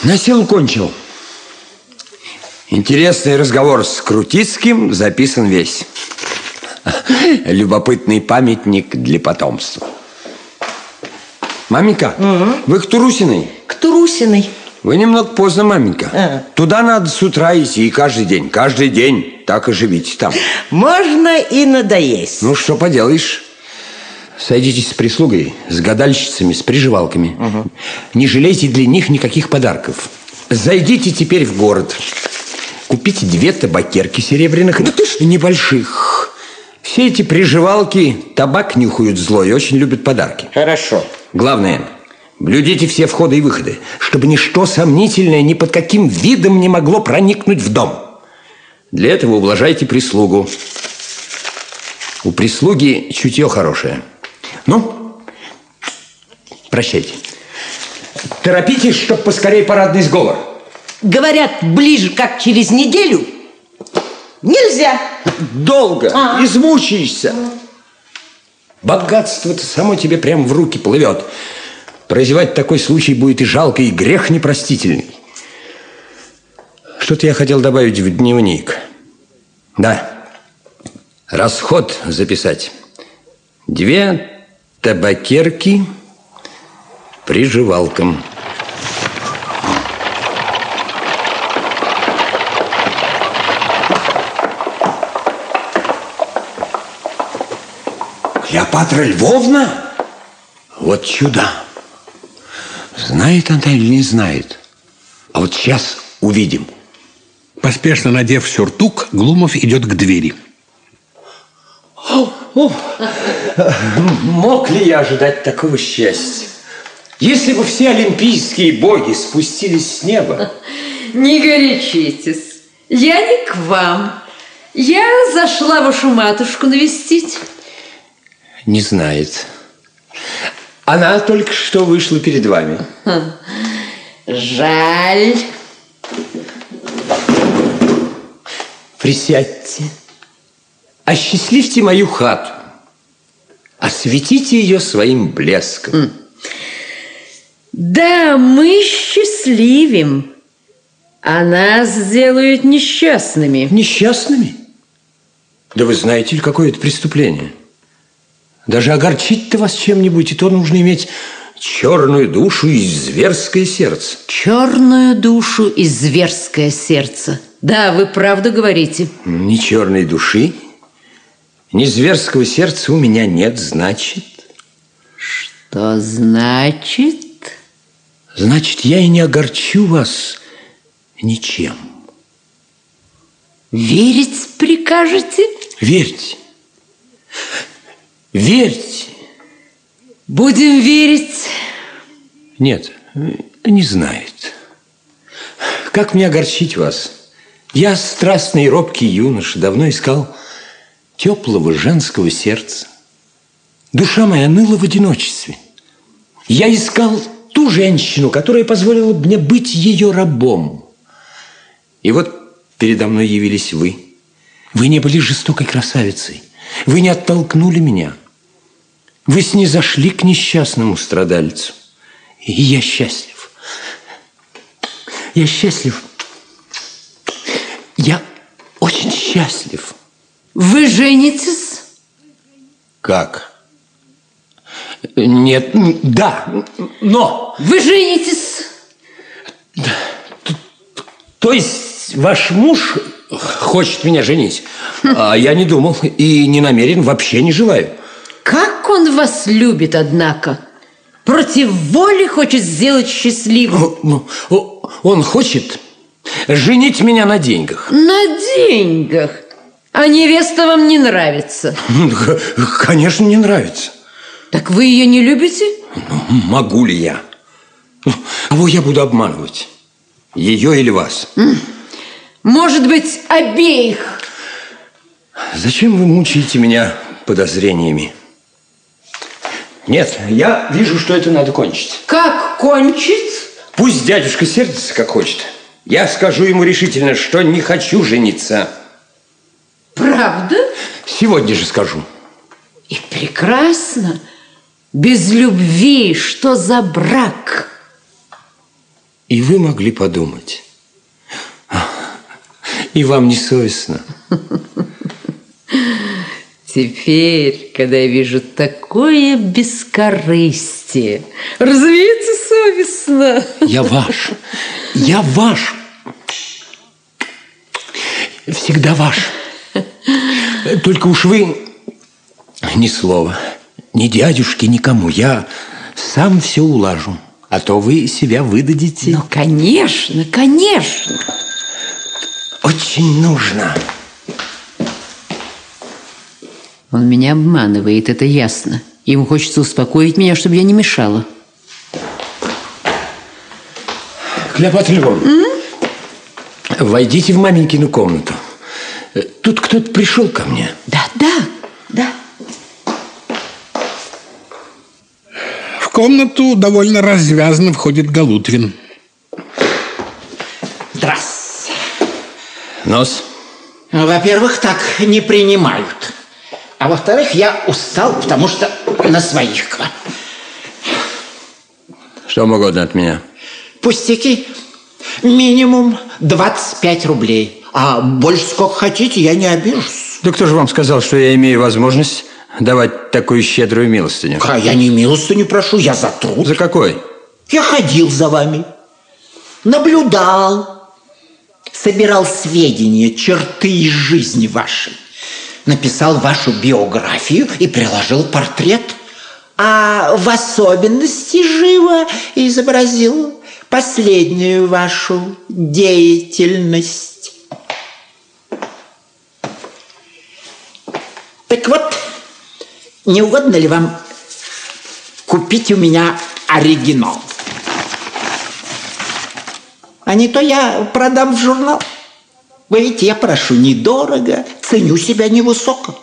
На силу кончил. Интересный разговор с Крутицким записан весь. Любопытный памятник для потомства. Маменька, вы к Турусиной? К Турусиной. Вы немного поздно, маменька. Туда надо с утра идти каждый день. Каждый день так и живите там. Можно и надоесть. Ну, что поделаешь. Сойдитесь с прислугой, с гадальщицами, с приживалками. Не жалейте для них никаких подарков. Зайдите теперь в город. Купите 2 табакерки серебряных, небольших. Все эти приживалки табак нюхают зло и очень любят подарки. Хорошо. Главное, блюдите все входы и выходы, чтобы ничто сомнительное ни под каким видом не могло проникнуть в дом. Для этого ублажайте прислугу. У прислуги чутье хорошее. Ну, прощайте. Торопитесь, чтоб поскорее парадный сговор. Говорят, ближе как через неделю нельзя. Долго, измучаешься. Богатство-то само тебе прямо в руки плывет. Прозевать такой случай будет и жалко, и грех непростительный. Что-то я хотел добавить в дневник. Да, расход записать. 2 табакерки приживалкам. Клеопатра Львовна? Вот чудо. Знает она или не знает? А вот сейчас увидим. Поспешно надев сюртук, Глумов идет к двери. Мог ли я ожидать такого счастья? Если бы все олимпийские боги спустились с неба. Не горячитесь. Я не к вам. Я зашла вашу матушку навестить. Не знает. Она только что вышла перед вами. Жаль. Присядьте. Осчастливьте мою хату. Осветите ее своим блеском. Да, мы счастливим. А нас сделают несчастными. Несчастными? Да вы знаете ли, какое это преступление? Даже огорчить-то вас чем-нибудь, и то нужно иметь черную душу и зверское сердце. Черную душу и зверское сердце. Да, вы правду говорите. Ни черной души, ни зверского сердца у меня нет, значит. Что значит? Значит, я и не огорчу вас ничем. Верить прикажете? Верьте. Верьте. Будем верить. Нет, не знает. Как мне огорчить вас? Я страстный и робкий юноша, давно искал теплого женского сердца. Душа моя ныла в одиночестве. Я искал ту женщину, которая позволила мне быть ее рабом. И вот передо мной явились вы. Вы не были жестокой красавицей. Вы не оттолкнули меня. Вы снизошли к несчастному страдальцу. И я счастлив. Я счастлив. Я очень счастлив. Вы женитесь? Как? Нет, да, но... Вы женитесь? То есть ваш муж хочет меня женить? А я не думал и не намерен, вообще не желаю. Как он вас любит, однако. Против воли хочет сделать счастливым. Он хочет женить меня на деньгах. На деньгах? А невеста вам не нравится? Конечно, не нравится. Так вы ее не любите? Могу ли я? Кого я буду обманывать? Ее или вас? Может быть, обеих. Зачем вы мучаете меня подозрениями? Нет, я вижу, что это надо кончить. Как кончить? Пусть дядюшка сердится, как хочет. Я скажу ему решительно, что не хочу жениться. Правда? Сегодня же скажу. И прекрасно. Без любви что за брак? И вы могли подумать. И вам не совестно? Теперь, когда я вижу такое бескорыстие, разумеется, совестно. Я ваш. Я ваш. Всегда ваш. Только уж вы ни слова, ни дядюшке, никому. Я сам все улажу. А то вы себя выдадите. Ну, конечно, конечно. Очень нужно. Он меня обманывает, это ясно. Ему хочется успокоить меня, чтобы я не мешала. Клеопатра Львовна, войдите в маменькину комнату. Тут кто-то пришел ко мне. Да. В комнату довольно развязно входит Галутвин. Здрасте. Нос? Во-первых, так не принимают. А во-вторых, я устал, потому что на своих. Что вам угодно от меня? Пустяки. Минимум 25 рублей. А больше сколько хотите, я не обижусь. Да кто же вам сказал, что я имею возможность давать такую щедрую милостыню? А я не милостыню прошу, я за труд. За какой? Я ходил за вами, наблюдал, собирал сведения, черты из жизни вашей. Написал вашу биографию и приложил портрет. А в особенности живо изобразил последнюю вашу деятельность. Так вот, не угодно ли вам купить у меня оригинал? А не то я продам в журнал. Вы видите, я прошу недорого, ценю себя невысоко.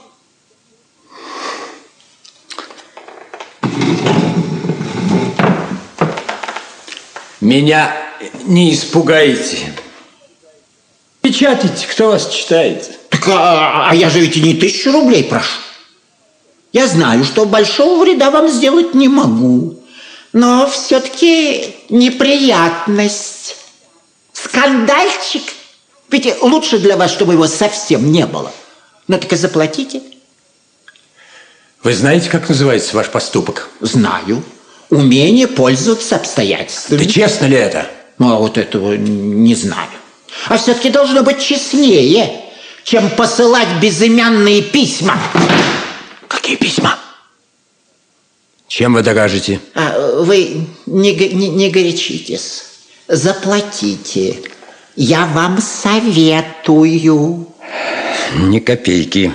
Меня не испугаете. Печатайте, кто вас читает. Так, а я же ведь и не 1000 рублей прошу. Я знаю, что большого вреда вам сделать не могу. Но все-таки неприятность. Скандальчик. Ведь лучше для вас, чтобы его совсем не было. Ну так и заплатите. Вы знаете, как называется ваш поступок? Знаю. Умение пользоваться обстоятельствами. Да честно ли это? Ну, а вот этого не знаю. А все-таки должно быть честнее, чем посылать безымянные письма. Какие письма? Чем вы докажете? Вы не горячитесь. Заплатите. Я вам советую. Ни копейки.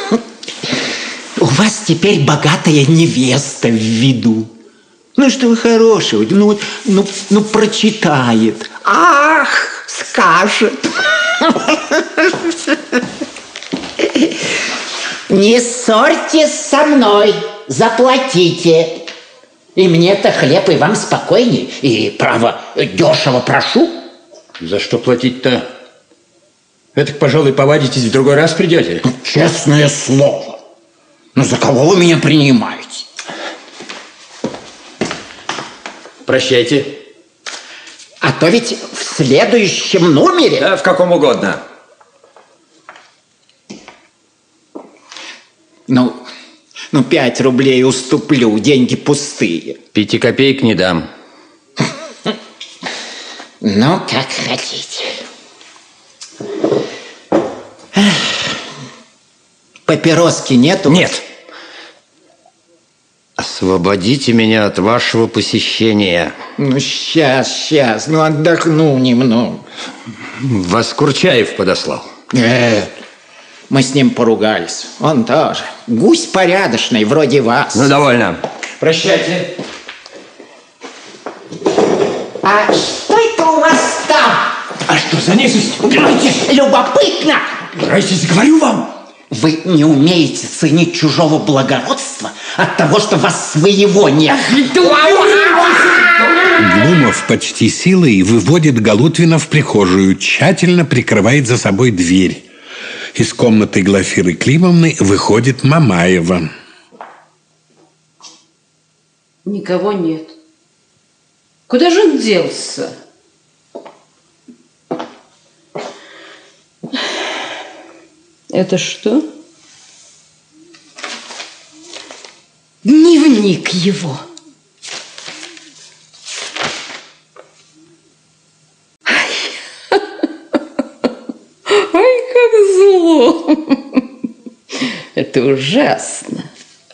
У вас теперь богатая невеста в виду. Ну, что вы хорошего? Ну, прочитает. Ах, скажет. Не ссорьтесь со мной, заплатите. И мне-то хлеб, и вам спокойней. И, право, дешево прошу. За что платить-то? Это, пожалуй, повадитесь, в другой раз придете. Честное слово. Ну, за кого вы меня принимаете? Прощайте. А то ведь в следующем номере... Да, в каком угодно. Ну, 5 рублей уступлю, деньги пустые. 5 копеек не дам. Ну, как хотите. Папироски нету? Нет. Освободите меня от вашего посещения. Ну, сейчас, ну, отдохну немного. Вас Курчаев подослал? Нет, мы с ним поругались. Он тоже. Гусь порядочный, вроде вас. Ну, довольно. Прощайте. А что это у вас там? А что за низость? Убирайте, любопытно. Убирайтесь, говорю вам. Вы не умеете ценить чужого благородства от того, что вас своего нет. Глумов почти силой выводит Галутвина в прихожую, тщательно прикрывает за собой дверь. Из комнаты Глафиры Климовны выходит Мамаева. Никого нет. Куда же он делся? Это что? Дневник его. Ой, как зло. Это ужасно.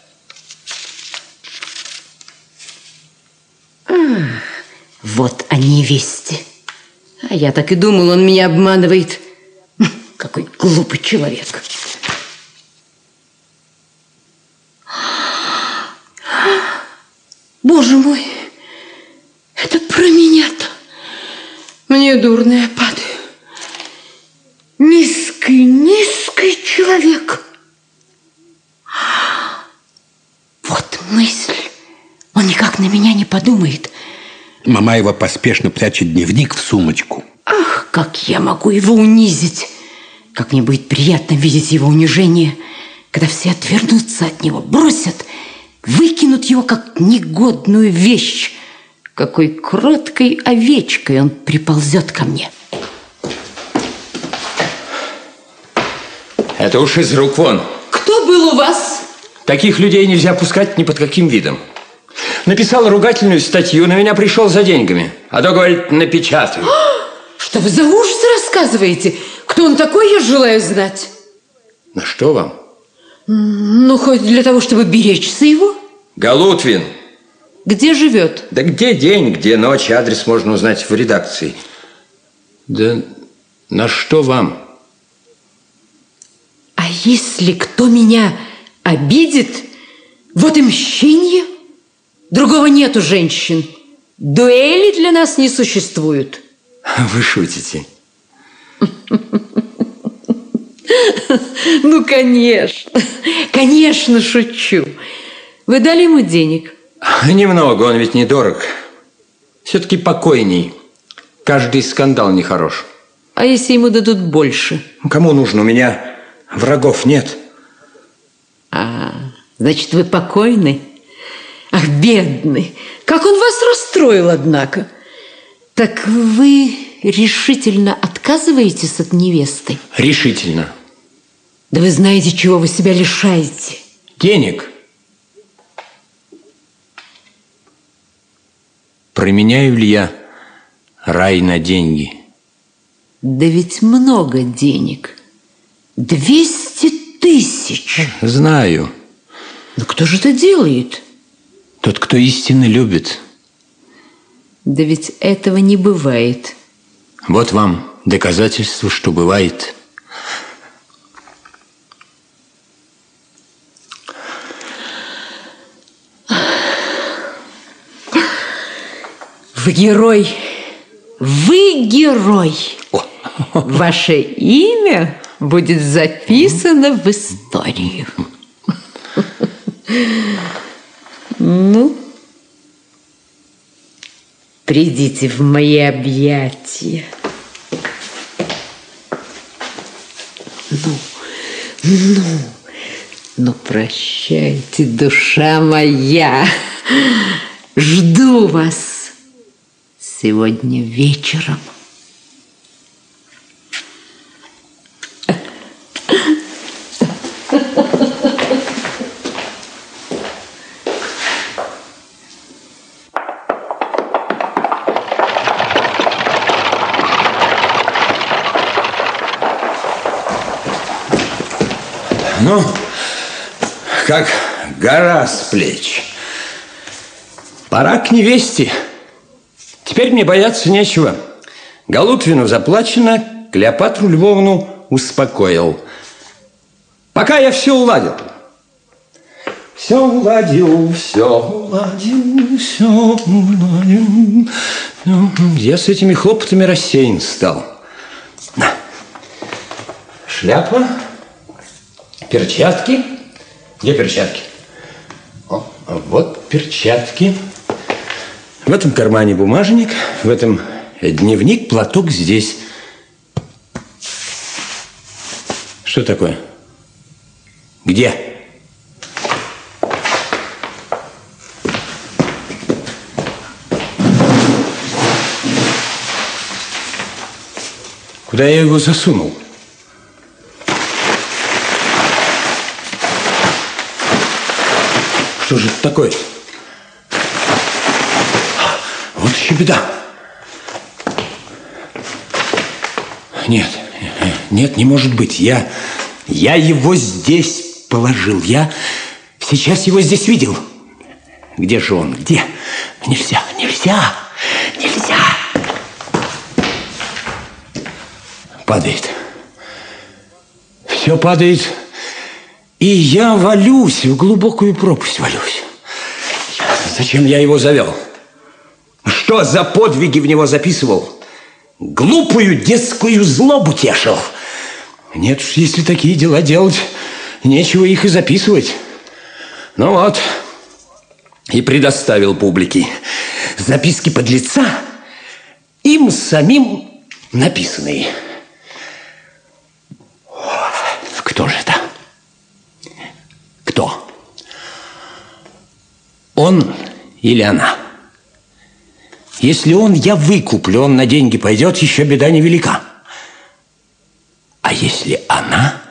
Вот о невесте. А я так и думал, он меня обманывает. Какой глупый человек. Боже мой, это про меня-то. Мне дурно, я падаю. Низкий человек. Вот мысль. Он никак на меня не подумает. Мамаева поспешно прячет дневник в сумочку. Ах, как я могу его унизить. Как мне будет приятно видеть его унижение, когда все отвернутся от него, бросят, выкинут его как негодную вещь. Какой кроткой овечкой он приползет ко мне. Это уж из рук вон. Кто был у вас? Таких людей нельзя пускать ни под каким видом. Написал ругательную статью, на меня пришел за деньгами. А то, говорит, напечатаю. Что вы за ужас рассказываете? Кто он такой, я желаю знать. На что вам? Ну, хоть для того, чтобы беречься его. Галутвин. Где живет? Да где день, где ночь, адрес можно узнать в редакции. Да на что вам? А если кто меня обидит, вот и мщенье. Другого нету женщин. Дуэли для нас не существуют. Вы шутите. Ну, конечно. Конечно, шучу. Вы дали ему денег? Немного, он ведь недорог. Все-таки покойней. Каждый скандал нехорош. А если ему дадут больше? Кому нужно? У меня врагов нет. Значит, вы покойны? Ах, бедный. Как он вас расстроил, однако. Так вы решительно отказываетесь от невесты? Решительно. Да вы знаете, чего вы себя лишаете. Денег. Променяю ли я рай на деньги? Да ведь много денег. 200 тысяч. Знаю. Но кто же это делает? Тот, кто истинно любит. Да ведь этого не бывает. Вот вам доказательство, что бывает. Вы герой. Вы герой. Ваше имя будет записано в историю. Ну, придите в мои объятия. Ну, прощайте, душа моя. Жду вас сегодня вечером. Ну, как гора с плеч. Пора к невесте. Теперь мне бояться нечего. Галутвину заплачено, Клеопатру Львовну успокоил. Пока я все уладил. Все уладил, все уладил, все уладил. Я с этими хлопотами рассеян стал. Шляпа. Перчатки. Где перчатки? О, вот перчатки. В этом кармане бумажник, в этом дневник, платок здесь. Что такое? Где? Куда я его засунул? Что же это такое? Вот еще беда. Нет, не может быть. Я его здесь положил. Я сейчас его здесь видел. Где же он? Где? Нельзя. Падает. Все падает. И я валюсь, в глубокую пропасть валюсь. Зачем я его завел? Что за подвиги в него записывал? Глупую детскую злобу тешил. Нет уж, если такие дела делать, нечего их и записывать. Ну вот, и предоставил публике записки подлеца, им самим написанные. Кто же это? Кто? Он или она? Если он, я выкуплю, он на деньги пойдет, еще беда невелика. А если она?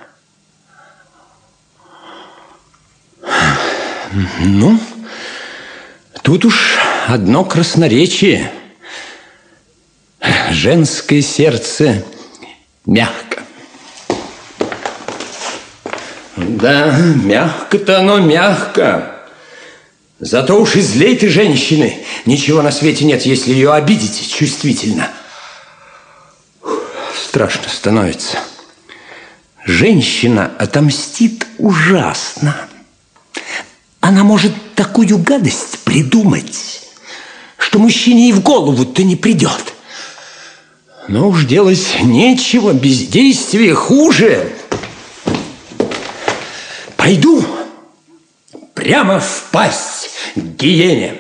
Ну, тут уж одно красноречие. Женское сердце мягко. Да, мягко-то оно мягко. Зато уж и злей ты женщины. Ничего на свете нет, если ее обидите чувствительно. Страшно становится. Женщина отомстит ужасно. Она может такую гадость придумать, что мужчине и в голову-то не придет. Но уж делать нечего, бездействие хуже. Пойду прямо в пасть к гиене.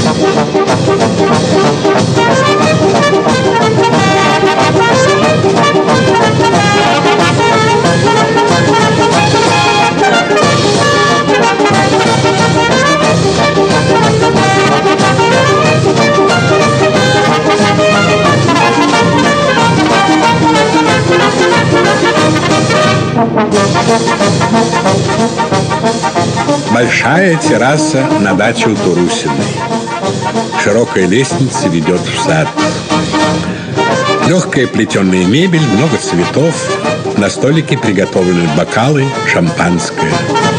Большая терраса на даче у Турусиной. Широкая лестница ведет в сад. Легкая плетеная мебель, много цветов. На столике приготовлены бокалы, шампанское.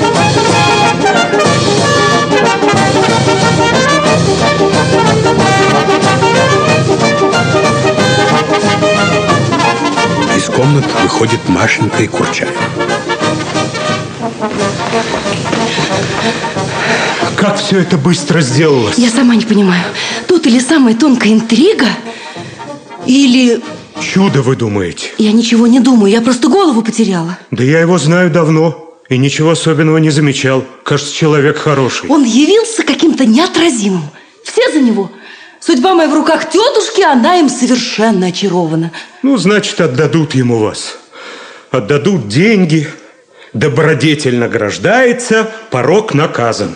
Из комнат выходит Машенька и Курчаев. Как все это быстро сделалось? Я сама не понимаю. Тут или самая тонкая интрига, или... Чудо, вы думаете? Я ничего не думаю, я просто голову потеряла. Да я его знаю давно и ничего особенного не замечал. Кажется, человек хороший. Он явился каким-то неотразимым. Все за него. Судьба моя в руках тетушки, она им совершенно очарована. Ну, значит, отдадут ему вас. Отдадут деньги, добродетель награждается, порок наказан.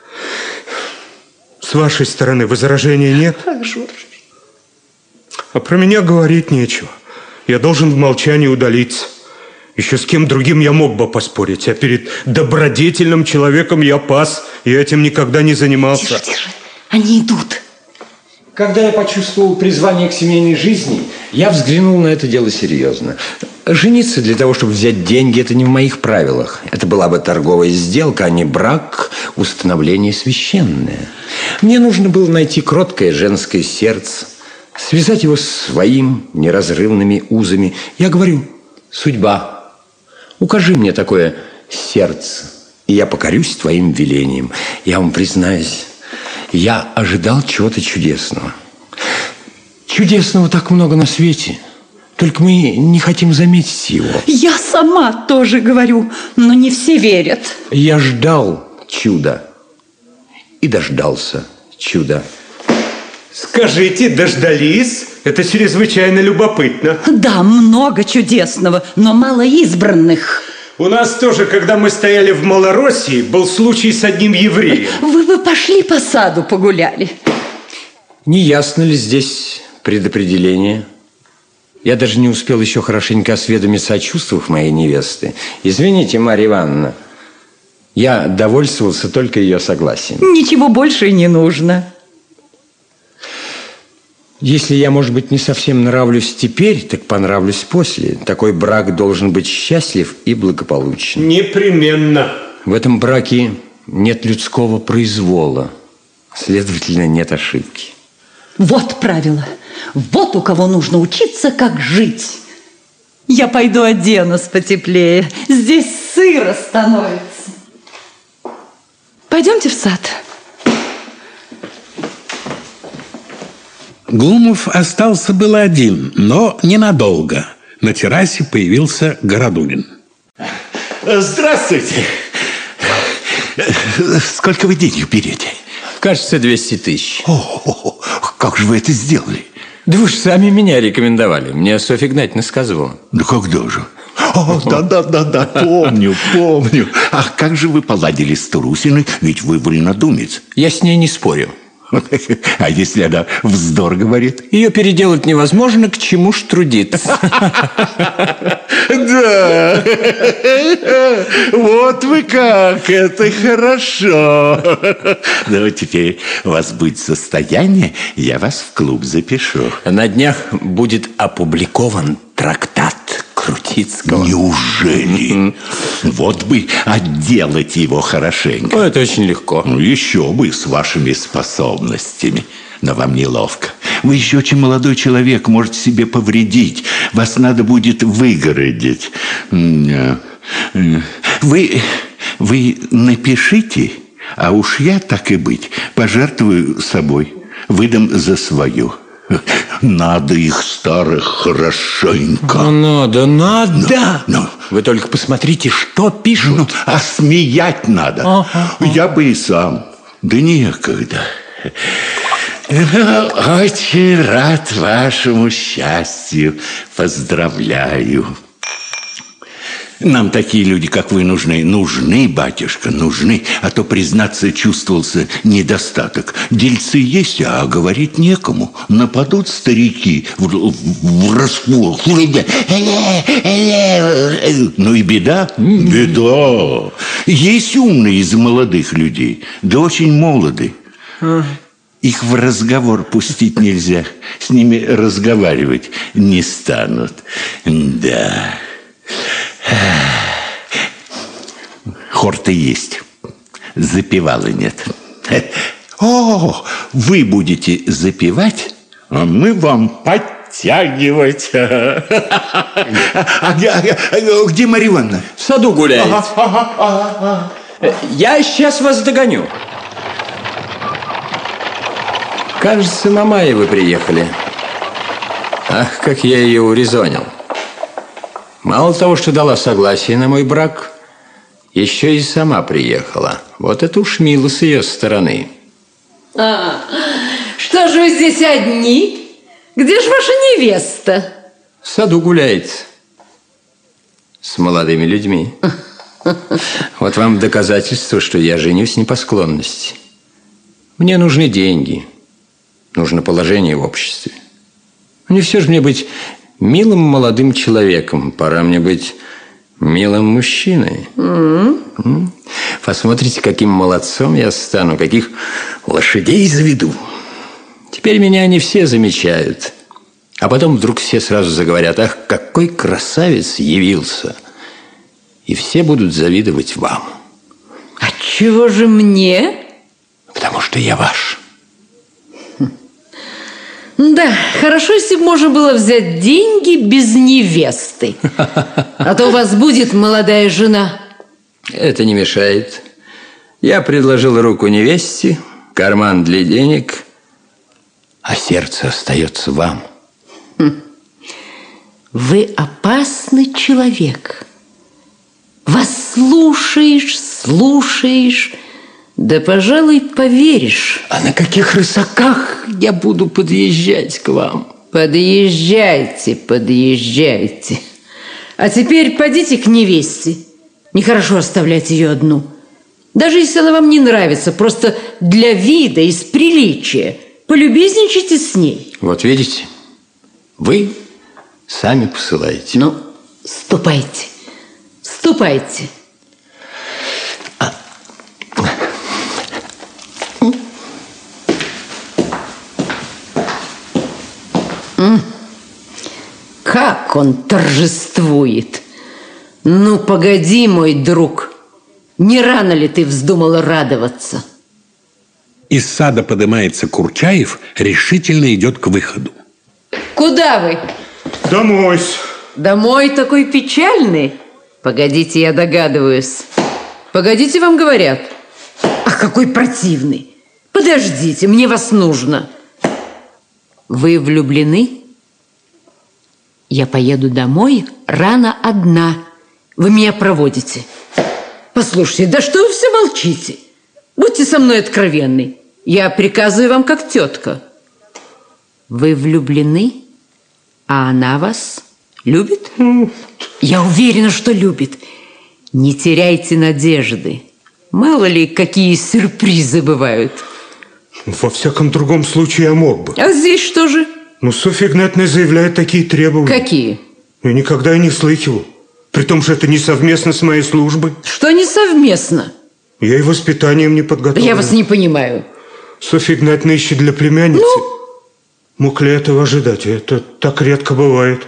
С вашей стороны возражений нет? Ах, Жорж. А про меня говорить нечего. Я должен в молчании удалиться. Еще с кем другим я мог бы поспорить, а перед добродетельным человеком я пас, и этим никогда не занимался. Тише, тише. Они идут. Когда я почувствовал призвание к семейной жизни, я взглянул на это дело серьезно. Жениться для того, чтобы взять деньги, это не в моих правилах. Это была бы торговая сделка, а не брак, установление священное. Мне нужно было найти кроткое женское сердце, связать его своим неразрывными узами. Я говорю: судьба, укажи мне такое сердце, и я покорюсь твоим велением. Я вам признаюсь, я ожидал чего-то чудесного. Чудесного так много на свете. Только мы не хотим заметить его. Я сама тоже говорю, но не все верят. Я ждал чуда и дождался чуда. Скажите, дождались? Это чрезвычайно любопытно. Да, много чудесного, но мало избранных. У нас тоже, когда мы стояли в Малороссии, был случай с одним евреем. Вы бы пошли по саду погуляли. Не ясно ли здесь предопределение? Я даже не успел еще хорошенько осведомиться о чувствах моей невесты. Извините, Марья Ивановна, Я довольствовался только ее согласием. Ничего больше и не нужно. Если я, может быть, не совсем нравлюсь теперь, так понравлюсь после. Такой брак должен быть счастлив и благополучен. Непременно. В этом браке нет людского произвола. Следовательно, нет ошибки. Вот правило. Вот у кого нужно учиться, как жить. Я пойду оденусь потеплее. Здесь сыро становится. Пойдемте в сад. Глумов остался было один, но ненадолго. На террасе появился Городулин. Здравствуйте. Сколько вы денег берете? Кажется, 200 тысяч. О, как же вы это сделали? Да вы же сами меня рекомендовали. Мне Софья Игнатьевна сказывала. Да когда же? О, да, помню. А как же вы поладили с Трусиной? Ведь вы вольнодумец. Я с ней не спорю. А если она вздор говорит? Ее переделать невозможно, к чему ж трудиться. Да, вот вы как, это хорошо. Ну, теперь у вас будет состояние, я вас в клуб запишу. На днях будет опубликован трактат Крутицкого. Неужели? Вот бы отделать его хорошенько. Ну, это очень легко. Ну, еще бы, с вашими способностями. Но вам неловко. Вы еще очень молодой человек, можете себе повредить. Вас надо будет выгородить. Вы напишите, а уж я, так и быть, пожертвую собой, выдам за свою. Надо их старых хорошенько. Надо. Ну. Вы только посмотрите, что пишут. Ну, а смеять надо. Я бы и сам. Да некогда. Очень рад вашему счастью. Поздравляю. Нам такие люди, как вы, нужны. Нужны, батюшка, нужны. А то, признаться, чувствовался недостаток. Дельцы есть, а говорить некому. Нападут старики в располох. Ну и беда. Беда. Есть умные из молодых людей. Да очень молодые. Их в разговор пустить нельзя. С ними разговаривать не станут. Да. Хор-то есть, запевала нет. О, вы будете запевать, а мы вам подтягивать. Где Марья Ивановна? В саду гуляет. Я сейчас вас догоню. Кажется, Мамаевы приехали. Ах, как я ее урезонил. Мало того, что дала согласие на мой брак, еще и сама приехала. Вот это уж мило с ее стороны. Что же вы здесь одни? Где же ваша невеста? В саду гуляет с молодыми людьми. Вот вам доказательство, что я женюсь не по склонности. Мне нужны деньги, нужно положение в обществе. Не все же мне быть милым молодым человеком, пора мне быть милым мужчиной. Посмотрите, каким молодцом я стану, каких лошадей заведу. Теперь меня не все замечают. А потом вдруг все сразу заговорят: ах, какой красавец явился. И все будут завидовать вам. А чего же мне? Потому что я ваш. Да, хорошо, если бы можно было взять деньги без невесты. А то у вас будет молодая жена. Это не мешает. Я предложил руку невесте, карман для денег, а сердце остается вам. Вы опасный человек. Вас слушаешь, да, пожалуй, поверишь. А на каких рысаках я буду подъезжать к вам? Подъезжайте. А теперь пойдите к невесте. Нехорошо оставлять ее одну. Даже если она вам не нравится, просто для вида, из приличия. Полюбезничайте с ней. Вот видите, вы сами посылаете. Ну, ступайте. Как он торжествует! Ну, погоди, мой друг, не рано ли ты вздумала радоваться? Из сада поднимается Курчаев, решительно идет к выходу. Куда вы? Домой. Домой такой печальный? Погодите, я догадываюсь. Погодите, вам говорят. Ах, какой противный. Подождите, мне вас нужно. Вы влюблены? Я поеду домой рано одна. Вы меня проводите. Послушайте, да что вы все молчите? Будьте со мной откровенны. Я приказываю вам как тетка. Вы влюблены, а она вас любит? Я уверена, что любит. Не теряйте надежды. Мало ли, какие сюрпризы бывают. Во всяком другом случае я мог бы. А здесь что же? Ну, Софья Игнатьевна заявляет такие требования. Какие? Я никогда и не слыхивал. При том, что это не совместно с моей службой. Что не совместно? Я и воспитанием не подготовлен. Я вас не понимаю. Софья Игнатьевна ищет для племянницы. Мог ли этого ожидать? Это так редко бывает.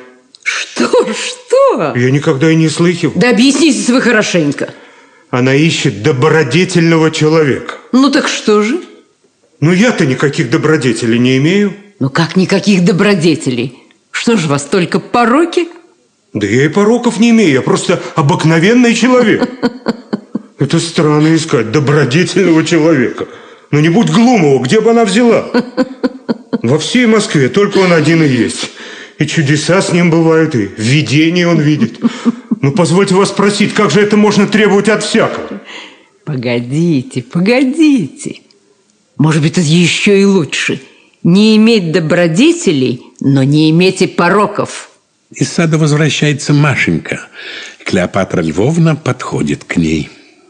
Что? Я никогда и не слыхивал. Да объяснитесь вы хорошенько. Она ищет добродетельного человека. Ну так что же? Ну я-то никаких добродетелей не имею. Ну как никаких добродетелей? Что же, вас только пороки? Да я и пороков не имею, я просто обыкновенный человек. Это странно искать добродетельного человека. Но не будь Глумова, где бы она взяла? Во всей Москве только он один и есть. И чудеса с ним бывают, и видения он видит. Ну, позвольте вас спросить, как же это можно требовать от всякого? Погодите, погодите. Может быть, это еще и лучше. Не иметь добродетелей, но не иметь и пороков. Из сада возвращается Машенька. Клеопатра Львовна подходит к ней.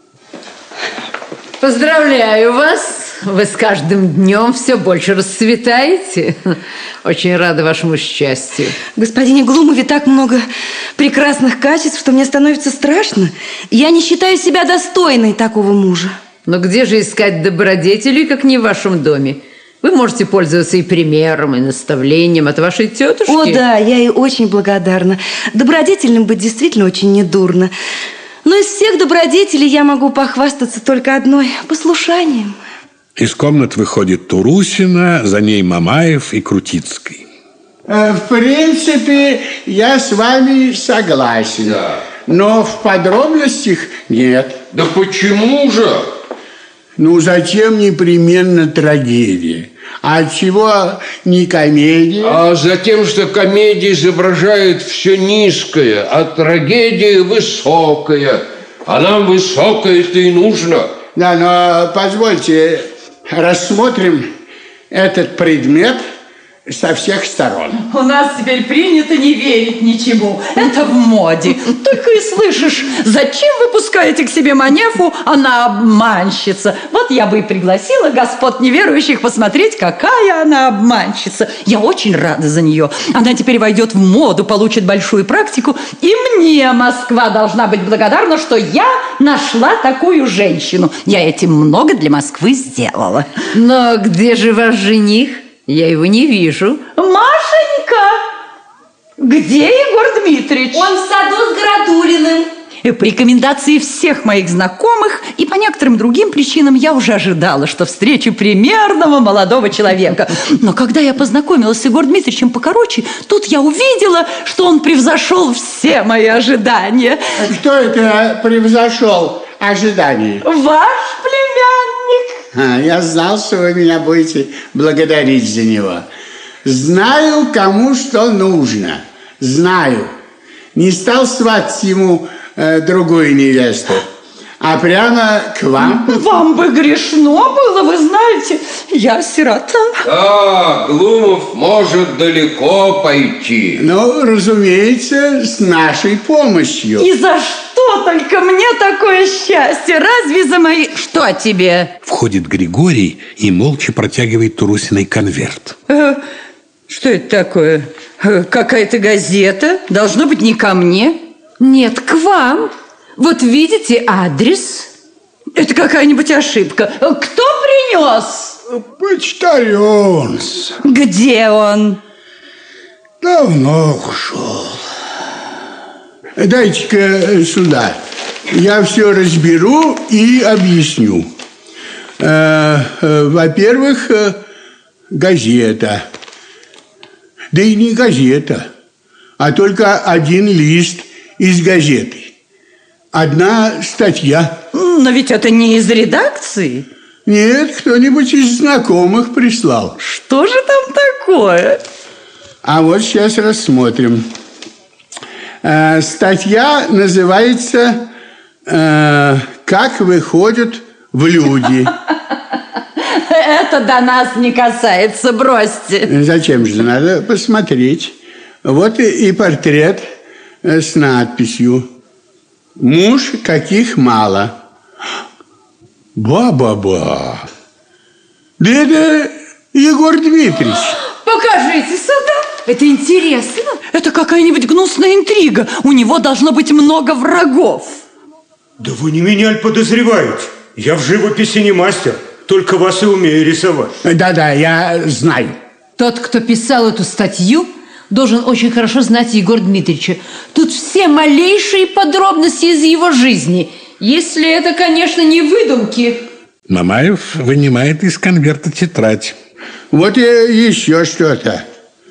Поздравляю вас. Вы с каждым днем все больше расцветаете. Очень рада вашему счастью. В господине Глумове так много прекрасных качеств, что мне становится страшно. Я не считаю себя достойной такого мужа. Но где же искать добродетелей, как не в вашем доме? Вы можете пользоваться и примером, и наставлением от вашей тетушки. О, да, я ей очень благодарна. Добродетельным быть действительно очень недурно. Но из всех добродетелей я могу похвастаться только одной – послушанием. Из комнат выходит Турусина, за ней Мамаев и Крутицкий. В принципе, я с вами согласен. Да. Но в подробностях нет. Да почему же? Ну, зачем непременно трагедия? А отчего не комедия? А затем, что комедия изображает все низкое, а трагедия высокая. А нам высокое-то и нужно. Да, но позвольте, рассмотрим этот предмет со всех сторон. У нас теперь принято не верить ничему. Это в моде. Только и слышишь, зачем вы пускаете к себе Манефу, она обманщица. Вот я бы и пригласила господ неверующих посмотреть, какая она обманщица. Я очень рада за нее. Она теперь войдет в моду, получит большую практику. И мне Москва должна быть благодарна, что я нашла такую женщину. Я этим много для Москвы сделала. Но где же ваш жених? Я его не вижу. Машенька! Где Егор Дмитриевич? Он в саду с Градулиным. По рекомендации всех моих знакомых и по некоторым другим причинам я уже ожидала, что встречу примерного молодого человека. Но когда я познакомилась с Егором Дмитриевичем покороче, тут я увидела, что он превзошел все мои ожидания. Кто это превзошел ожидания? Ваш племянник. Я знал, что вы меня будете благодарить за него. Знаю, кому что нужно. Знаю. Не стал сватать ему другую невесту, а прямо к вам. Вам бы грешно было, вы знаете, я сирота. Да, Глумов может далеко пойти. Ну, разумеется, с нашей помощью. И за что только мне такое счастье? Разве за мои... Что тебе? Входит Григорий и молча протягивает Турусиной конверт. Что это такое? Какая-то газета? Должно быть, не ко мне. Нет, к вам. Вот видите адрес? Это какая-нибудь ошибка. Кто принес? Почтальон. Где он? Да давно ушел. Дайте-ка сюда. Я все разберу и объясню. Во-первых, газета. Да и не газета, а только один лист из газеты. Одна статья. Но ведь это не из редакции. Нет, кто-нибудь из знакомых прислал. Что же там такое? А вот сейчас рассмотрим. Статья называется «Как выходят в люди». Это до нас не касается, бросьте. Зачем же? Надо посмотреть. Вот и портрет с надписью «Муж, каких мало». Ба-ба-ба. Да это Егор Дмитриевич. Покажите сюда. Это интересно. Это какая-нибудь гнусная интрига. У него должно быть много врагов. Да вы не меня подозреваете. Я в живописи не мастер. Только вас и умею рисовать. Да-да, я знаю. Тот, кто писал эту статью, должен очень хорошо знать Егора Дмитриевича. Тут все малейшие подробности из его жизни. Если это, конечно, не выдумки. Мамаев вынимает из конверта тетрадь. Вот и еще что-то.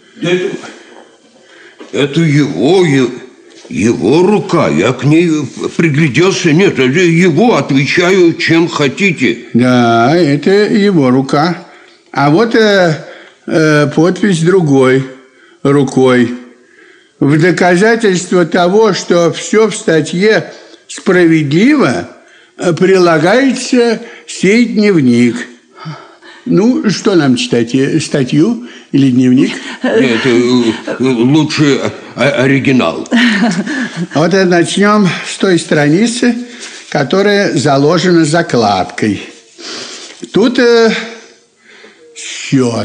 Это его рука. Я к ней пригляделся. Нет, это его. Отвечаю, чем хотите. Да, это его рука. А вот подпись другой рукой. В доказательство того, что все в статье справедливо, прилагается сей дневник. Ну, что нам читать? Статью или дневник? Нет, лучше оригинал. Вот начнем с той страницы, которая заложена закладкой. Тут счет.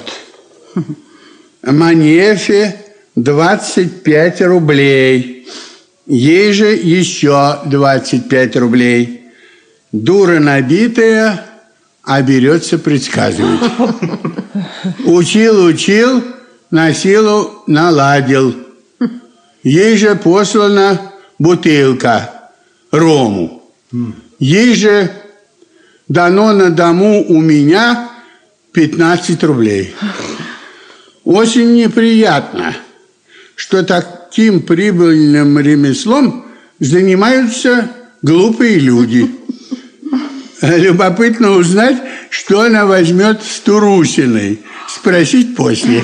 Манефе 25 рублей. Ей же еще 25 рублей. Дура набитая, а берется предсказывать. Учил, на силу наладил. Ей же послана бутылка рому. Ей же дано на дому у меня 15 рублей. Очень неприятно, что таким прибыльным ремеслом занимаются глупые люди. Любопытно узнать, что она возьмет с Турусиной. Спросить после.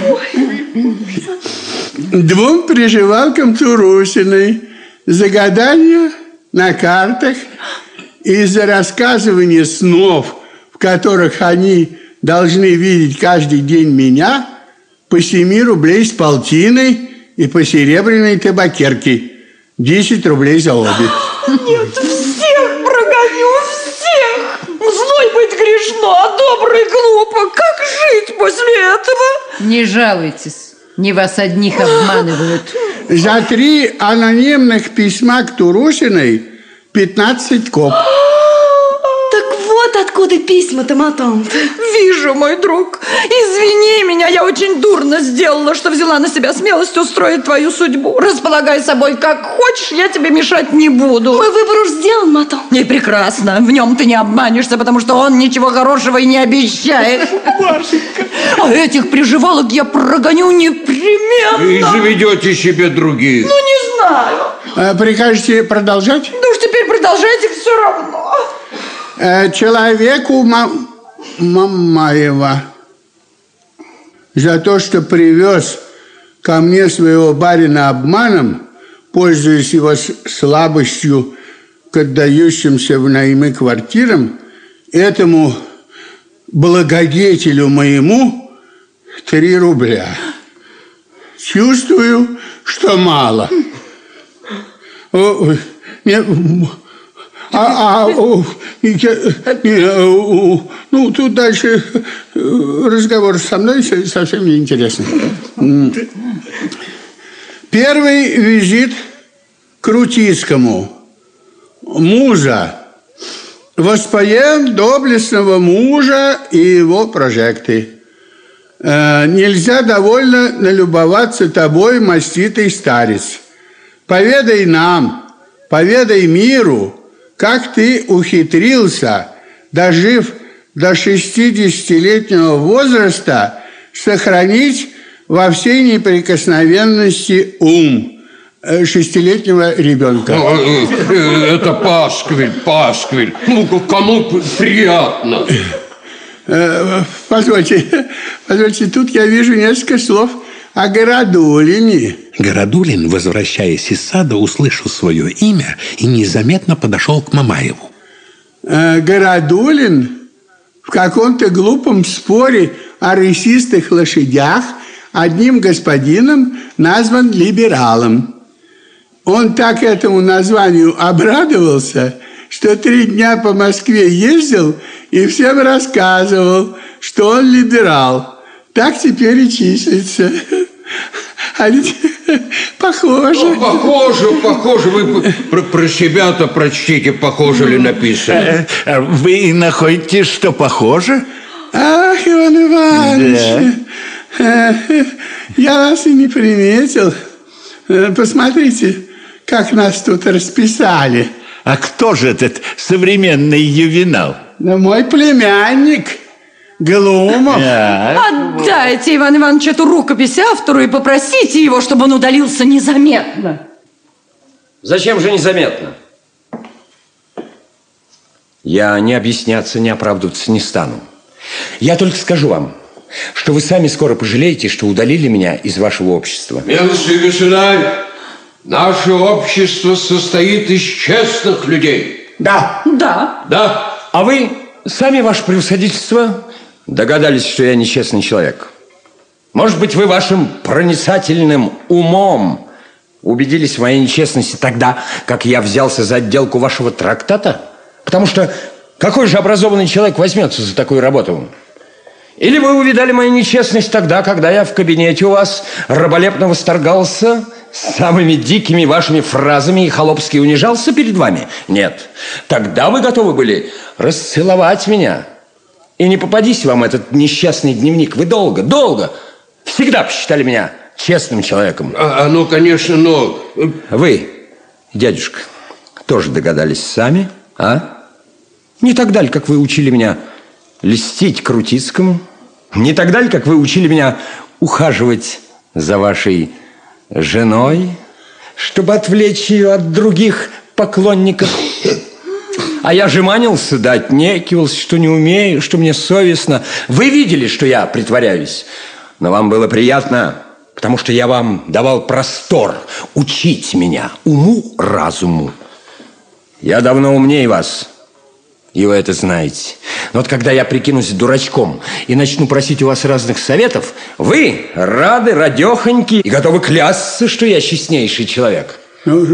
2 приживалкам Турусиной за гадание на картах и за рассказывание снов, в которых они должны видеть каждый день меня, по 7 рублей с полтиной и по серебряной табакерке. 10 рублей за обе. Нет, всех прогоню, всех! Злой быть грешно, а добрый глупо. Как жить после этого? Не жалуйтесь, не вас одних обманывают. За 3 анонимных письма к Турусиной 15 коп. Так вот откуда письма-то, Матант. Вижу, мой друг. Извини меня, я очень дурно сделала, что взяла на себя смелость устроить твою судьбу. Располагай собой как хочешь, я тебе мешать не буду. Мой выбор уж сделан, Матант. И прекрасно. В нем ты не обманешься, потому что он ничего хорошего и не обещает. Машенька. А этих приживалок я прогоню непременно. И заведете себе других. Ну, не знаю. Прикажете продолжать? Ну уж теперь продолжайте все равно. Человеку Мамаева за то, что привез ко мне своего барина обманом, пользуясь его слабостью к отдающимся в наймы квартирам, этому благодетелю моему 3 рубля. Чувствую, что мало. Ну, тут дальше разговор со мной совсем неинтересный. Первый визит к Крутицкому. Муза. Воспоем доблестного мужа и его прожекты. нельзя довольно налюбоваться тобой, маститый старец. Поведай нам, поведай миру, как ты ухитрился, дожив до 60-летнего возраста, сохранить во всей неприкосновенности ум 6-летнего ребенка. Это пасквиль. Ну, кому приятно. Позвольте, тут я вижу несколько слов о Городулине. Городулин, возвращаясь из сада, услышал свое имя и незаметно подошел к Мамаеву. Городулин в каком-то глупом споре о рысистых лошадях одним господином назван либералом. Он так этому названию обрадовался, что 3 дня по Москве ездил и всем рассказывал, что он либерал. Так теперь и числится. А ведь похоже. Похоже. Вы про себя-то прочтите, похоже ли написано. Вы находите, что похоже? Ах, Иван Иванович, да. Я вас и не приметил. Посмотрите, как нас тут расписали. А кто же этот современный ювенал? Да мой племянник Глумов. Отдайте, Иван Иванович, эту рукопись автору и попросите его, чтобы он удалился незаметно. Зачем же незаметно? Я не объясняться, не оправдываться не стану. Я только скажу вам, что вы сами скоро пожалеете, что удалили меня из вашего общества. Милостивый государь, наше общество состоит из честных людей. Да. А вы сами, ваше превосходительство, догадались, что я нечестный человек. Может быть, вы вашим проницательным умом убедились в моей нечестности тогда, как я взялся за отделку вашего трактата? Потому что какой же образованный человек возьмется за такую работу? Или вы увидали мою нечестность тогда, когда я в кабинете у вас раболепно восторгался самыми дикими вашими фразами и холопски унижался перед вами? Нет. Тогда вы готовы были расцеловать меня. И не попадись вам этот несчастный дневник. Вы долго всегда посчитали меня честным человеком. Ну, конечно, но... Вы, дядюшка, тоже догадались сами, а? Не так далее, как вы учили меня льстить Крутицкому. Не так далее, как вы учили меня ухаживать за вашей женой, чтобы отвлечь ее от других поклонников. А я жеманился, да отнекивался, что не умею, что мне совестно. Вы видели, что я притворяюсь, но вам было приятно, потому что я вам давал простор учить меня уму, разуму. Я давно умнее вас, и вы это знаете. Но вот когда я прикинусь дурачком и начну просить у вас разных советов, вы рады, радехоньки и готовы клясться, что я честнейший человек. Ну,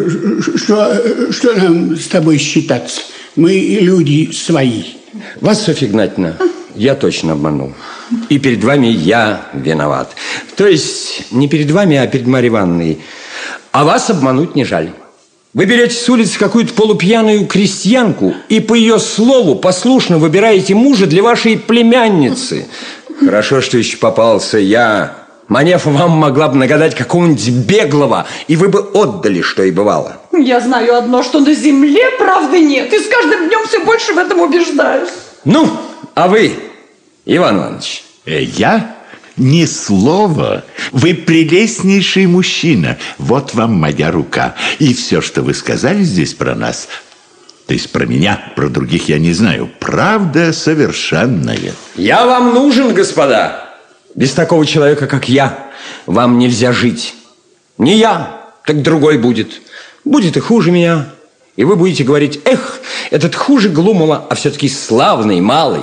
что нам с тобой считаться? Мы люди свои. Вас, Софья Игнатьевна, я точно обманул. И перед вами я виноват. То есть не перед вами, а перед Марьей Ивановной. А вас обмануть не жаль. Вы берете с улицы какую-то полупьяную крестьянку и по ее слову послушно выбираете мужа для вашей племянницы. Хорошо, что еще попался я. Манефа вам могла бы нагадать какого-нибудь беглого, и вы бы отдали, что и бывало. Я знаю одно, что на земле правды нет, и с каждым днем все больше в этом убеждаюсь. Ну, а вы, Иван Иванович? Я? Ни слова. Вы прелестнейший мужчина. Вот вам моя рука. И все, что вы сказали здесь про нас, то есть про меня, про других я не знаю, правда совершенная. Я вам нужен, господа. Без такого человека, как я, вам нельзя жить. Не я, так другой будет. Будет и хуже меня. И вы будете говорить: эх, этот хуже Глумова, а все-таки славный, малый.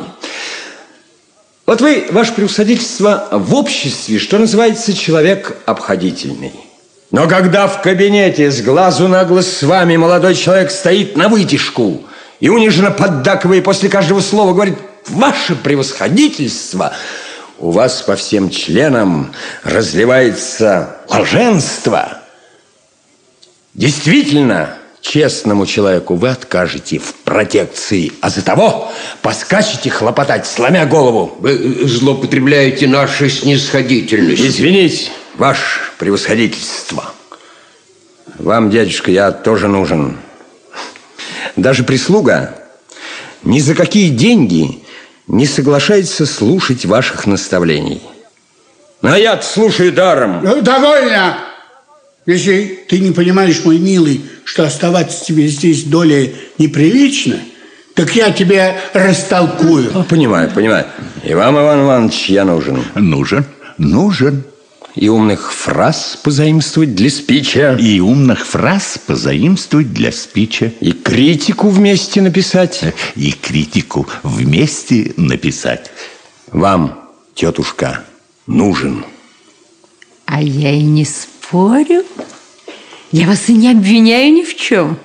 Вот вы, ваше превосходительство, в обществе, что называется, человек обходительный. Но когда в кабинете с глазу на глаз с вами молодой человек стоит на вытяжку и униженно поддакивая после каждого слова говорит: ваше превосходительство, у вас по всем членам разливается блаженство. Действительно, честному человеку вы откажете в протекции, а за того поскачете хлопотать, сломя голову. Вы злоупотребляете нашей снисходительностью. Извините, ваше превосходительство. Вам, дядюшка, я тоже нужен. Даже прислуга ни за какие деньги не соглашается слушать ваших наставлений. А я слушаю даром. Ну, довольно! Если ты не понимаешь, мой милый, что оставаться тебе здесь долей неприлично, так я тебе растолкую. Понимаю. И вам, Иван Иванович, я нужен. Нужен. И умных фраз позаимствовать для спича. И умных фраз позаимствовать для спича. И критику вместе написать. И критику вместе написать. Вам, тетушка, нужен. А я и не спорю. Я вас и не обвиняю ни в чем.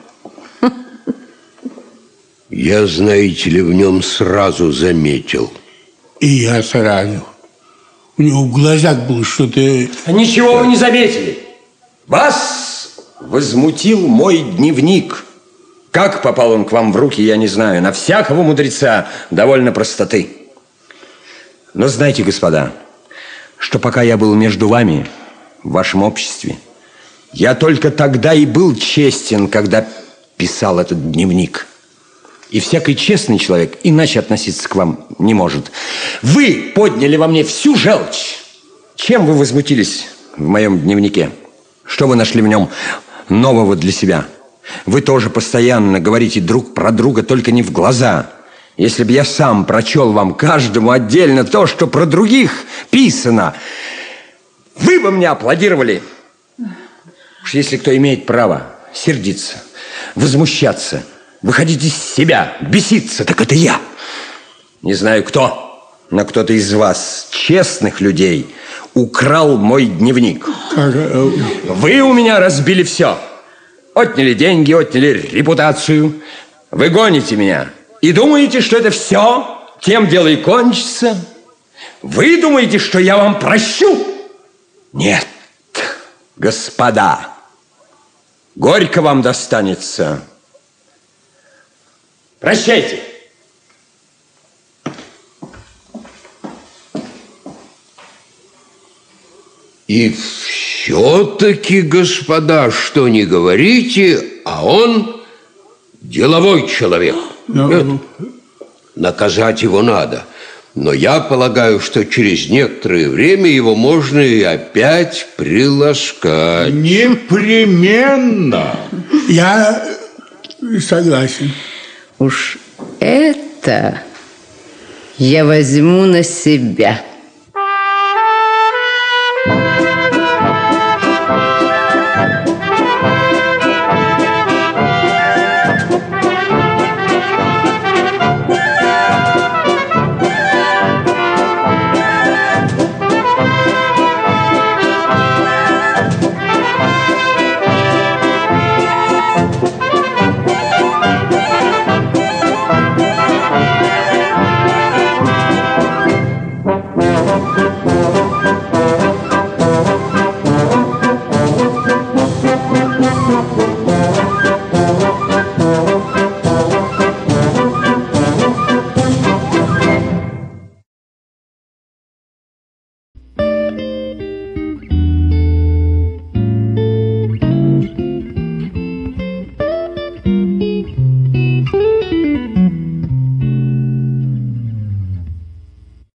Я, знаете ли, в нем сразу заметил. И я сразу. У него в глазах было что-то... Ничего вы не заметили. Вас возмутил мой дневник. Как попал он к вам в руки, я не знаю. На всякого мудреца довольно простоты. Но знайте, господа, что пока я был между вами, в вашем обществе, я только тогда и был честен, когда писал этот дневник. И всякий честный человек иначе относиться к вам не может. Вы подняли во мне всю желчь. Чем вы возмутились в моем дневнике? Что вы нашли в нем нового для себя? Вы тоже постоянно говорите друг про друга, только не в глаза. Если бы я сам прочел вам каждому отдельно то, что про других писано, вы бы мне аплодировали. Уж если кто имеет право сердиться, возмущаться, выходить из себя, беситься, так это я. Не знаю кто, но кто-то из вас, честных людей, украл мой дневник. Вы у меня разбили все. Отняли деньги, отняли репутацию. Вы гоните меня и думаете, что это все, тем дело и кончится. Вы думаете, что я вам прощу? Нет, господа, горько вам достанется. Прощайте. И все-таки, господа, что не говорите, а он деловой человек. Наказать его надо. Но я полагаю, что через некоторое время его можно и опять приласкать. Непременно. Я согласен. Уж это я возьму на себя.